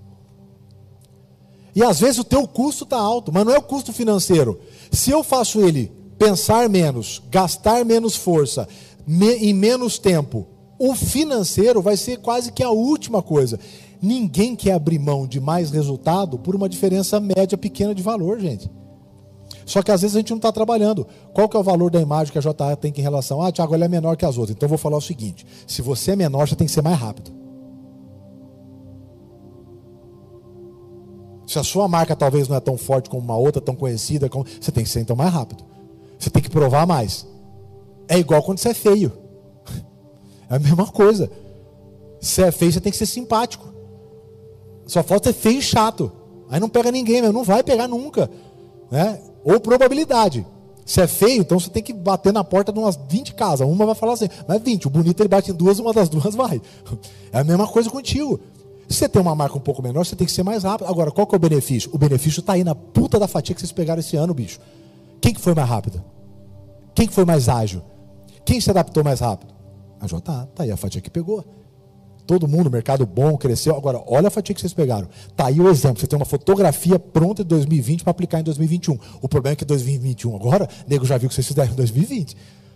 E às vezes o teu custo está alto, mas não é o custo financeiro. Se eu faço ele pensar menos, gastar menos força, me, em menos tempo, o financeiro vai ser quase que a última coisa. Ninguém quer abrir mão de mais resultado por uma diferença média pequena de valor, gente. Só que às vezes a gente não está trabalhando. Qual que é o valor da imagem que a J A tem em relação? Ah, Thiago, ela é menor que as outras. Então eu vou falar o seguinte, se você é menor, você tem que ser mais rápido. Se a sua marca talvez não é tão forte como uma outra, tão conhecida, como... você tem que ser então mais rápido. Você tem que provar mais. É igual quando você é feio. É a mesma coisa. Se é feio, você tem que ser simpático. Só falta ser feio e chato. Aí não pega ninguém, não vai pegar nunca. Né? Ou probabilidade. Se é feio, então você tem que bater na porta de umas vinte casas. Uma vai falar assim, mas vinte, o bonito ele bate em duas, uma das duas vai. É a mesma coisa contigo. Se você tem uma marca um pouco menor, você tem que ser mais rápido. Agora, qual que é o benefício? O benefício está aí na puta da fatia que vocês pegaram esse ano, bicho. Quem que foi mais rápido? Quem que foi mais ágil? Quem se adaptou mais rápido? A J A. Está aí a fatia que pegou. Todo mundo, mercado bom, cresceu. Agora, olha a fatia que vocês pegaram. Está aí o exemplo. Você tem uma fotografia pronta de dois mil e vinte para aplicar em dois mil e vinte e um. O problema é que dois mil e vinte e um agora, nego já viu que vocês fizeram em dois mil e vinte.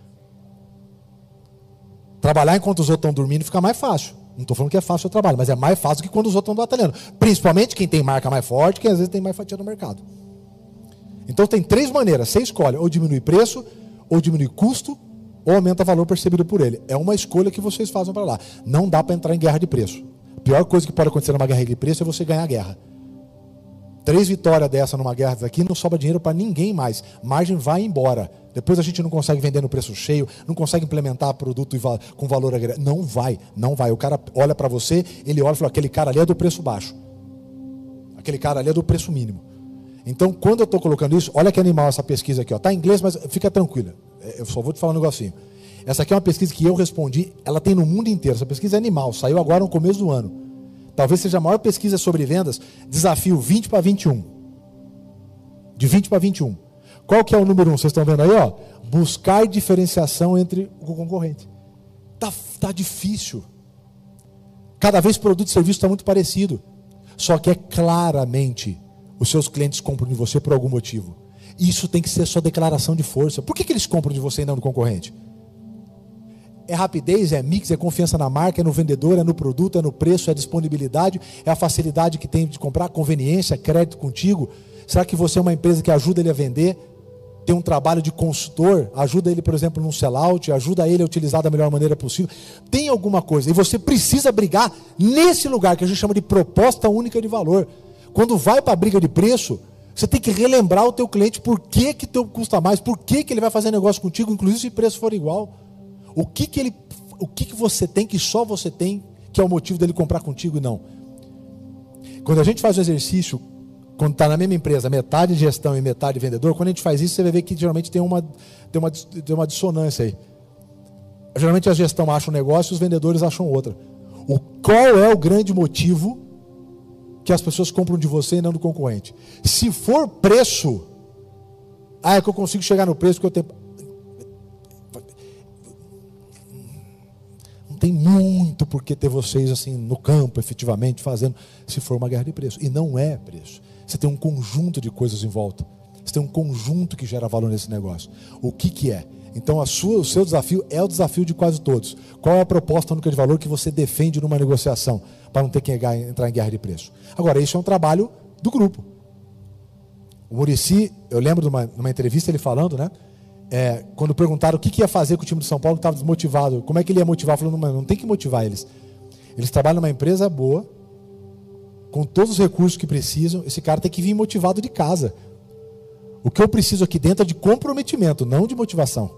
Trabalhar enquanto os outros estão dormindo fica mais fácil. Não estou falando que é fácil o trabalho, mas é mais fácil do que quando os outros estão batalhando. Principalmente quem tem marca mais forte, quem às vezes tem mais fatia no mercado. Então tem três maneiras. Você escolhe ou diminui preço, ou diminui custo, ou aumenta o valor percebido por ele. É uma escolha que vocês fazem para lá. Não dá para entrar em guerra de preço. A pior coisa que pode acontecer numa guerra de preço é você ganhar a guerra. Três vitórias dessa numa guerra daqui, não sobra dinheiro para ninguém mais. Margem vai embora. Depois a gente não consegue vender no preço cheio, não consegue implementar produto com valor agregado. Não vai, não vai. O cara olha para você, ele olha e fala, aquele cara ali é do preço baixo. Aquele cara ali é do preço mínimo. Então, quando eu estou colocando isso, olha que animal essa pesquisa aqui. Está em inglês, mas fica tranquila. Eu só vou te falar um negocinho. Essa aqui é uma pesquisa que eu respondi, ela tem no mundo inteiro. Essa pesquisa é animal, saiu agora no começo do ano. Talvez seja a maior pesquisa sobre vendas, desafio vinte para vinte e um. De vinte para vinte e um. Qual que é o número um? Vocês estão vendo aí, ó? Buscar diferenciação entre o concorrente. Tá, tá difícil. Cada vez o produto e serviço está muito parecido. Só que é claramente os seus clientes compram de você por algum motivo. Isso tem que ser sua declaração de força. Por que, que eles compram de você e não do concorrente? É rapidez, é mix, é confiança na marca, é no vendedor, é no produto, é no preço, é disponibilidade, é a facilidade que tem de comprar, conveniência, crédito contigo. Será que você é uma empresa que ajuda ele a vender? Tem um trabalho de consultor, ajuda ele, por exemplo, num sellout, ajuda ele a utilizar da melhor maneira possível. Tem alguma coisa, e você precisa brigar nesse lugar que a gente chama de proposta única de valor. Quando vai para a briga de preço, Você tem que relembrar o teu cliente por que que teu custa mais, por que que ele vai fazer negócio contigo, inclusive se o preço for igual. O que que ele, o que que você tem que só você tem, que é o motivo dele comprar contigo e não. Quando a gente faz um exercício, quando está na mesma empresa, metade gestão e metade vendedor, quando a gente faz isso, você vai ver que geralmente tem uma, tem uma, tem uma dissonância aí. Geralmente a gestão acha um negócio e os vendedores acham outra. O, qual é o grande motivo que as pessoas compram de você e não do concorrente? Se for preço, ah, é que eu consigo chegar no preço que eu tenho. Não tem muito por que ter vocês assim no campo, efetivamente, fazendo, se for uma guerra de preço. E não é preço. Você tem um conjunto de coisas em volta. Você tem um conjunto que gera valor nesse negócio. O que que é? Então a sua, o seu desafio é o desafio de quase todos. Qual é a proposta única de valor que você defende numa negociação, para não ter que entrar em guerra de preço? Agora, isso é um trabalho do grupo. O Muricy, eu lembro de uma, numa entrevista ele falando, né? É, quando perguntaram o que, que ia fazer com o time de São Paulo que estava desmotivado, como é que ele ia motivar? Falando, não, não tem que motivar eles. Eles trabalham numa empresa boa, com todos os recursos que precisam, esse cara tem que vir motivado de casa. O que eu preciso aqui dentro é de comprometimento, não de motivação.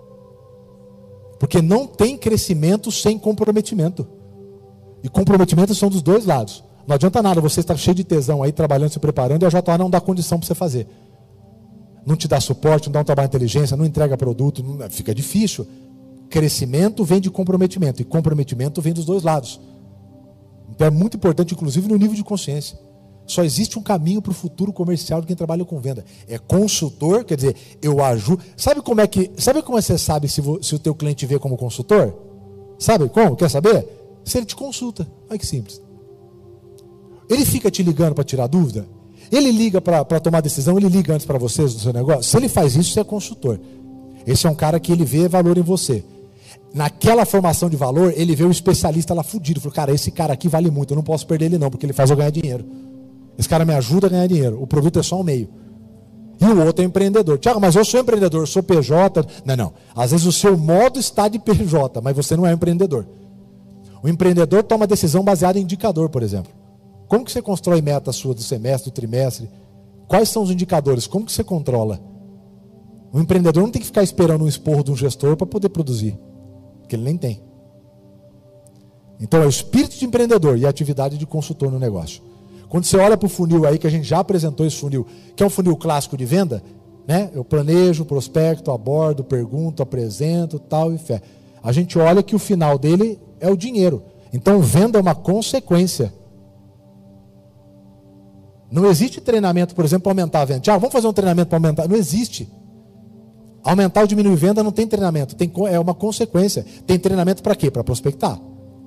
Porque não tem crescimento sem comprometimento. E comprometimento são dos dois lados. Não adianta nada você estar cheio de tesão aí, trabalhando, se preparando, e a J A não dá condição para você fazer. Não te dá suporte, não dá um trabalho de inteligência, não entrega produto, não, fica difícil. Crescimento vem de comprometimento, e comprometimento vem dos dois lados. Então é muito importante, inclusive no nível de consciência. Só existe um caminho para o futuro comercial de quem trabalha com venda. É consultor, quer dizer, eu ajudo. Sabe como é que, sabe como você sabe se, vo, se o teu cliente vê como consultor? Sabe como? Quer saber? Se ele te consulta. Olha que simples. Ele fica te ligando para tirar dúvida? Ele liga para tomar decisão? Ele liga antes para vocês do seu negócio? Se ele faz isso, você é consultor. Esse é um cara que ele vê valor em você. Naquela formação de valor, ele vê o especialista lá fudido. Falou, cara, esse cara aqui vale muito, eu não posso perder ele não, porque ele faz eu ganhar dinheiro. Esse cara me ajuda a ganhar dinheiro. O produto é só um meio. E o outro é empreendedor. Tiago, mas eu sou empreendedor, eu sou P J. Não, não. Às vezes o seu modo está de P J, mas você não é um empreendedor. O empreendedor toma decisão baseada em indicador, por exemplo. Como que você constrói meta sua do semestre, do trimestre? Quais são os indicadores? Como que você controla? O empreendedor não tem que ficar esperando um esporro de um gestor para poder produzir. Porque ele nem tem. Então é o espírito de empreendedor e a atividade de consultor no negócio. Quando você olha para o funil aí, que a gente já apresentou esse funil, que é um funil clássico de venda, né? Eu planejo, prospecto, abordo, pergunto, apresento, tal e fé. A gente olha que o final dele é o dinheiro. Então venda é uma consequência. Não existe treinamento, por exemplo, para aumentar a venda. Tiago, vamos fazer um treinamento para aumentar. Não existe. Aumentar ou diminuir venda não tem treinamento. Tem, é uma consequência. Tem treinamento para quê? Para prospectar.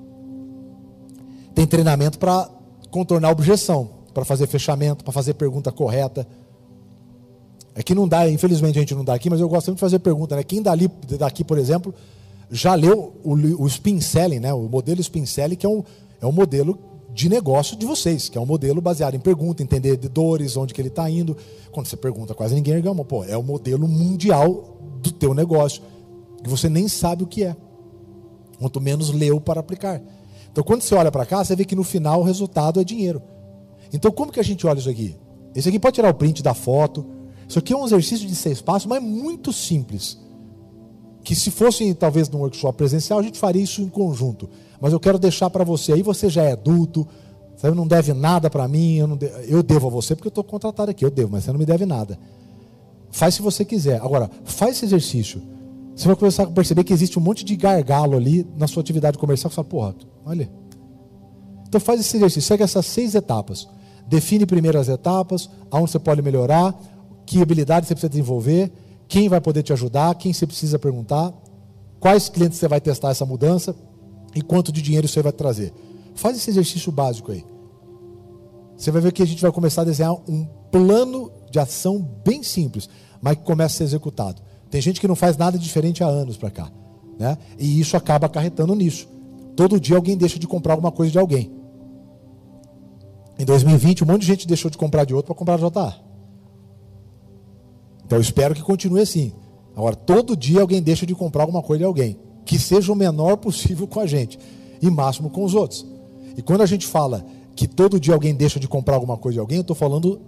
Tem treinamento para contornar a objeção, para fazer fechamento, para fazer pergunta correta. É que não dá, infelizmente a gente não dá aqui, mas eu gosto sempre de fazer pergunta, né? Quem dali, daqui, por exemplo, já leu o, o Spin Selling, né? O modelo Spin Selling, que é um, é um modelo de negócio de vocês, que é um modelo baseado em pergunta, entender de dores, onde que ele está indo. Quando você pergunta, quase ninguém ergama. Pô, é o modelo mundial do teu negócio, que você nem sabe o que é. Quanto menos leu para aplicar. Então, quando você olha para cá, você vê que no final o resultado é dinheiro. Então, como que a gente olha isso aqui? Esse aqui pode tirar o print da foto. Isso aqui é um exercício de seis passos, mas muito simples. Que se fosse, talvez, num workshop presencial, a gente faria isso em conjunto. Mas eu quero deixar para você. Aí você já é adulto, você não deve nada para mim. Eu, não de... eu devo a você porque eu estou contratado aqui. Eu devo, mas você não me deve nada. Faz se você quiser. Agora, faz esse exercício. Você vai começar a perceber que existe um monte de gargalo ali na sua atividade comercial. Você fala, porra, olha. Então faz esse exercício, segue essas seis etapas. Define primeiro as etapas, aonde você pode melhorar, que habilidades você precisa desenvolver, quem vai poder te ajudar, quem você precisa perguntar, quais clientes você vai testar essa mudança e quanto de dinheiro você vai trazer. Faz esse exercício básico aí. Você vai ver que a gente vai começar a desenhar um plano de ação bem simples, mas que começa a ser executado. Tem gente que não faz nada diferente há anos para cá, né? E isso acaba acarretando nisso. Todo dia alguém deixa de comprar alguma coisa de alguém. Em dois mil e vinte, um monte de gente deixou de comprar de outro para comprar J A. Então eu espero que continue assim. Agora, todo dia alguém deixa de comprar alguma coisa de alguém. Que seja o menor possível com a gente. E máximo com os outros. E quando a gente fala que todo dia alguém deixa de comprar alguma coisa de alguém, eu estou falando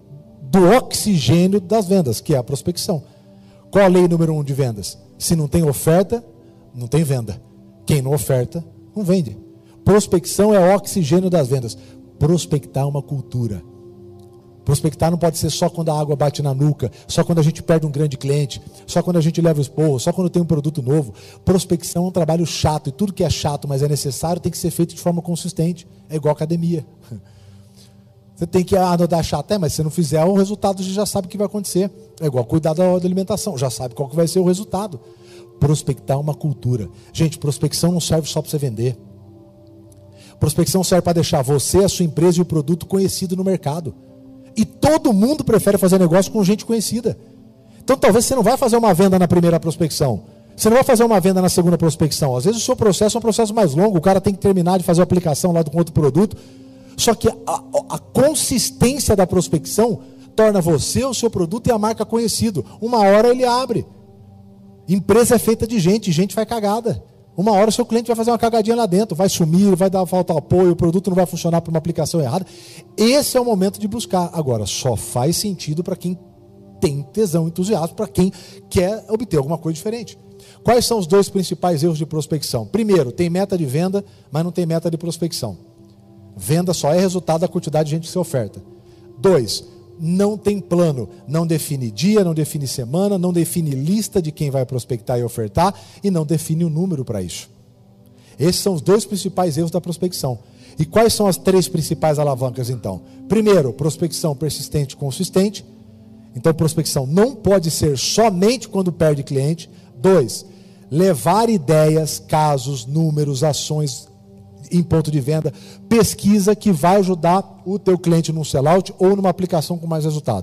do oxigênio das vendas, que é a prospecção. Qual a lei número um de vendas? Se não tem oferta, não tem venda. Quem não oferta, não vende. Prospecção é o oxigênio das vendas. Prospectar é uma cultura. Prospectar não pode ser só quando a água bate na nuca, só quando a gente perde um grande cliente, só quando a gente leva o esporro, só quando tem um produto novo. Prospecção é um trabalho chato, e tudo que é chato, mas é necessário, tem que ser feito de forma consistente. É igual academia. Você tem que anotar chato, é, mas se você não fizer, o resultado você já sabe o que vai acontecer. É igual cuidar da alimentação, já sabe qual que vai ser o resultado. Prospectar é uma cultura. Gente, prospecção não serve só para você vender. Prospecção serve para deixar você, a sua empresa e o produto conhecido no mercado. E todo mundo prefere fazer negócio com gente conhecida. Então talvez você não vai fazer uma venda na primeira prospecção. Você não vai fazer uma venda na segunda prospecção. Às vezes o seu processo é um processo mais longo, o cara tem que terminar de fazer a aplicação lá com outro produto. Só que a, a consistência da prospecção torna você, o seu produto e a marca conhecido. Uma hora ele abre. Empresa é feita de gente, gente faz cagada. Uma hora o seu cliente vai fazer uma cagadinha lá dentro, vai sumir, vai dar falta de apoio, o produto não vai funcionar para uma aplicação errada. Esse é o momento de buscar. Agora, só faz sentido para quem tem tesão, entusiasmo, para quem quer obter alguma coisa diferente. Quais são os dois principais erros de prospecção? Primeiro, tem meta de venda, mas não tem meta de prospecção. Venda só é resultado da quantidade de gente que você oferta. Dois, não tem plano, não define dia, não define semana, não define lista de quem vai prospectar e ofertar e não define o número para isso. Esses são os dois principais erros da prospecção. E quais são as três principais alavancas então? Primeiro, prospecção persistente e consistente. Então, prospecção não pode ser somente quando perde cliente. Dois, levar ideias, casos, números, ações em ponto de venda, pesquisa que vai ajudar o teu cliente num sellout ou numa aplicação com mais resultado.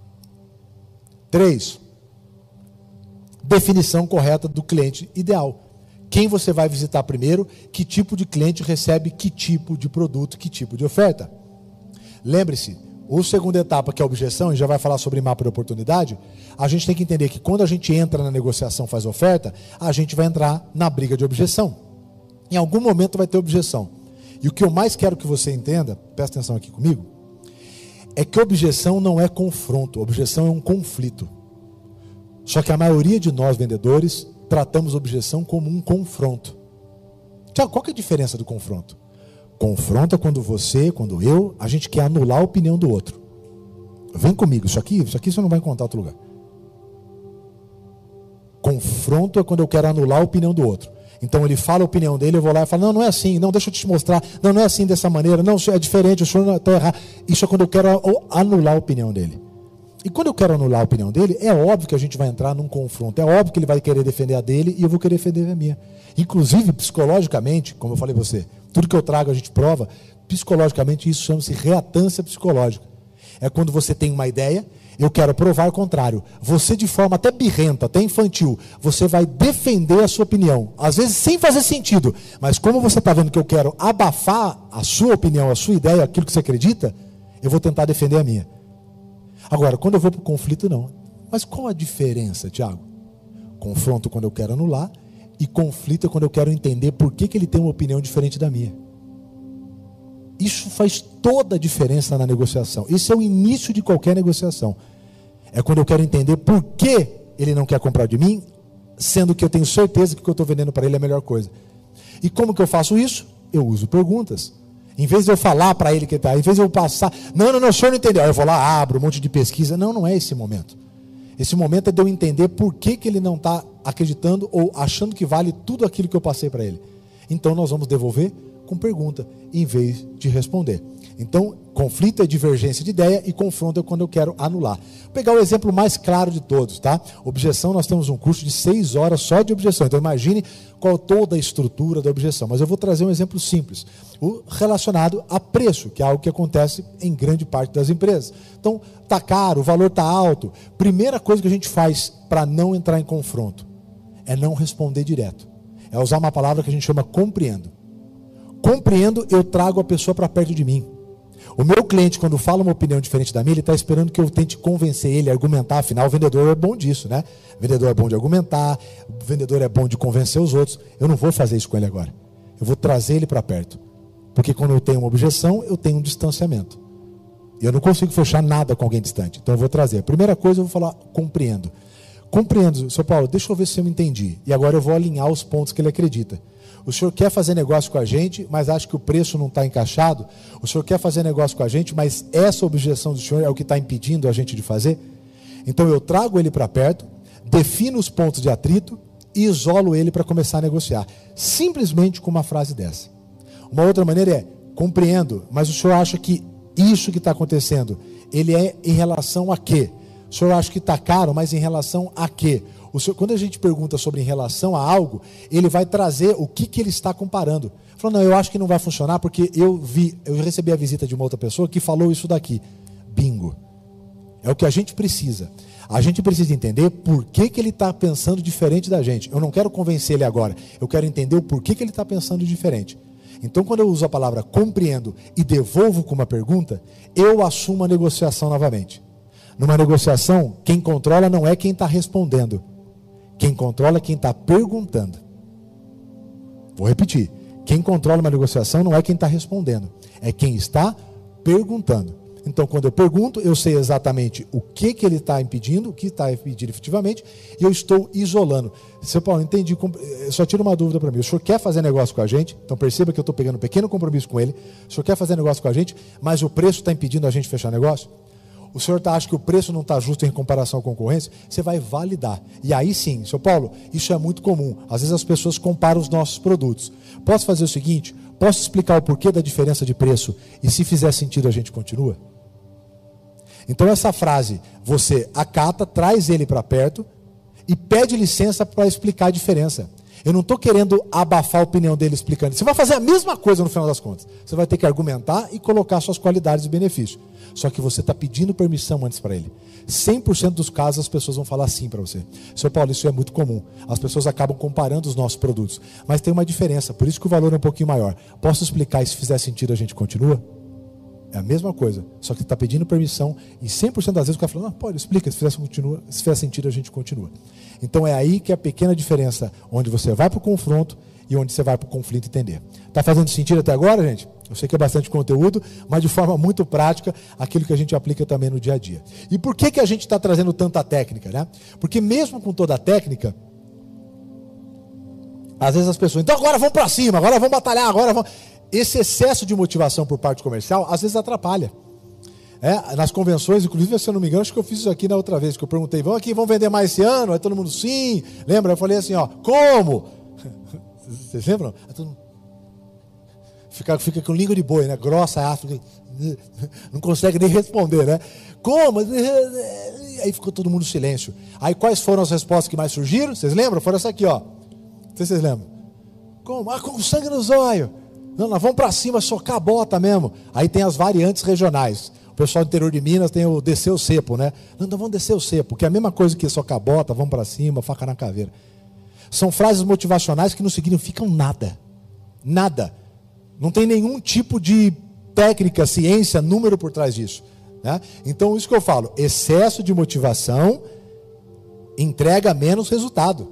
Três, definição correta do cliente ideal. Quem você vai visitar primeiro, que tipo de cliente recebe que tipo de produto, que tipo de oferta. Lembre-se, a segunda etapa, que é a objeção, a gente já vai falar sobre mapa de oportunidade, a gente tem que entender que quando a gente entra na negociação, faz oferta, a gente vai entrar na briga de objeção. Em algum momento vai ter objeção. E o que eu mais quero que você entenda, presta atenção aqui comigo, é que objeção não é confronto, objeção é um conflito. Só que a maioria de nós vendedores tratamos objeção como um confronto. Tiago, qual que é a diferença do confronto? Confronto é quando você, quando eu, a gente quer anular a opinião do outro. Vem comigo, isso aqui, isso aqui você não vai encontrar em outro lugar. Confronto é quando eu quero anular a opinião do outro. Então ele fala a opinião dele, eu vou lá e falo, não, não é assim, não, deixa eu te mostrar, não, não é assim dessa maneira, não, é diferente, o senhor está errado. Isso é quando eu quero anular a opinião dele. E quando eu quero anular a opinião dele, é óbvio que a gente vai entrar num confronto, é óbvio que ele vai querer defender a dele e eu vou querer defender a minha. Inclusive, psicologicamente, como eu falei para você, tudo que eu trago a gente prova, psicologicamente isso chama-se reatância psicológica. É quando você tem uma ideia, eu quero provar o contrário. Você, de forma até birrenta, até infantil, você vai defender a sua opinião. Às vezes sem fazer sentido. Mas como você está vendo que eu quero abafar a sua opinião, a sua ideia, aquilo que você acredita, eu vou tentar defender a minha. Agora, quando eu vou para o conflito, não. Mas qual a diferença, Tiago? Confronto quando eu quero anular e conflito é quando eu quero entender por que, que ele tem uma opinião diferente da minha. Isso faz toda a diferença na negociação. Isso é o início de qualquer negociação. É quando eu quero entender por que ele não quer comprar de mim, sendo que eu tenho certeza que o que eu estou vendendo para ele é a melhor coisa. E como que eu faço isso? Eu uso perguntas. Em vez de eu falar para ele que está, em vez de eu passar, não, não, não, o senhor não entendeu. Aí eu vou lá, abro um monte de pesquisa. Não, não é esse momento. Esse momento é de eu entender por que, que ele não está acreditando ou achando que vale tudo aquilo que eu passei para ele. Então nós vamos devolver com pergunta, em vez de responder. Então, conflito é divergência de ideia e confronto é quando eu quero anular. Vou pegar o exemplo mais claro de todos, tá? Objeção, nós temos um curso de seis horas só de objeção. Então, imagine qual toda a estrutura da objeção. Mas eu vou trazer um exemplo simples, o relacionado a preço, que é algo que acontece em grande parte das empresas. Então, tá caro, o valor tá alto. Primeira coisa que a gente faz para não entrar em confronto é não responder direto. É usar uma palavra que a gente chama compreendo. Compreendo, eu trago a pessoa para perto de mim. O meu cliente, quando fala uma opinião diferente da minha, ele está esperando que eu tente convencer ele, argumentar. Afinal, o vendedor é bom disso, né? O vendedor é bom de argumentar, o vendedor é bom de convencer os outros. Eu não vou fazer isso com ele agora. Eu vou trazer ele para perto. Porque quando eu tenho uma objeção, eu tenho um distanciamento. Eu não consigo fechar nada com alguém distante. Então eu vou trazer. A primeira coisa eu vou falar, compreendo. Compreendo, seu Paulo, deixa eu ver se eu me entendi. E agora eu vou alinhar os pontos que ele acredita. O senhor quer fazer negócio com a gente, mas acha que o preço não está encaixado? O senhor quer fazer negócio com a gente, mas essa objeção do senhor é o que está impedindo a gente de fazer? Então eu trago ele para perto, defino os pontos de atrito e isolo ele para começar a negociar. Simplesmente com uma frase dessa. Uma outra maneira é, compreendo, mas o senhor acha que isso que está acontecendo, ele é em relação a quê? O senhor acha que está caro, mas em relação a quê? O senhor, quando a gente pergunta sobre em relação a algo, ele vai trazer o que, que ele está comparando. Falou, não, eu acho que não vai funcionar porque eu vi, eu recebi a visita de uma outra pessoa que falou isso daqui. Bingo. É o que a gente precisa. A gente precisa entender por que, que ele está pensando diferente da gente. Eu não quero convencer ele agora. Eu quero entender o porquê que ele está pensando diferente. Então, quando eu uso a palavra compreendo e devolvo com uma pergunta, eu assumo a negociação novamente. Numa negociação, quem controla não é quem está respondendo. Quem controla é quem está perguntando. Vou repetir. Quem controla uma negociação não é quem está respondendo. É quem está perguntando. Então, quando eu pergunto, eu sei exatamente o que, que ele está impedindo, o que está impedindo efetivamente, e eu estou isolando. Seu Paulo, entendi, só tira uma dúvida para mim. O senhor quer fazer negócio com a gente? Então perceba que eu estou pegando um pequeno compromisso com ele. O senhor quer fazer negócio com a gente, mas o preço está impedindo a gente fechar negócio? O senhor tá, acha que o preço não está justo em comparação à concorrência? Você vai validar. E aí sim, seu Paulo, isso é muito comum. Às vezes as pessoas comparam os nossos produtos. Posso fazer o seguinte? Posso explicar o porquê da diferença de preço? E se fizer sentido, a gente continua? Então essa frase, você acata, traz ele para perto e pede licença para explicar a diferença. Eu não estou querendo abafar a opinião dele explicando. Você vai fazer a mesma coisa no final das contas. Você vai ter que argumentar e colocar suas qualidades e benefícios. Só que você está pedindo permissão antes para ele. cem por cento dos casos as pessoas vão falar sim para você. Seu Paulo, isso é muito comum. As pessoas acabam comparando os nossos produtos. Mas tem uma diferença, por isso que o valor é um pouquinho maior. Posso explicar e se fizer sentido a gente continua? É a mesma coisa, só que está pedindo permissão e cem por cento das vezes o cara fala, não, pode, explica, se fizer, continua, se fizer sentido a gente continua. Então é aí que é a pequena diferença, onde você vai para o confronto e onde você vai para o conflito entender. Está fazendo sentido até agora, gente? Eu sei que é bastante conteúdo, mas de forma muito prática, aquilo que a gente aplica também no dia a dia. E por que, que a gente está trazendo tanta técnica, né? Porque mesmo com toda a técnica, às vezes as pessoas, então agora vamos para cima, agora vamos batalhar, agora vamos... Esse excesso de motivação por parte comercial, às vezes atrapalha. É, nas convenções, inclusive, se eu não me engano, acho que eu fiz isso aqui na outra vez, que eu perguntei, vamos aqui, vamos vender mais esse ano? Aí todo mundo, sim. Lembra? Eu falei assim, ó, como? Vocês lembram? Fica, fica com língua de boi, né? Grossa, áspera, não consegue nem responder, né? Como? Aí ficou todo mundo em silêncio. Aí quais foram as respostas que mais surgiram? Vocês lembram? Foram essa aqui, ó. Não sei se vocês lembram. Como? Ah, com sangue nos olhos. Não, nós vamos para cima, socar a bota mesmo. Aí tem as variantes regionais. O pessoal do interior de Minas tem o descer o cepo, né? Não, então vamos descer o cepo, que é a mesma coisa que socar a bota, vamos para cima, faca na caveira. São frases motivacionais que não significam nada. Nada. Não tem nenhum tipo de técnica, ciência, número por trás disso. Né? Então, isso que eu falo, excesso de motivação entrega menos resultado.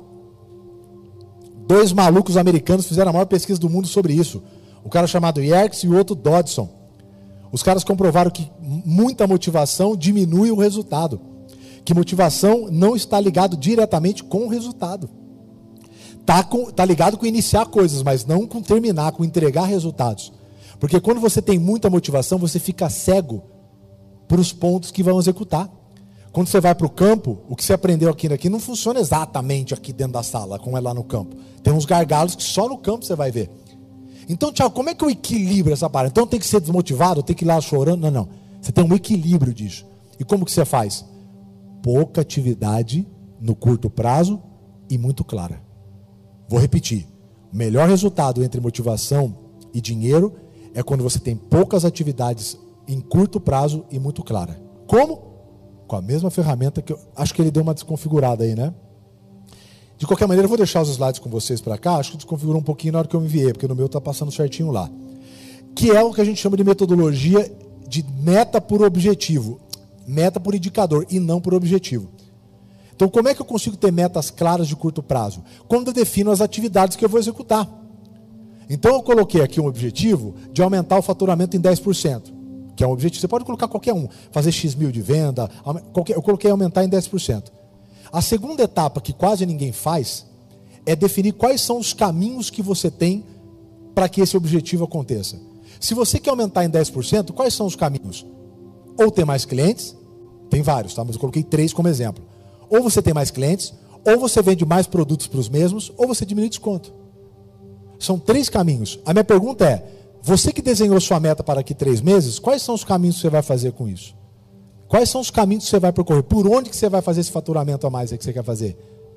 Dois malucos americanos fizeram a maior pesquisa do mundo sobre isso. Um cara chamado Yerkes e o outro Dodson. Os caras comprovaram que muita motivação diminui o resultado. Que motivação não está ligado diretamente com o resultado. Está tá ligado com iniciar coisas, mas não com terminar, com entregar resultados. Porque quando você tem muita motivação, você fica cego para os pontos que vão executar. Quando você vai para o campo, o que você aprendeu aqui, aqui não funciona exatamente aqui dentro da sala, como é lá no campo. Tem uns gargalos que só no campo você vai ver. Então, Thiago, como é que eu equilibro essa parada? Então tem que ser desmotivado, tem que ir lá chorando? Não, não. Você tem um equilíbrio disso. E como que você faz? Pouca atividade no curto prazo e muito clara. Vou repetir. O melhor resultado entre motivação e dinheiro é quando você tem poucas atividades em curto prazo e muito clara. Como? Com a mesma ferramenta que eu acho que ele deu uma desconfigurada aí, né? De qualquer maneira, eu vou deixar os slides com vocês para cá. Acho que desconfigurou um pouquinho na hora que eu me enviei, porque no meu está passando certinho lá. Que é o que a gente chama de metodologia de meta por objetivo. Meta por indicador e não por objetivo. Então, como é que eu consigo ter metas claras de curto prazo? Quando eu defino as atividades que eu vou executar. Então, eu coloquei aqui um objetivo de aumentar o faturamento em dez por cento. Ok? que é um objetivo. Você pode colocar qualquer um, fazer X mil de venda, qualquer, eu coloquei aumentar em dez por cento. A segunda etapa, que quase ninguém faz, é definir quais são os caminhos que você tem para que esse objetivo aconteça. Se você quer aumentar em dez por cento, quais são os caminhos? Ou ter mais clientes, tem vários, tá? Mas eu coloquei três como exemplo. Ou você tem mais clientes, ou você vende mais produtos para os mesmos, ou você diminui desconto. São três caminhos. A minha pergunta é, você que desenhou sua meta para aqui três meses, quais são os caminhos que você vai fazer com isso? Quais são os caminhos que você vai percorrer? Por onde que você vai fazer esse faturamento a mais aí que você quer fazer?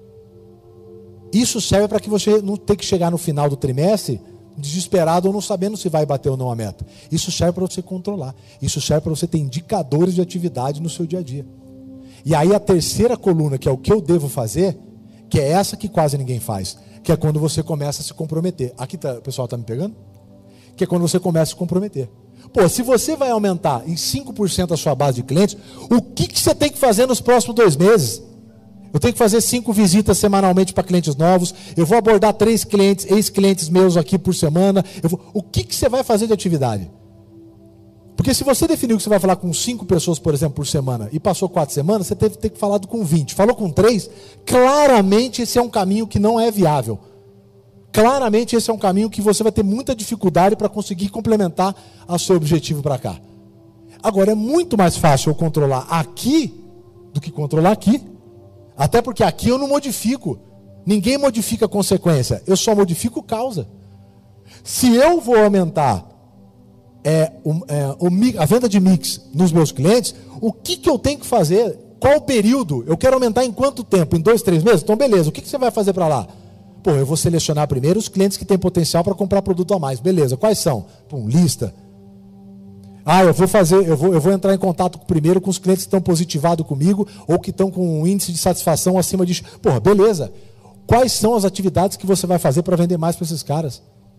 Isso serve para que você não tenha que chegar no final do trimestre desesperado ou não sabendo se vai bater ou não a meta. Isso serve para você controlar. Isso serve para você ter indicadores de atividade no seu dia a dia. E aí a terceira coluna, que é o que eu devo fazer, que é essa que quase ninguém faz, que é quando você começa a se comprometer. Aqui tá, o pessoal está me pegando? Que é quando você começa a se comprometer. Pô, se você vai aumentar em cinco por cento a sua base de clientes, o que, que você tem que fazer nos próximos dois meses? Eu tenho que fazer cinco visitas semanalmente para clientes novos, eu vou abordar três clientes, ex-clientes meus aqui por semana. Eu vou... O que, que você vai fazer de atividade? Porque se você definiu que você vai falar com cinco pessoas, por exemplo, por semana, e passou quatro semanas, você teve que ter falado com vinte. Falou com três, claramente esse é um caminho que não é viável. Claramente esse é um caminho que você vai ter muita dificuldade para conseguir complementar o seu objetivo para cá. Agora, é muito mais fácil eu controlar aqui do que controlar aqui. Até porque aqui eu não modifico. Ninguém modifica a consequência. Eu só modifico causa. Se eu vou aumentar é, o, é, o, a venda de mix nos meus clientes, o que, que eu tenho que fazer? Qual o período? Eu quero aumentar em quanto tempo? Em dois, três meses? Então beleza, o que, que você vai fazer para lá? Pô, eu vou selecionar primeiro os clientes que têm potencial para comprar produto a mais. Beleza, quais são? Pum, lista. Ah, eu vou fazer, eu vou, eu vou entrar em contato primeiro com os clientes que estão positivados comigo ou que estão com um índice de satisfação acima de... Porra, beleza. Quais são as atividades que você vai fazer para vender mais para esses caras?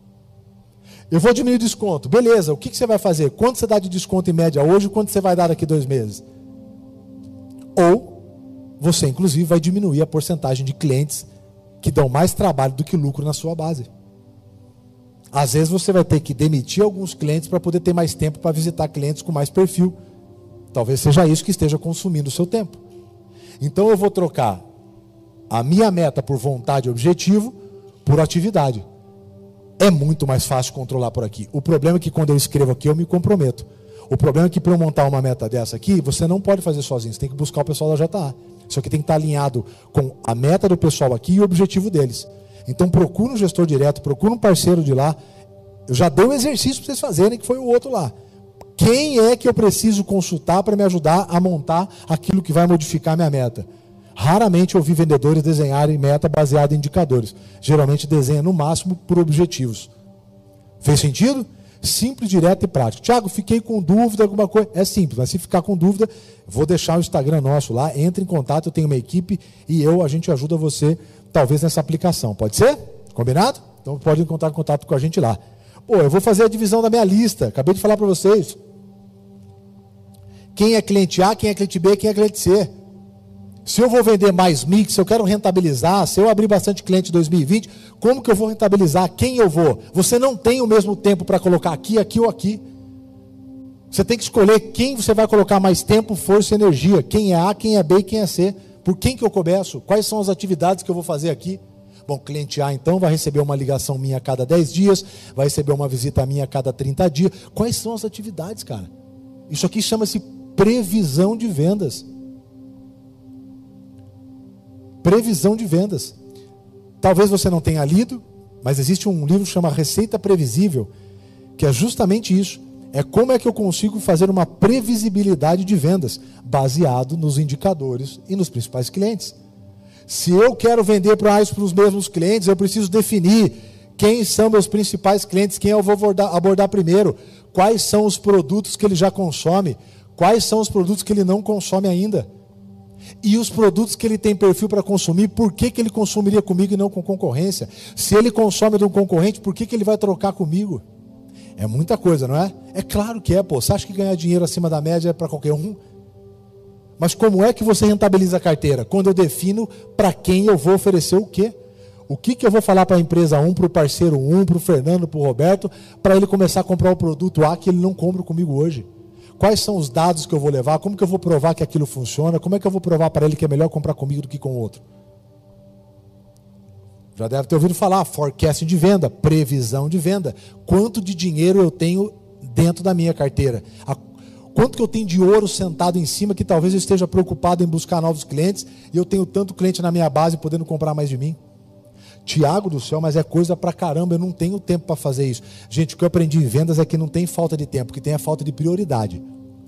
Eu vou diminuir o desconto. Beleza, o que, que você vai fazer? Quanto você dá de desconto em média hoje e quanto você vai dar daqui a dois meses? Ou você, inclusive, vai diminuir a porcentagem de clientes que dão mais trabalho do que lucro na sua base. Às vezes você vai ter que demitir alguns clientes para poder ter mais tempo para visitar clientes com mais perfil. Talvez seja isso que esteja consumindo o seu tempo. Então eu vou trocar a minha meta por vontade e objetivo por atividade. É muito mais fácil controlar por aqui. O problema é que quando eu escrevo aqui eu me comprometo. O problema é que para eu montar uma meta dessa aqui, você não pode fazer sozinho, você tem que buscar o pessoal da J A. Isso aqui tem que estar alinhado com a meta do pessoal aqui e o objetivo deles. Então procura um gestor direto, procura um parceiro de lá. Eu já dei um exercício para vocês fazerem, que foi o outro lá. Quem é que eu preciso consultar para me ajudar a montar aquilo que vai modificar a minha meta? Raramente eu vi vendedores desenharem meta baseada em indicadores. Geralmente desenha no máximo por objetivos. Fez sentido? Simples, direto e prático. Tiago, fiquei com dúvida, alguma coisa. É simples, mas se ficar com dúvida, vou deixar o Instagram nosso lá, entre em contato, eu tenho uma equipe e eu, a gente ajuda você, talvez nessa aplicação. Pode ser? Combinado? Então pode encontrar contato com a gente lá. Pô, eu vou fazer a divisão da minha lista. Acabei de falar para vocês. Quem é cliente A, quem é cliente B, quem é cliente C. Se eu vou vender mais mix, se eu quero rentabilizar, se eu abrir bastante cliente em dois mil e vinte, como que eu vou rentabilizar? Quem eu vou? Você não tem o mesmo tempo para colocar aqui, aqui ou aqui. Você tem que escolher quem você vai colocar mais tempo, força e energia. Quem é A, quem é B e quem é C. Por quem que eu começo? Quais são as atividades que eu vou fazer aqui? Bom, cliente A, então, vai receber uma ligação minha a cada dez dias, vai receber uma visita minha a cada trinta dias. Quais são as atividades, cara? Isso aqui chama-se previsão de vendas. Previsão de vendas. Talvez você não tenha lido, mas existe um livro que chama Receita Previsível, que é justamente isso. É como é que eu consigo fazer uma previsibilidade de vendas, baseado nos indicadores e nos principais clientes. Se eu quero vender para os mesmos clientes, eu preciso definir quem são meus principais clientes, quem eu vou abordar, abordar primeiro, quais são os produtos que ele já consome, quais são os produtos que ele não consome ainda. E os produtos que ele tem perfil para consumir, por que, que ele consumiria comigo e não com concorrência? Se ele consome de um concorrente, por que, que ele vai trocar comigo? É muita coisa, não é? É claro que é, pô. Você acha que ganhar dinheiro acima da média é para qualquer um? Mas como é que você rentabiliza a carteira? Quando eu defino para quem eu vou oferecer o quê? O que, que eu vou falar para a empresa um, para o parceiro um, para o Fernando, para o Roberto, para ele começar a comprar o produto A que ele não compra comigo hoje? Quais são os dados que eu vou levar? Como que eu vou provar que aquilo funciona? Como é que eu vou provar para ele que é melhor comprar comigo do que com o outro? Já deve ter ouvido falar, forecasting de venda, previsão de venda. Quanto de dinheiro eu tenho dentro da minha carteira? A, quanto que eu tenho de ouro sentado em cima que talvez eu esteja preocupado em buscar novos clientes e eu tenho tanto cliente na minha base podendo comprar mais de mim? Tiago do céu, mas é coisa pra caramba, eu não tenho tempo para fazer isso. Gente, o que eu aprendi em vendas é que não tem falta de tempo, que tem a falta de prioridade.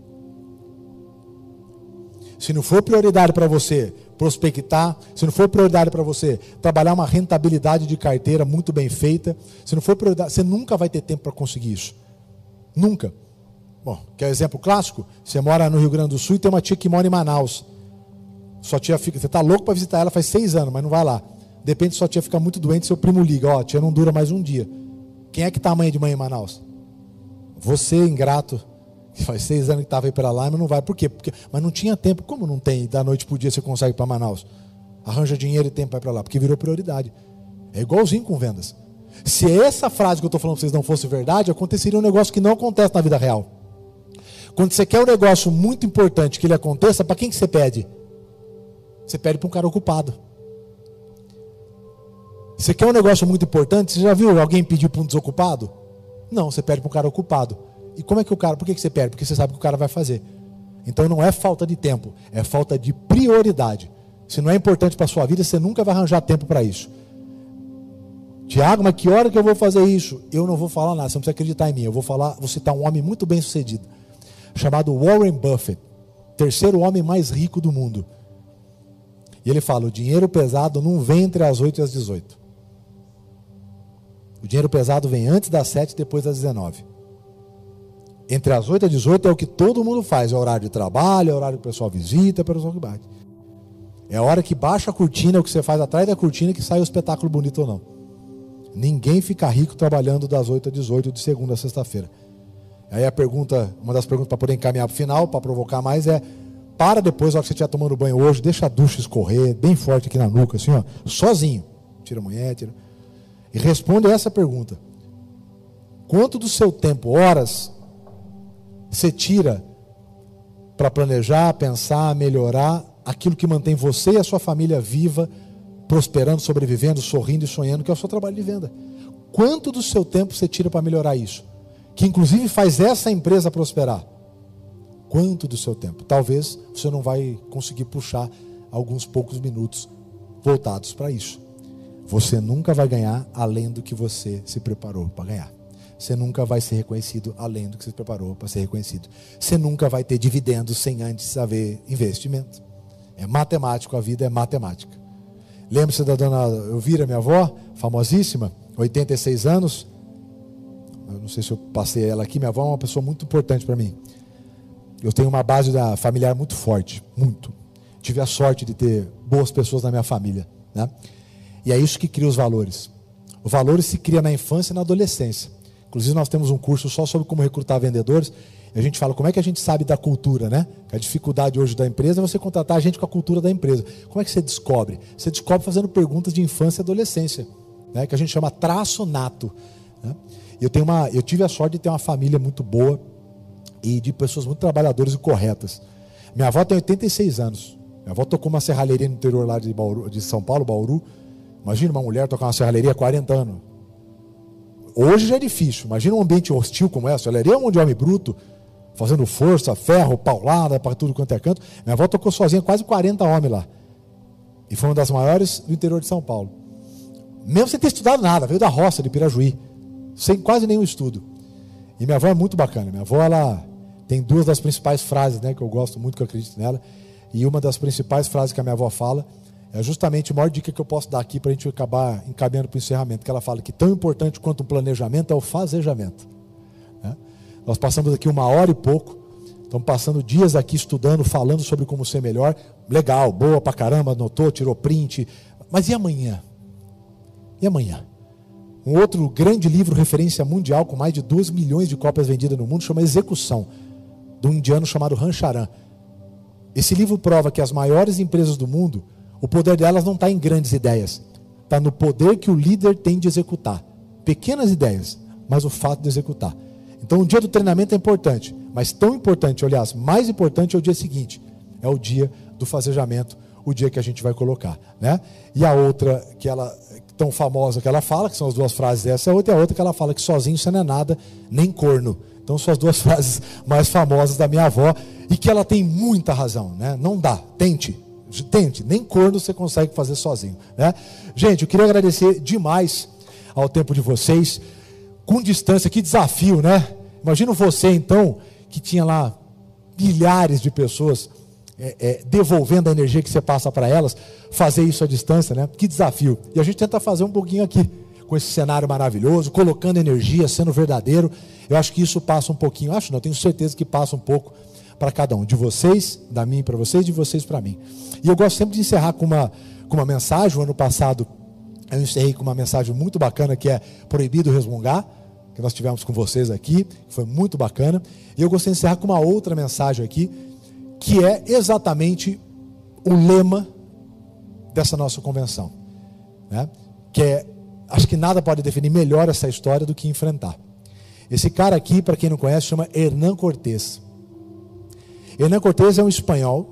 Se não for prioridade para você prospectar, se não for prioridade para você trabalhar uma rentabilidade de carteira muito bem feita, se não for prioridade, você nunca vai ter tempo para conseguir isso. Nunca. Bom, quer um exemplo clássico? Você mora no Rio Grande do Sul e tem uma tia que mora em Manaus. Sua tia fica, você está louco para visitar ela faz seis anos, mas não vai lá. De repente sua tia fica muito doente, seu primo liga, ó, a tia não dura mais um dia. Quem é que está amanhã de manhã em Manaus? Você, ingrato, que faz seis anos que estava aí para lá, mas não vai. Por quê? Porque, mas não tinha tempo. Como não tem? Da noite para o dia você consegue ir para Manaus. Arranja dinheiro e tempo para ir para lá, porque virou prioridade. É igualzinho com vendas. Se essa frase que eu estou falando para vocês não fosse verdade, aconteceria um negócio que não acontece na vida real. Quando você quer um negócio muito importante que ele aconteça, para quem que você pede? Você pede para um cara ocupado. Você quer um negócio muito importante? Você já viu alguém pedir para um desocupado? Não, você pede para um cara ocupado. E como é que o cara, por que você pede? Porque você sabe que o cara vai fazer. Então não é falta de tempo, é falta de prioridade. Se não é importante para a sua vida, você nunca vai arranjar tempo para isso. Tiago, mas que hora que eu vou fazer isso? Eu não vou falar nada, você não precisa acreditar em mim. Eu vou falar, vou citar um homem muito bem sucedido, chamado Warren Buffett, terceiro homem mais rico do mundo. E ele fala, o dinheiro pesado não vem entre as oito e as dezoito. O dinheiro pesado vem antes das sete e depois das dezenove. Entre as oito e as dezoito é o que todo mundo faz. É o horário de trabalho, é o horário que o pessoal visita, é o pessoal que bate. É a hora que baixa a cortina, é o que você faz atrás da cortina, que sai o espetáculo bonito ou não. Ninguém fica rico trabalhando das oito às dezoito, de segunda a sexta-feira. Aí a pergunta, uma das perguntas para poder encaminhar para o final, para provocar mais, é: para depois, na hora que você estiver tomando banho hoje, deixa a ducha escorrer bem forte aqui na nuca, assim, ó, sozinho. Tira a mulher, tira. E responde essa pergunta: quanto do seu tempo, horas, você tira para planejar, pensar, melhorar aquilo que mantém você e a sua família viva, prosperando, sobrevivendo, sorrindo e sonhando, que é o seu trabalho de venda? Quanto do seu tempo você tira para melhorar isso? Que inclusive faz essa empresa prosperar. Quanto do seu tempo? Talvez você não vai conseguir puxar alguns poucos minutos voltados para isso. Você nunca vai ganhar além do que você se preparou para ganhar. Você nunca vai ser reconhecido além do que você se preparou para ser reconhecido. Você nunca vai ter dividendos sem antes haver investimento. É matemático, a vida é matemática. Lembra-se da dona Elvira, minha avó, famosíssima, oitenta e seis anos. Eu não sei se eu passei ela aqui. Minha avó é uma pessoa muito importante para mim. Eu tenho uma base da familiar muito forte, muito. Tive a sorte de ter boas pessoas na minha família, né? E é isso que cria os valores. Os valores se criam na infância e na adolescência. Inclusive nós temos um curso só sobre como recrutar vendedores. E a gente fala como é que a gente sabe da cultura, né? A dificuldade hoje da empresa é você contratar a gente com a cultura da empresa. Como é que você descobre? Você descobre fazendo perguntas de infância e adolescência, né? Que a gente chama traço nato, né? Eu, tenho uma, eu tive a sorte de ter uma família muito boa e de pessoas muito trabalhadoras e corretas. Minha avó tem oitenta e seis anos. Minha avó tocou uma serralheria no interior lá de, Bauru, de São Paulo, Bauru. Imagina uma mulher tocar uma serralheria há quarenta anos. Hoje já é difícil. Imagina um ambiente hostil como essa. Serralheria é um monte de homem bruto, fazendo força, ferro, paulada para tudo quanto é canto. Minha avó tocou sozinha quase quarenta homens lá. E foi uma das maiores do interior de São Paulo. Mesmo sem ter estudado nada, veio da roça de Pirajuí, sem quase nenhum estudo. E minha avó é muito bacana. Minha avó, ela tem duas das principais frases, né, que eu gosto muito, que eu acredito nela. E uma das principais frases que a minha avó fala é justamente a maior dica que eu posso dar aqui para a gente acabar encaminhando para o encerramento, que ela fala que tão importante quanto o planejamento é o fazejamento. Né? Nós passamos aqui uma hora e pouco, estamos passando dias aqui estudando, falando sobre como ser melhor. Legal, boa pra caramba, anotou, tirou print. Mas e amanhã? E amanhã? Um outro grande livro, referência mundial, com mais de dois milhões de cópias vendidas no mundo, chama Execução, de um indiano chamado Rancharan. Esse livro prova que as maiores empresas do mundo, o poder delas não está em grandes ideias, está no poder que o líder tem de executar. Pequenas ideias, mas o fato de executar. Então, o dia do treinamento é importante, mas Mas tão importante, aliás, mais importante é o dia seguinte. É o dia do fazejamento, o dia que a gente vai colocar, né? E a outra, que ela tão famosa que ela fala, que são as duas frases dessa, a outra é a outra que ela fala que sozinho você não é nada, nem corno. Então são as duas frases mais famosas da minha avó e que ela tem muita razão, né? Não dá, tente, tente, nem corno você consegue fazer sozinho, né? Gente, eu queria agradecer demais ao tempo de vocês, com distância, que desafio, né? Imagina você então, que tinha lá milhares de pessoas é, é, devolvendo a energia que você passa para elas, fazer isso à distância, né? Que desafio. E a gente tenta fazer um pouquinho aqui, com esse cenário maravilhoso, colocando energia, sendo verdadeiro. Eu acho que isso passa um pouquinho, acho não, tenho certeza que passa um pouco para cada um, de vocês, da mim para vocês, de vocês para mim. E eu gosto sempre de encerrar com uma, com uma mensagem. O ano passado eu encerrei com uma mensagem muito bacana, que é proibido resmungar, que nós tivemos com vocês aqui, foi muito bacana. E eu gostaria de encerrar com uma outra mensagem aqui, que é exatamente o lema dessa nossa convenção, né? Que é, acho que nada pode definir melhor essa história do que enfrentar. Esse cara aqui, para quem não conhece, chama Hernán Cortés. Hernán Cortés é um espanhol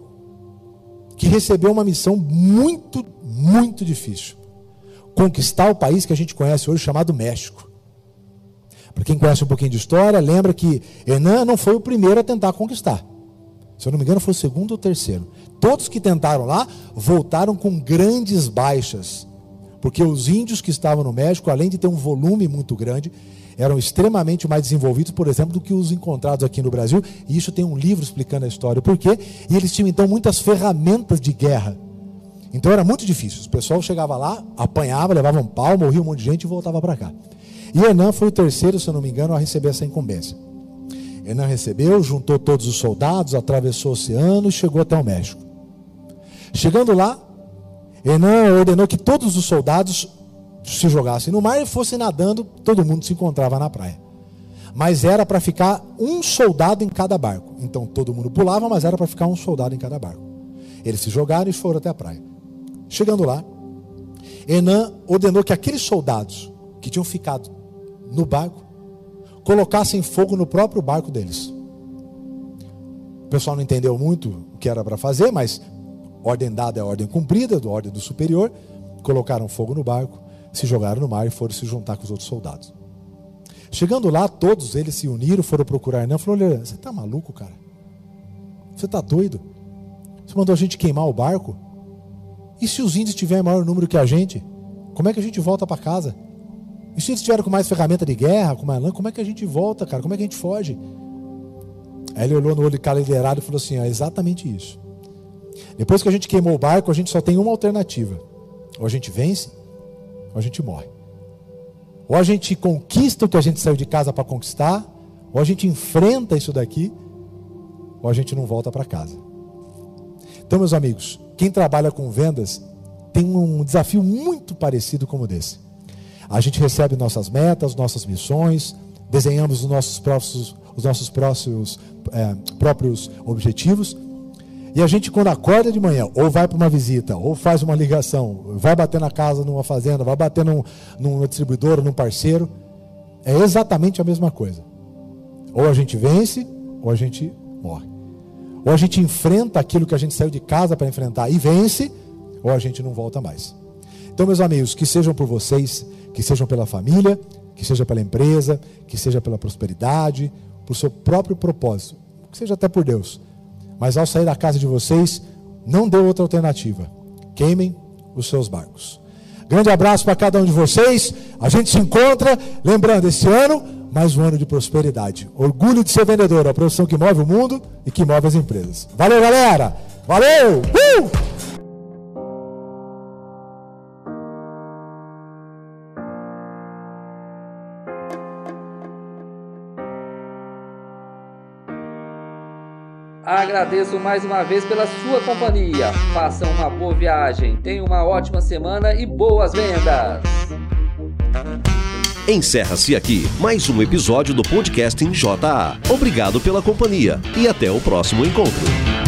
que recebeu uma missão muito, muito difícil. Conquistar o país que a gente conhece hoje, chamado México. Para quem conhece um pouquinho de história, lembra que Hernán não foi o primeiro a tentar conquistar. Se eu não me engano, foi o segundo ou terceiro. Todos que tentaram lá, voltaram com grandes baixas. Porque os índios que estavam no México, além de ter um volume muito grande, eram extremamente mais desenvolvidos, por exemplo, do que os encontrados aqui no Brasil. E isso tem um livro explicando a história, o porquê. E eles tinham, então, muitas ferramentas de guerra. Então era muito difícil. O pessoal chegava lá, apanhava, levava um pau, morria um monte de gente e voltava para cá. E Hernán foi o terceiro, se eu não me engano, a receber essa incumbência. Hernán recebeu, juntou todos os soldados, atravessou o oceano e chegou até o México. Chegando lá, Hernán ordenou que todos os soldados se jogassem no mar e fossem nadando, todo mundo se encontrava na praia. Mas era para ficar um soldado em cada barco. Então todo mundo pulava, mas era para ficar um soldado em cada barco. Eles se jogaram e foram até a praia. Chegando lá, Hernán ordenou que aqueles soldados que tinham ficado no barco colocassem fogo no próprio barco deles. O pessoal não entendeu muito o que era para fazer, mas ordem dada é ordem cumprida, da ordem do superior. Colocaram fogo no barco, se jogaram no mar e foram se juntar com os outros soldados. Chegando lá, todos eles se uniram, foram procurar Hernán e falaram: olha, você está maluco, cara? Você está doido? Você mandou a gente queimar o barco? E se os índios tiverem maior número que a gente? Como é que a gente volta para casa? E se eles tiveram com mais ferramenta de guerra, com mais lã, como é que a gente volta, cara? Como é que a gente foge? Aí ele olhou no olho de cara liderado e falou assim: é exatamente isso. Depois que a gente queimou o barco, a gente só tem uma alternativa. Ou a gente vence, ou a gente morre. Ou a gente conquista o que a gente saiu de casa para conquistar, ou a gente enfrenta isso daqui, ou a gente não volta para casa. Então, meus amigos, quem trabalha com vendas tem um desafio muito parecido como o desse. A gente recebe nossas metas, nossas missões, desenhamos os nossos próprios, os nossos próximos, é, próprios objetivos. E a gente, quando acorda de manhã, ou vai para uma visita, ou faz uma ligação, vai bater na casa, numa fazenda, vai bater num, num distribuidor, num parceiro, é exatamente a mesma coisa. Ou a gente vence, ou a gente morre. Ou a gente enfrenta aquilo que a gente saiu de casa para enfrentar e vence, ou a gente não volta mais. Então, meus amigos, que sejam por vocês, que sejam pela família, que seja pela empresa, que seja pela prosperidade, por seu próprio propósito, que seja até por Deus. Mas ao sair da casa de vocês, não dê outra alternativa. Queimem os seus barcos. Grande abraço para cada um de vocês. A gente se encontra, lembrando, esse ano, mais um ano de prosperidade. Orgulho de ser vendedor, a profissão que move o mundo e que move as empresas. Valeu, galera! Valeu! Uh! Agradeço mais uma vez pela sua companhia. Façam uma boa viagem, tenham uma ótima semana e boas vendas. Encerra-se aqui mais um episódio do Podcasting J A. Obrigado pela companhia e até o próximo encontro.